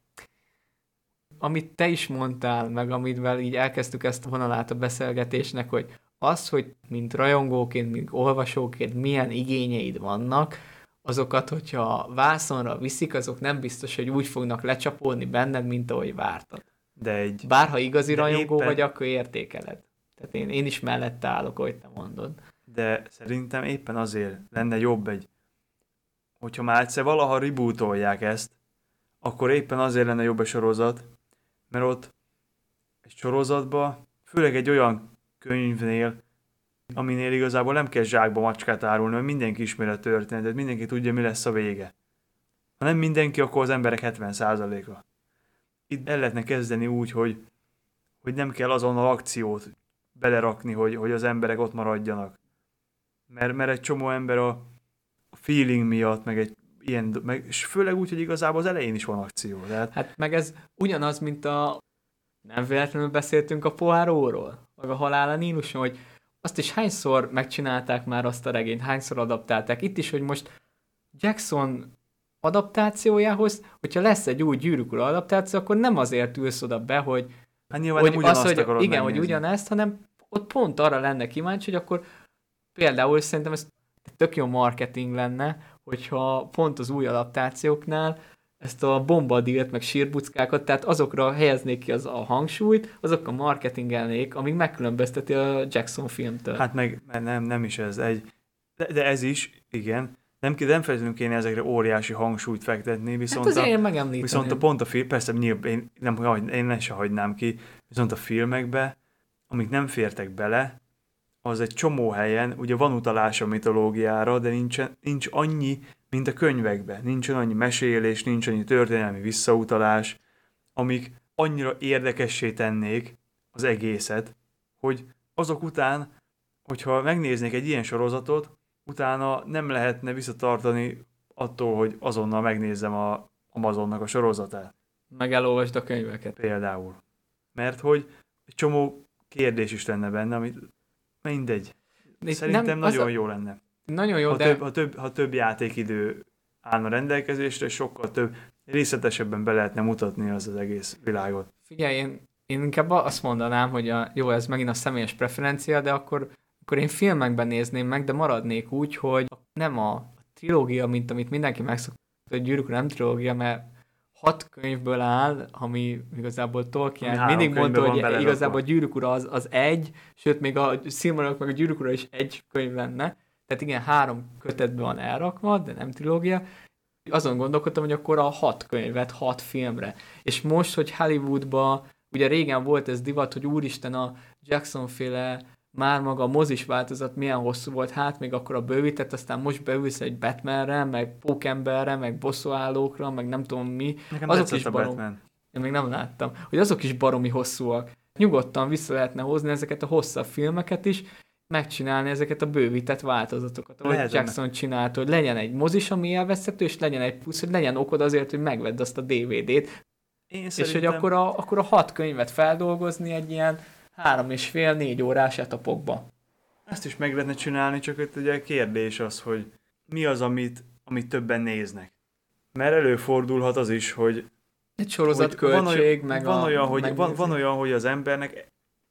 amit te is mondtál, meg amivel így elkezdtük ezt a vonalát a beszélgetésnek, hogy az, hogy mint rajongóként, mint olvasóként milyen igényeid vannak, azokat, hogyha vászonra viszik, azok nem biztos, hogy úgy fognak lecsapódni benned, mint ahogy vártad. De egy... Bárha igazi de rajongó éppen... vagy, akkor értékeled. Tehát én, én is mellette állok, ahogy te mondod. De szerintem éppen azért lenne jobb egy, hogyha már egyszer valaha rebootolják ezt, akkor éppen azért lenne jobb a sorozat, mert ott egy sorozatban, főleg egy olyan könyvnél, aminél igazából nem kell zsákba macskát árulni, mert mindenki ismeri a történetet, mindenki tudja, mi lesz a vége. Ha nem mindenki, akkor az emberek hetven százaléka. Itt el lehetne kezdeni úgy, hogy, hogy nem kell azonnal akciót belerakni, hogy, hogy az emberek ott maradjanak. Mert, mert egy csomó ember a feeling miatt, meg egy ilyen, meg, és főleg úgy, hogy igazából az elején is van akció. Tehát... Hát meg ez ugyanaz, mint a... Nem véletlenül beszéltünk a Poirotról, meg a Halál a Níluson, hogy azt is hányszor megcsinálták már azt a regényt, hányszor adaptálták. Itt is, hogy most Jackson adaptációjához, hogyha lesz egy új Gyűrűk Ura adaptáció, akkor nem azért ülsz oda be, hogy, hát nyilván hogy nem ugyanazt az, hogy akarod igen, megnézni. hogy ugyanezt, hanem ott pont arra lenne kíváncsi, hogy akkor például szerintem ez tök jó marketing lenne, hogyha pont az új adaptációknál ezt a bombadírt, meg sírbuckákat, tehát azokra helyeznék ki az a hangsúlyt, azokkal marketingelnék, amíg megkülönbözteti a Jackson filmtől. Hát meg nem, nem is ez. Egy, de, de ez is, igen. Nem, nem feltétlenül kéne ezekre óriási hangsúlyt fektetni, viszont, hát azért a, én megemlíteném. viszont a pont a film, persze nyilván én, nem, én ne se hagynám ki, viszont a filmekbe, amik nem fértek bele, az egy csomó helyen, ugye van utalás a mitológiára, de nincs, nincs annyi, mint a könyvekben. Nincsen annyi mesélés, nincs annyi történelmi visszautalás, amik annyira érdekessé tennék az egészet, hogy azok után, hogyha megnéznék egy ilyen sorozatot, utána nem lehetne visszatartani attól, hogy azonnal megnézzem a Amazonnak a sorozatát. Meg elolvasd a könyveket. Például. Mert hogy egy csomó kérdés is lenne benne, amit mindegy. Itt Szerintem nem, nagyon a... jó lenne. Nagyon jó, ha, de... több, ha, több, ha több játékidő állna rendelkezésre, sokkal több részletesebben be lehetne mutatni az az egész világot. Figyelj, én, én inkább azt mondanám, hogy a, jó, ez megint a személyes preferencia, de akkor, akkor én filmekben nézném meg, de maradnék úgy, hogy nem a trilógia, mint amit mindenki megszokott, hogy Gyűrűk Ura nem trilógia, mert hat könyvből áll, ami igazából Tolkien Ami mindig mondta, hogy belerakva. igazából a Gyűrűk Ura az, az egy, sőt még a Silmarillok meg a Gyűrűk Ura is egy könyv lenne. Tehát igen, három kötetben van elrakva, de nem trilógia. Azon gondolkodtam, hogy akkor a hat könyvet, hat filmre. És most, hogy Hollywoodban, ugye régen volt ez divat, hogy úristen a Jackson-féle már maga a mozis változat milyen hosszú volt, hát még akkor a bővített, aztán most beülsz egy Batmanre, meg Pókemberre, meg bosszúállókra, meg nem tudom mi. Nekem azok is a barom... Batman. Én még nem láttam. Hogy azok is baromi hosszúak. Nyugodtan vissza lehetne hozni ezeket a hosszabb filmeket is, megcsinálni ezeket a bővített változatokat, ahogy Lehet, Jackson ennek. csinált, hogy legyen egy mozis, ami élvezhető, és legyen egy plusz, hogy legyen okod azért, hogy megvedd azt a dé vé dét, Én és szerintem... hogy akkor a, akkor a hat könyvet feldolgozni egy ilyen három és fél, négy órás etapokba. Ezt is meg lehetne csinálni, csak itt ugye kérdés az, hogy mi az, amit, amit többen néznek. Mert előfordulhat az is, hogy Egy sorozat hogy költség, van olyan, meg van a... olyan, hogy, van, megnézni. van olyan, hogy az embernek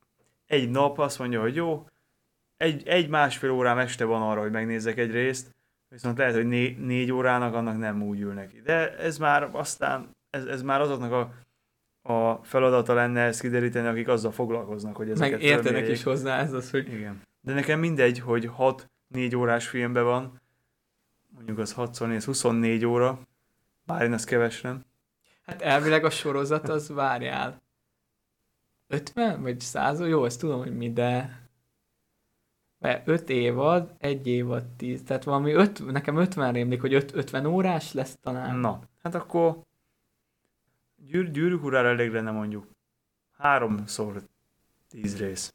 egy nap azt mondja, hogy jó, egy, egy másfél órám este van arra, hogy megnézzek egy részt, viszont lehet, hogy né, négy órának annak nem úgy ül neki. De ez már aztán, ez, ez már azoknak a, a feladata lenne ezt kideríteni, akik azzal foglalkoznak, hogy ezeket Meg értenek fölmérjék. is hozzá ez az, hogy Igen. De nekem mindegy, hogy hat négy órás filmben van, mondjuk az hatszor néz, huszonnégy óra, bár én azt keveslem. Hát elvileg a sorozat az várjál. ötven vagy száz? Jó, ezt tudom, hogy mi, de... Mert öt évad, egy évad tíz, tehát valami öt, nekem ötven rémlik, hogy öt, ötven órás lesz talán. Na, hát akkor gyűr, Gyűrűk urára elég lenne mondjuk háromszor tíz rész.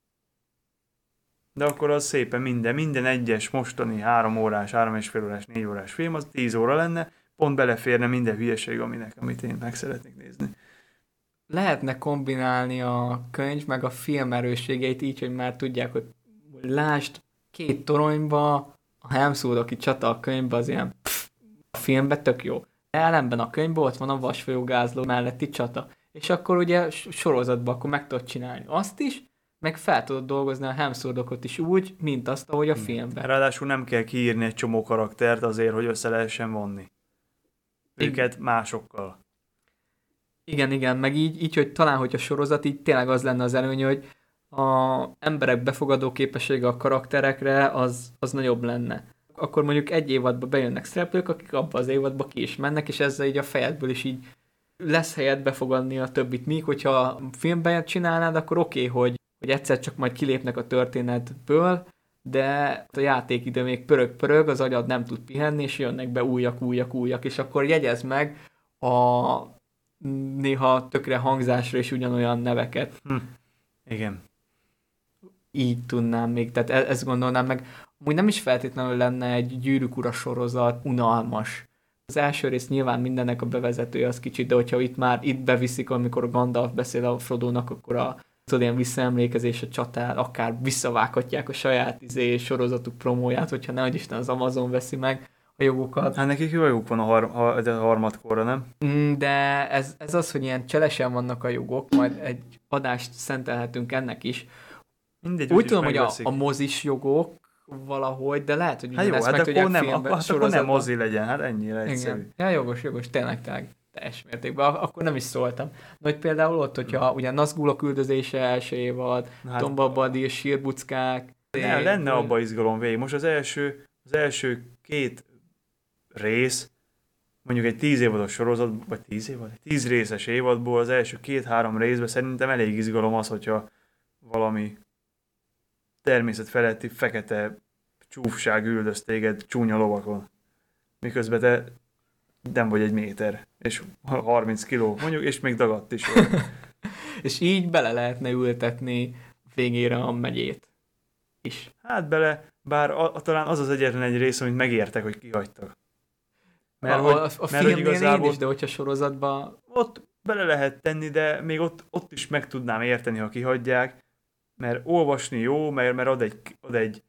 De akkor az szépen minden, minden egyes mostani három órás, három és fél órás, négy órás film, az tíz óra lenne, pont beleférne minden hülyeség, aminek, amit én meg szeretnék nézni. Lehetne kombinálni a könyv meg a film erősségeit így, hogy már tudják, hogy lásd, két toronyba, a Hemsworth-i csata a könyvben az ilyen pff, a filmben tök jó. De ellenben a könyvben ott van a vasfolyógázló melletti csata. És akkor ugye sorozatban akkor meg tudod csinálni azt is, meg fel tudod dolgozni a Hemsworth-ot is úgy, mint azt, ahogy a filmben. Ráadásul nem kell kiírni egy csomó karaktert azért, hogy össze lehessen vonni őket másokkal. Igen, igen, meg így, így, hogy talán, hogy a sorozat így tényleg az lenne az előnye, hogy a emberek befogadó képessége a karakterekre az, az nagyobb lenne. Akkor mondjuk egy évadba bejönnek szereplők, akik abba az évadba ki is mennek, és ezzel így a fejedből is így lesz helyet befogadni a többit. Míg, hogyha filmben csinálnád, akkor oké, okay, hogy, hogy egyszer csak majd kilépnek a történetből, de a játékidő még pörög-pörög, az agyad nem tud pihenni, és jönnek be újak, újak, újak, és akkor jegyezd meg a néha tökre hangzásra is ugyanolyan neveket. Hm. Igen. Így tudnám még, tehát e- ezt gondolnám meg. Amúgy nem is feltétlenül lenne egy Gyűrűk ura sorozat unalmas. Az első rész nyilván mindennek a bevezetője az kicsit, de hogyha itt már itt beviszik, amikor a Gandalf beszél a Frodónak, akkor a tudod, ilyen visszaemlékezés a csatár, akár visszavághatják a saját izé, sorozatuk promóját, hogyha nehogy Isten az Amazon veszi meg a jogokat. Hát nekik jó joguk van a, har- a, a harmadkorra, nem? De ez, ez az, hogy ilyen cselesen vannak a jogok, majd egy adást szentelhetünk ennek is. Mindegy, úgy tudom, hogy a, a mozis jogok valahogy, de lehet, hogy hát jó, ezt hát meg akkor tudják nem, filmbe, akkor, hát akkor nem mozi legyen, hát ennyire egyszerű. Igen. Ja, jogos, jogos, tényleg, tényleg teljes mértékben. Ak- akkor nem is szóltam. De hogy például ott, hogyha ugye Nazgûl küldözése első évad, hát, Tomba Badi, sírbuckák. Ne, lenne abba izgalom végig. Most az első, az első két rész, mondjuk egy tíz évados sorozat, vagy tíz évad, egy tíz részes évadból az első két-három részben szerintem elég izgalom az, hogyha valami természet feletti fekete csúfság üldöz téged csúnya lovakon. Miközben te nem vagy egy méter, és harminc kiló, mondjuk, és még dagadt is. És így bele lehetne ültetni végére a megyét is. Hát bele, bár a, a, talán az az egyetlen egy rész, amit megértek, hogy kihagytak. Mert, a, hogy, a, a mert, filmnél igazából, én is, de hogyha sorozatban... Ott bele lehet tenni, de még ott, ott is meg tudnám érteni, ha kihagyják, mert olvasni jó, mert, mert ad, egy, ad egy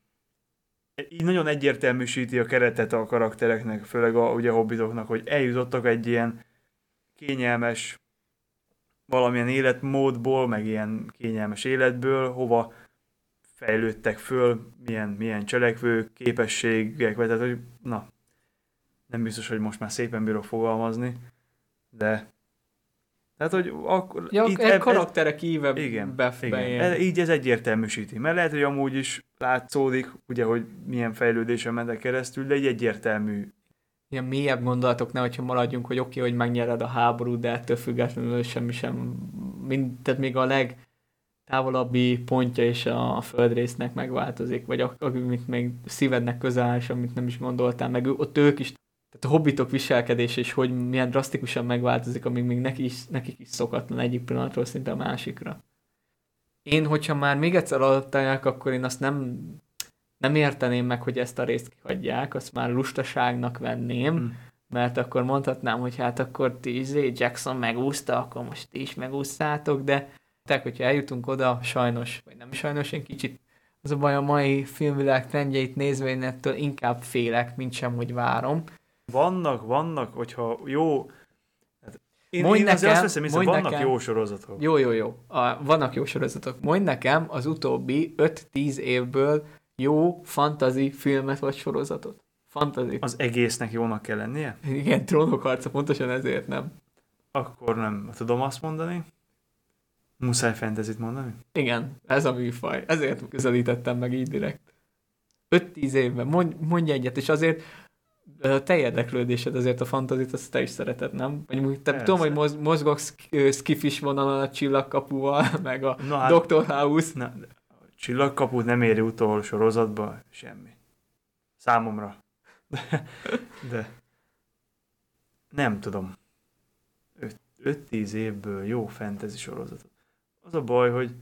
így nagyon egyértelműsíti a keretet a karaktereknek, főleg a ugye, hobbitoknak, hogy eljutottak egy ilyen kényelmes valamilyen életmódból, meg ilyen kényelmes életből, hova fejlődtek föl, milyen, milyen cselekvő képességek, vagy tehát, hogy na, nem biztos, hogy most már szépen bírok fogalmazni, de tehát, hogy akkor... Ja, itt egy karakterek íve igen, befbején. Igen. Így ez egyértelműsíti, mert lehet, hogy amúgy is látszódik, ugye, hogy milyen fejlődésen mentek keresztül, de egy egyértelmű. Ilyen mélyebb gondolatok, ne, hogyha maradjunk, hogy oké, okay, hogy megnyered a háborút, de ettől függetlenül semmi sem, mind, tehát még a legtávolabbi pontja is a földrésznek megváltozik, vagy amit még szívednek közel áll, és amit nem is gondoltál, meg ott ők is. Tehát a hobbitok viselkedése is, hogy milyen drasztikusan megváltozik, amíg még neki is, nekik is szokatlan egyik pillanatról szinte a másikra. Én, hogyha már még egyszer adották, akkor én azt nem, nem érteném meg, hogy ezt a részt kihagyják, azt már lustaságnak venném, hmm. mert akkor mondhatnám, hogy hát akkor ti izé, Jackson megúszta, akkor most ti is megúszszátok, de tehát, hogyha eljutunk oda, sajnos, vagy nem sajnos, én kicsit az a baj, a mai filmvilág trendjeit nézve én ettől inkább félek, mint sem, hogy várom. Vannak, vannak, hogyha jó... Hát én, mondj én nekem, azt veszem, hiszen vannak nekem, jó sorozatok. Jó, jó, jó. A, vannak jó sorozatok. Mondj nekem az utóbbi öt-tíz évből jó fantasy filmet vagy sorozatot. Fantasy. Az egésznek jónak kell lennie? Igen, Trónok harca, pontosan ezért nem. Akkor nem tudom azt mondani. Muszáj fantasyt mondani? Igen, ez a műfaj. Ezért közelítettem meg így direkt. öt-tíz évben. Mondj, mondj egyet, és azért a te érdeklődésed azért a fantazit, azt te is szereted, nem? Vagy te Persze. tudom, hogy moz, mozgok skifis vonalon a Csillagkapuval, meg a Na hát, doktor House. Na, a Csillagkaput nem éri utol sorozatba semmi. Számomra. De, de nem tudom. öt-tíz évből jó fantasy sorozatot. Az a baj, hogy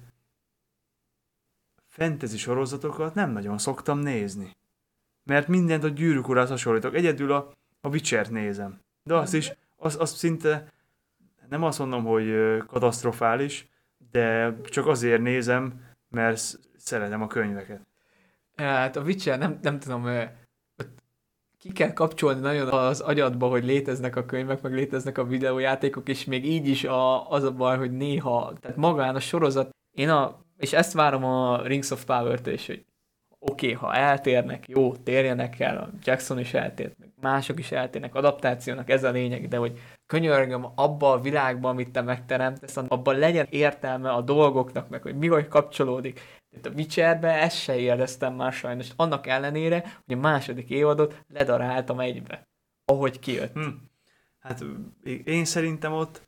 fantasy sorozatokat nem nagyon szoktam nézni. Mert mindent a Gyűrűk Urához hasonlítok. Egyedül a, a Witchert nézem. De azt is, az, az szinte nem azt mondom, hogy ö, katasztrofális, de csak azért nézem, mert sz- szeretem a könyveket. Hát a Witcher, nem, nem tudom, ö, ott ki kell kapcsolni nagyon az agyadba, hogy léteznek a könyvek, meg léteznek a videójátékok, és még így is a, az a baj, hogy néha, tehát magán a sorozat, én a, és ezt várom a Rings of Power-től is, hogy oké, okay, ha eltérnek, jó, térjenek el, a Jackson is eltért, meg mások is eltérnek, adaptációnak ez a lényeg, de hogy könyörgöm, abba a világban, amit te megteremtesz, abban legyen értelme a dolgoknak, meg hogy mi hogy kapcsolódik. Tehát a Witcherbe ezt se éreztem már sajnos, annak ellenére, hogy a második évadot ledaráltam egybe, ahogy kijött. Hm. Hát én szerintem ott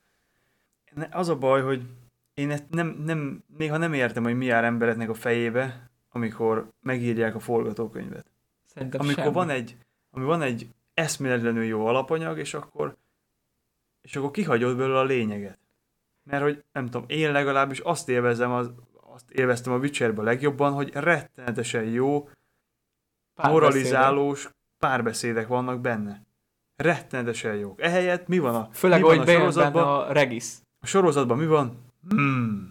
az a baj, hogy én ezt nem, nem, néha nem értem, hogy mi jár embereknek a fejébe, amikor megírják a forgatókönyvet. Szerintem Amikor semmi. van egy, ami van egy eszméletlenül jó alapanyag, és akkor, és akkor kihagyod belőle a lényeget. Mert hogy nem tudom, én legalábbis azt élvezem, az, azt élveztem a Witcherben legjobban, hogy rettenetesen jó, Párbeszédek. moralizálós párbeszédek vannak benne. Rettenetesen jók. Ehelyett mi van a, Főleg, mi van hogy a bejön sorozatban? benne a Regis. A sorozatban mi van? Hmm.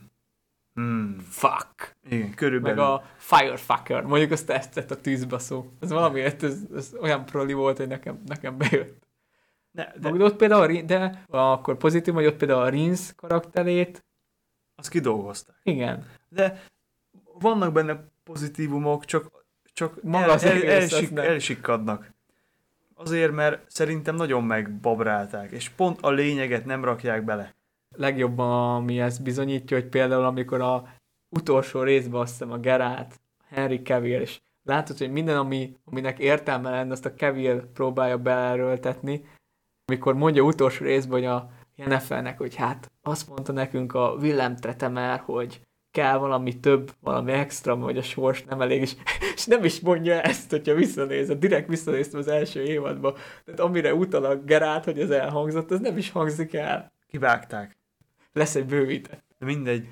Hmm. Fuck. Igen, körülbelül. Meg a Firefucker. Mondjuk azt tetszett a tűzbaszó. Ez valamiért, ez, ez olyan proli volt, hogy nekem, nekem bejött. Ne, De, de ott például, a Rin- de akkor pozitív, hogy ott például a Rins karakterét, azt kidolgozták. igen. De vannak benne pozitívumok, csak, csak Maga el, az el, egész, elsik, az nem. elsikkadnak. Azért, mert szerintem nagyon megbabrálták, és pont a lényeget nem rakják bele. Legjobban, ami ezt bizonyítja, hogy például amikor a utolsó részben azt hiszem a Geralt, Henry Cavill, és látod, hogy minden, ami, aminek értelme lenne, azt a Cavill próbálja belerőltetni, amikor mondja utolsó részben, hogy a Yennefernek, hogy hát azt mondta nekünk a Willem Tretemer, hogy kell valami több, valami extra, vagy a sors nem elég, és, és nem is mondja ezt, hogyha visszanézed. Direkt visszanéztem az első évadba. Tehát amire utal a Geralt, hogy ez elhangzott, az nem is hangzik el. Kivágták. Lesz egy bővített. De mindegy.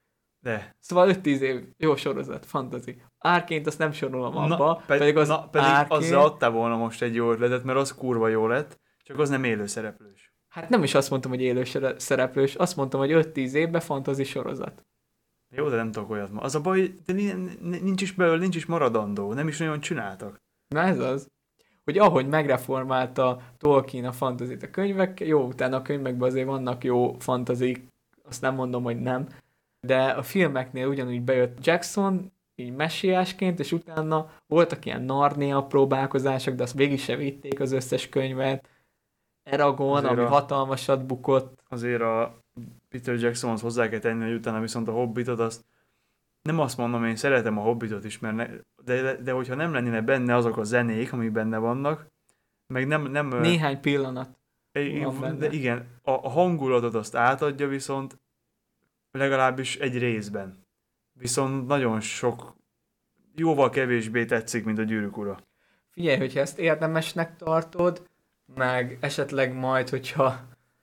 De. Szóval öt-tíz év, jó sorozat, fantasy. Árként azt nem sorolom abba, Na, pedig, pedig, az na, pedig Árkén, azzal adtál volna most egy jó ötletet, mert az kurva jó lett, csak az nem élő szereplős. hát nem is azt mondtam, hogy élő sere- szereplős, azt mondtam, hogy öt-tíz évben fantasy sorozat. Jó, de nem tudok olyat ma. Az a baj, de nincs is belőle, nincs is maradandó, nem is nagyon csináltak. Na ez az. Hogy ahogy megreformálta Tolkien a fantazit a könyvek, jó, utána a könyvekben azért vannak jó fantazik, azt nem mondom, hogy nem, de a filmeknél ugyanúgy bejött Jackson, így messiásként, és utána voltak ilyen Narnia próbálkozások, de azt végig se vitték az összes könyvet. Eragon, Azért ami a- hatalmasat bukott. Azért a Peter Jacksonhoz hozzá kell tenni, hogy utána viszont a Hobbitot, azt nem azt mondom, én szeretem a Hobbitot is, mert ne, de, de, de hogyha nem lennéne benne azok a zenék, amik benne vannak, meg nem... nem Néhány pillanat. ö, van benne. de igen, a, a hangulatot azt átadja viszont legalábbis egy részben. Viszont nagyon sok, jóval kevésbé tetszik, mint a Gyűrűk Ura. Figyelj, hogyha ezt érdemesnek tartod, meg esetleg majd, hogyha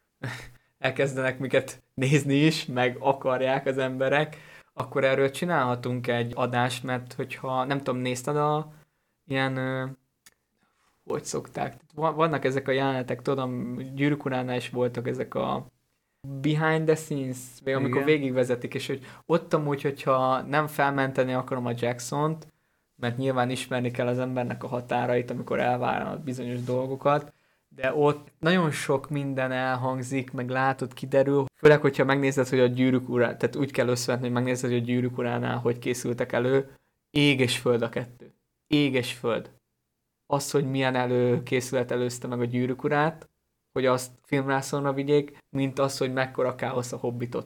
elkezdenek minket nézni is, meg akarják az emberek, akkor erről csinálhatunk egy adást, mert hogyha, nem tudom, nézted a ilyen, ö, hogy szokták, Va- vannak ezek a jelenetek, tudom, Gyűrűk Uránál is voltak ezek a behind the scenes, vagy amikor Igen. végigvezetik, és hogy ott amúgy, hogyha nem felmenteni akarom a Jacksont, mert nyilván ismerni kell az embernek a határait, amikor elvárnak bizonyos dolgokat, de ott nagyon sok minden elhangzik, meg látod, kiderül, főleg, hogyha megnézed, hogy a Gyűrűk Urán, tehát úgy kell összevetni, hogy megnézed, hogy a Gyűrűk Uránál hogy készültek elő, ég és föld a kettő. Ég és föld. Az, hogy milyen előkészület előzte meg a Gyűrűk Urát, hogy azt filmrászonra vigyék, mint az, hogy mekkora káosz a Hobbitot.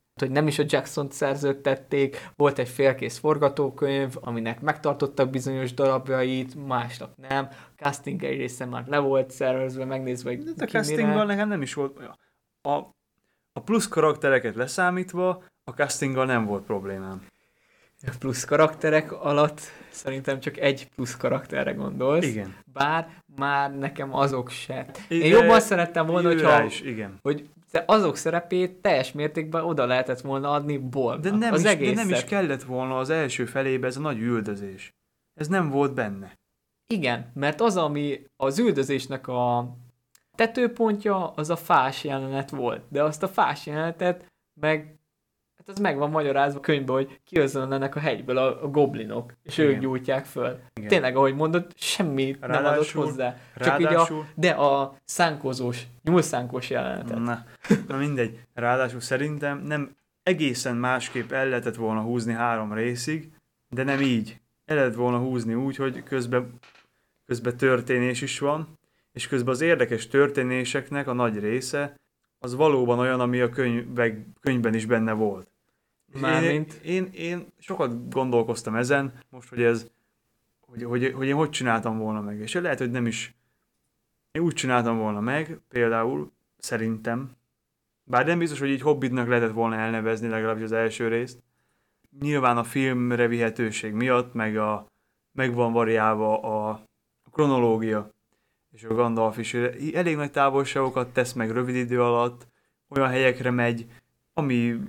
hogy nem is a Jackson-t szerződtették, volt egy félkész forgatókönyv, aminek megtartottak bizonyos darabjait, másnak nem. A casting egy része már le volt szervezve, megnézve, hogy de a castinggal nekem nem is volt olyan. A, a plusz karaktereket leszámítva, a castinggal nem volt problémám. A plusz karakterek alatt szerintem csak egy plusz karakterre gondolsz. Igen. Bár már nekem azok se. Én De jobban szerettem volna, hogyha, is, igen. hogy azok szerepét teljes mértékben oda lehetett volna adni Boltnak. De nem, az is, de nem is kellett volna az első felébe ez a nagy üldözés. Ez nem volt benne. Igen, mert az, ami az üldözésnek a tetőpontja, az a fás jelenet volt. De azt a fás jelenetet meg hát az meg van magyarázva a könyvben, hogy kiözönlenek a hegyből a, a goblinok, és igen. ők gyújtják föl. Igen. Tényleg, ahogy mondod, semmit ráadásul, nem adott hozzá. Csak ráadásul, így a, de a szánkozós, nyúlszánkos jelenetet. Na, na mindegy. Ráadásul szerintem nem egészen másképp el lehetett volna húzni három részig, de nem így. El lehetett volna húzni úgy, hogy közben, közben történés is van, és közben az érdekes történéseknek a nagy része az valóban olyan, ami a könyvek, könyvben is benne volt. Mármint? Én, én, én sokat gondolkoztam ezen, most, hogy ez, hogy, hogy, hogy én hogy csináltam volna meg. És lehet, hogy nem is, én úgy csináltam volna meg, például, szerintem, bár nem biztos, hogy így Hobbitnak lehetett volna elnevezni legalábbis az első részt. Nyilván a filmre vihetőség miatt, meg, a, meg van variálva a kronológia, és a Gandalf is elég nagy távolságokat tesz meg rövid idő alatt, olyan helyekre megy, ami,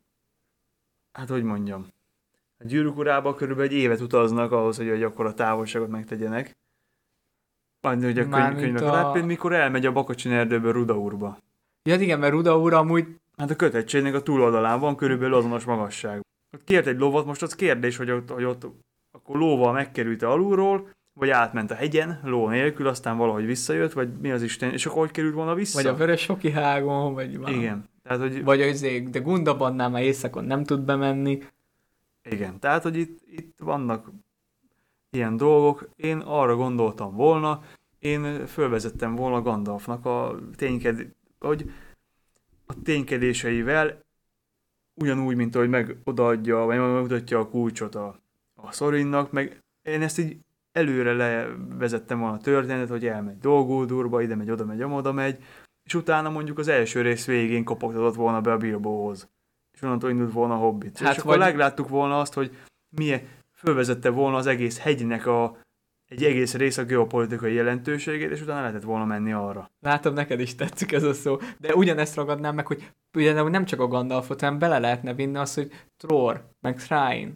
hát hogy mondjam, a Gyűrűk Urában körülbelül egy évet utaznak ahhoz, hogy akkor a távolságot megtegyenek. Majd, hogy a könyv, könyvek a... alapján, mikor elmegy a Bakacsin erdőből Rudaurba. Ja igen, mert Rudaur amúgy... Hát a kötettségnek a túloldalán van körülbelül azonos magasság. Ott kért egy lovat, most az kérdés, hogy ott, hogy ott akkor lóval megkerült-e alulról, vagy átment a hegyen, ló nélkül, aztán valahogy visszajött, vagy mi az Isten, és akkor hogy került volna vissza? Vagy a Vörös-Foki hágon, vagy valami. Igen. Tehát, hogy... Vagy azért, de Gundabadnál már éjszakon nem tud bemenni. Igen, tehát, hogy itt, itt vannak ilyen dolgok. Én arra gondoltam volna, én fölvezettem volna Gandalfnak a tényked... hogy a ténykedéseivel ugyanúgy, mint ahogy meg odaadja, vagy megmutatja a kulcsot a, a Thorinnak, meg én ezt így előre levezettem volna a történetet, hogy elmegy Dol-Gúldurba, ide megy, oda megy, oda megy, és utána mondjuk az első rész végén kopogtatott volna be a Bilbohoz. És onnantól indult volna a Hobbit. Hát és vagy... akkor megláttuk volna azt, hogy milyen fölvezette volna az egész hegynek a, egy egész rész a geopolitikai jelentőségét, és utána lehetett volna menni arra. Látom, neked is tetszik ez a szó. De ugyanezt ragadnám meg, hogy ugye nem csak a Gandalfot, hanem bele lehetne vinni azt, hogy Tror, meg Thrain.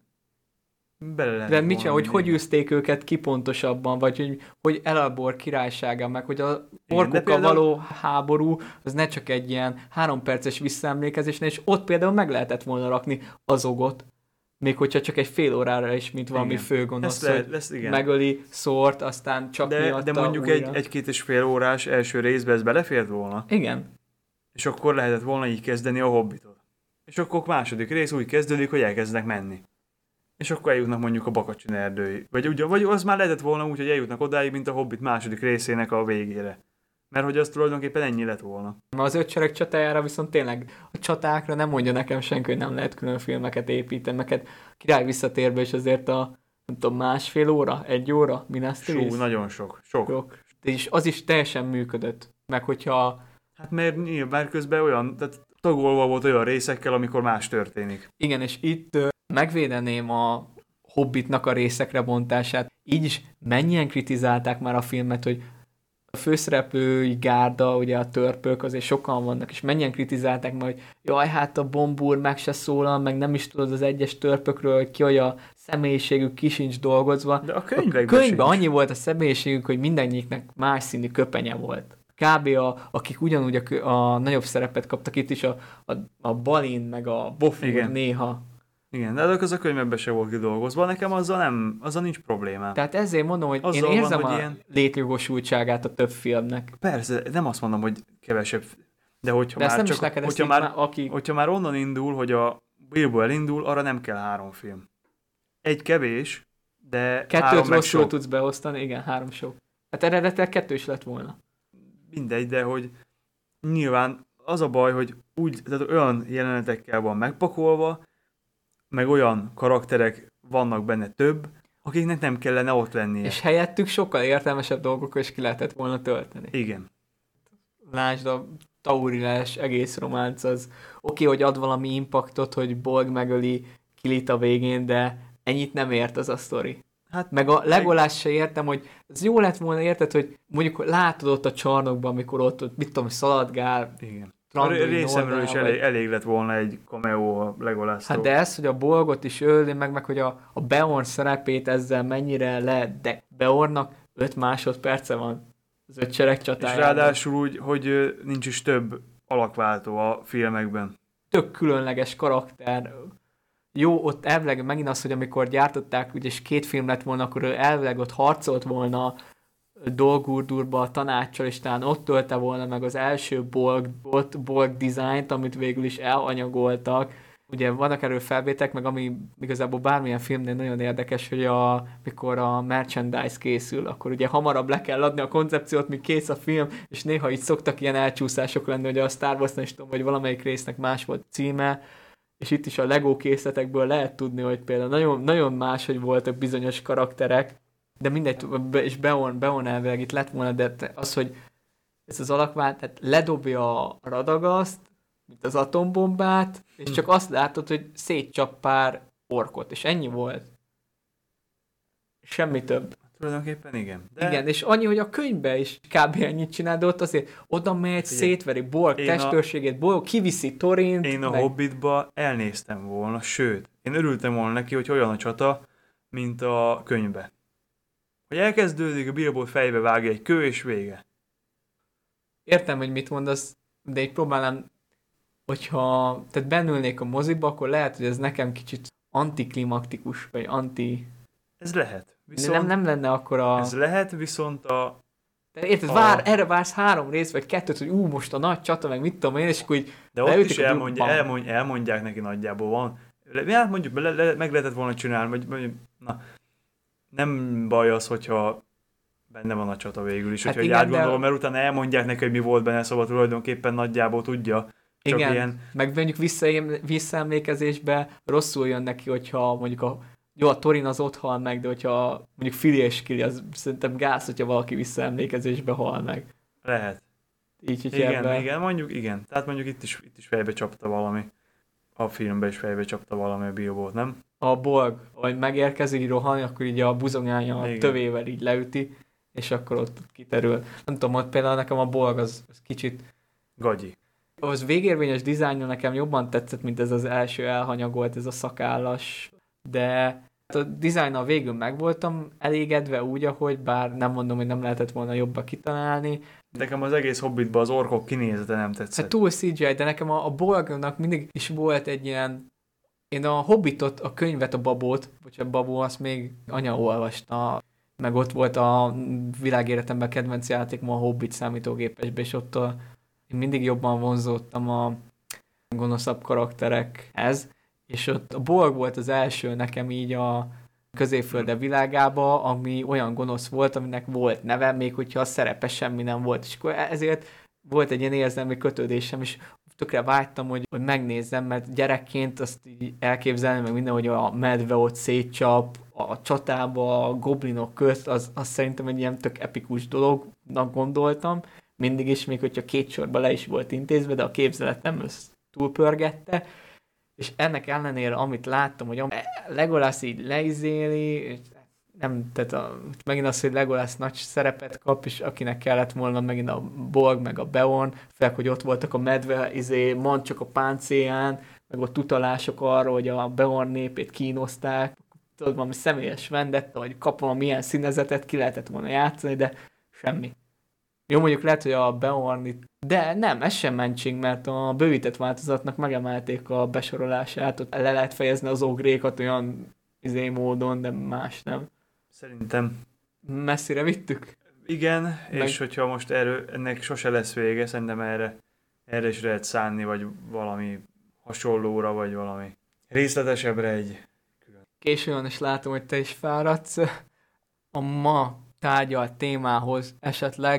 Bele de mit csinál, hogy hogy űzték őket ki pontosabban, vagy hogy, hogy Elalbor királysága, meg hogy a orkokkal például... való háború, az ne csak egy ilyen három perces visszaemlékezés, és ott például meg lehetett volna rakni azogot, még hogyha csak egy fél órára is, mint valami főgonosz, hogy lesz, megöli Szórt, aztán csak de, miatta de mondjuk egy, egy-két és fél órás első részbe ez belefért volna. Igen. És akkor lehetett volna így kezdeni a Hobbitot. És akkor második rész úgy kezdődik, hogy elkezdenek menni. És akkor eljutnak mondjuk a Bakacsin erdői. Vagy, ugye, vagy az már lehetett volna úgy, hogy eljutnak odáig, mint a Hobbit második részének a végére. Mert hogy az tulajdonképpen ennyi lett volna. Az ötsereg csatájára viszont tényleg a csatákra nem mondja nekem senki, hogy nem lehet külön filmeket építeni. Neked Király visszatérbe is azért a nem tudom, másfél óra, egy óra, Minas Tirith? Sú, nagyon sok. Sok. sok. És az is teljesen működött. Meg hogyha... Hát mert nyilván közben olyan, tehát tagolva volt olyan részekkel, amikor más történik. Igen, és itt megvédeném a Hobbitnak a részekre bontását. Így is mennyien kritizálták már a filmet, hogy a főszereplői gárda, ugye a törpök, azért sokan vannak, és mennyien kritizálták már, hogy jaj, hát a Bombúr meg se szólal, meg nem is tudod az egyes törpökről, hogy ki, hogy a személyiségük ki sincs dolgozva. De a könyvekben, a könyvben annyi volt a személyiségük, hogy mindegyiknek más színű köpenye volt. Kb. A, akik ugyanúgy a, a nagyobb szerepet kaptak itt is, a, a, a Balin, meg a Bofur néha. Igen, de az a könyvben se volt kidolgozva, nekem azzal, nem, azzal nincs problémám. Tehát ezért mondom, hogy azzal én érzem van, hogy a ilyen... létjogosultságát a több filmnek. Persze, nem azt mondom, hogy kevesebb, de hogyha de már csak, hogyha már, már, aki... hogyha már onnan indul, hogy a Bilbo elindul, arra nem kell három film. Egy kevés, de kettőt három meg rosszul sok. tudsz beosztani, igen, három sok. Hát eredetileg kettő is lett volna. Mindegy, de hogy nyilván az a baj, hogy úgy, tehát olyan jelenetekkel van megpakolva, meg olyan karakterek vannak benne több, akiknek nem kellene ott lennie. És helyettük sokkal értelmesebb dolgokkal is ki lehetett volna tölteni. Igen. Lásd a Taurilás egész románc az. Oké, okay, hogy ad valami impaktot, hogy Bolg megöli Kilit a végén, de ennyit nem ért az a sztori. Hát, meg a Legolas se értem, hogy ez jó lett volna, érted, hogy mondjuk látod ott a csarnokban, amikor ott, ott mit tudom, szaladgál. Igen. A részemről is elég, elég lett volna egy cameo a Legolástól. Hát de ez, hogy a Bolgot is ölni, meg, meg hogy a, a Beorn szerepét ezzel mennyire le, de Beornnak öt másodperce van az öt sereg csatájában. És ráadásul úgy, hogy nincs is több alakváltó a filmekben. Tök különleges karakter. Jó, ott elvileg megint az, hogy amikor gyártották, ugye, és két film lett volna, akkor ő elvileg ott harcolt volna Dol Guldur-ba a tanácssal, és talán ott tölte volna meg az első Bolg, Bolg dizájnt, amit végül is elanyagoltak. Ugye vannak erről felvétek, meg ami igazából bármilyen filmnél nagyon érdekes, hogy a, mikor a merchandise készül, akkor ugye hamarabb le kell adni a koncepciót, míg kész a film, és néha így szoktak ilyen elcsúszások lenni, hogy a Star Wars-nál is tudom, hogy valamelyik résznek más volt címe, és itt is a Lego készletekből lehet tudni, hogy például nagyon, nagyon más, hogy voltak bizonyos karakterek, de mindegy, és Beorn, Beorn elvileg itt lett volna, de az, hogy ez az alakvált, tehát ledobja a Radagaszt, mint az atombombát, és csak azt látod, hogy szétcsap pár orkot, és ennyi volt. Semmi több. Tulajdonképpen igen. De... Igen, és annyi, hogy a könyvben is kb. Ennyit csinál, de ott azért oda megy, szétveri Bolg testőrségét, Bolg kiviszi Torint. Én a meg... Hobbitba elnéztem volna, sőt, én örültem volna neki, hogy olyan a csata, mint a könyvbe. Hogy elkezdődik, a Bilbo fejbe vágja egy kő, és vége. Értem, hogy mit mondasz, de így próbálnám, hogyha tehát bennülnék a moziba, akkor lehet, hogy ez nekem kicsit antiklimaktikus, vagy anti... Ez lehet. Viszont nem, nem lenne akkor a... Ez lehet, viszont a... De érted, a... vár, erre vársz három részt, vagy kettőt, hogy ú, most a nagy csata, meg mit tudom én, és akkor így... De ott is elmondja, elmond, elmondják neki nagyjából van. Ja, mondjuk, le, le, meg lehetett volna csinálni, vagy mondjuk, na, nem baj az, hogyha benne van a csata végül is, hát hogyha igen, átgondolom, de... mert utána elmondják neki, hogy mi volt benne, szóval tulajdonképpen nagyjából tudja. Csak igen, ilyen... meg mondjuk visszaemlékezésbe rosszul jön neki, hogyha mondjuk a jó, a Thorin az ott hal meg, de hogyha mondjuk Fili és Kili, az szerintem gáz, hogyha valaki visszaemlékezésbe hal meg. Lehet. Így, hogy igen, ebben... igen, mondjuk igen. Tehát mondjuk itt is, itt is fejbe csapta valami. A filmben is fejbe csapta valami a Bilbót, nem? A Bolg, hogy megérkezik, így rohan, akkor így a buzogánya a tövével így leüti, és akkor ott kiterül. Nem tudom, hogy például nekem a Bolg az, az kicsit... Gagyi. Az végérvényes dizájnja nekem jobban tetszett, mint ez az első elhanyagolt, ez a szakállas, de a dizájnnal végül meg voltam elégedve úgy, ahogy, bár nem mondom, hogy nem lehetett volna jobban kitalálni. Nekem az egész Hobbitban az orkok kinézete nem tetszett. Hát túl cé gé í, de nekem a, a Bolgnak mindig is volt egy ilyen... Én a Hobbitot, a könyvet, a Babót, bocsánat, Babó, azt még anya olvasta, meg ott volt a világéletemben kedvenc játékom a Hobbit számítógépesben, és ott a, én mindig jobban vonzódtam a gonoszabb karakterekhez, és ott a Bolg volt az első nekem így a Középfölde világába, ami olyan gonosz volt, aminek volt neve, még hogyha a szerepe semmi nem volt. És akkor ezért volt egy ilyen érzelmi kötődésem, és tökre vágytam, hogy, hogy megnézzem, mert gyerekként azt így elképzelni, meg minden, hogy a medve ott szétcsap, a csatába, a goblinok közt, az, az szerintem egy ilyen tök epikus dolognak gondoltam. Mindig is, még hogyha két sorba le is volt intézve, de a képzeletem ezt túlpörgette. És ennek ellenére, amit láttam, hogy a Legolas így leizéli, nem, tehát a, megint az, hogy Legolas nagy szerepet kap, és akinek kellett volna megint a Bolg, meg a Beorn, főleg, hogy ott voltak a medve, izé, mancsok a páncélján, meg ott utalások arra, hogy a Beorn népét kínozták, tudod, valami személyes vendetta, vagy kapva milyen színezetet ki lehetett volna játszani, de semmi. Jó, mondjuk lehet, hogy a Beorn itt... De nem, ez sem mentség, mert a bővített változatnak megemelték a besorolását, ott le lehet fejezni az ogrékat olyan izé módon, de más nem. Szerintem. Messzire vittük? Igen, meg... és hogyha most erről, ennek sose lesz vége, szerintem erre, erre is lehet szánni, vagy valami hasonlóra, vagy valami részletesebbre egy külön. Későn is látom, hogy te is fáradsz. A ma tárgyalt témához esetleg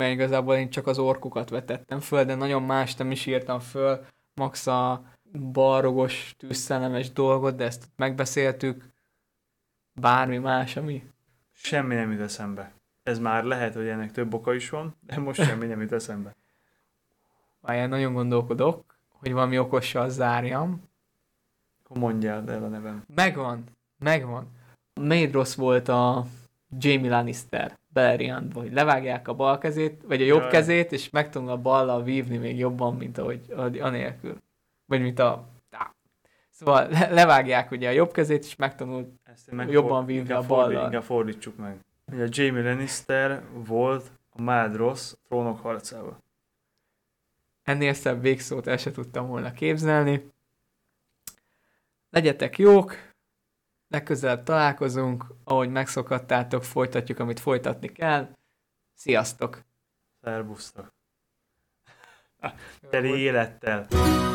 mert igazából én csak az orkokat vetettem föl, de nagyon más nem is írtam föl, max a balrogos, tűzszellemes dolgot, de ezt megbeszéltük, bármi más, ami... Semmi nem jut eszembe. Ez már lehet, hogy ennek több oka is van, de most semmi nem jut eszembe. Várjál, nagyon gondolkodok, hogy valami okossal zárjam. Akkor mondjál el a nevem. Megvan, megvan. Maedros volt a Jaime Lannister Beleriandba, hogy levágják a bal kezét, vagy a jobb Jaj. kezét, és meg tudnak a ballal vívni még jobban, mint ahogy anélkül. Vagy mint a... Á. Szóval le- levágják ugye a jobb kezét, és megtanul Ezt én jobban vívni inkább a fordít- ballal. Inkább fordítsuk meg. Ugye a Jaime Lannister volt a Maedros trónok harcában. Ennél szebb végszót el se tudtam volna képzelni. Legyetek jók, legközelebb találkozunk, ahogy megszokhattátok, folytatjuk, amit folytatni kell. Sziasztok! Szerbusztok. Teli élettel.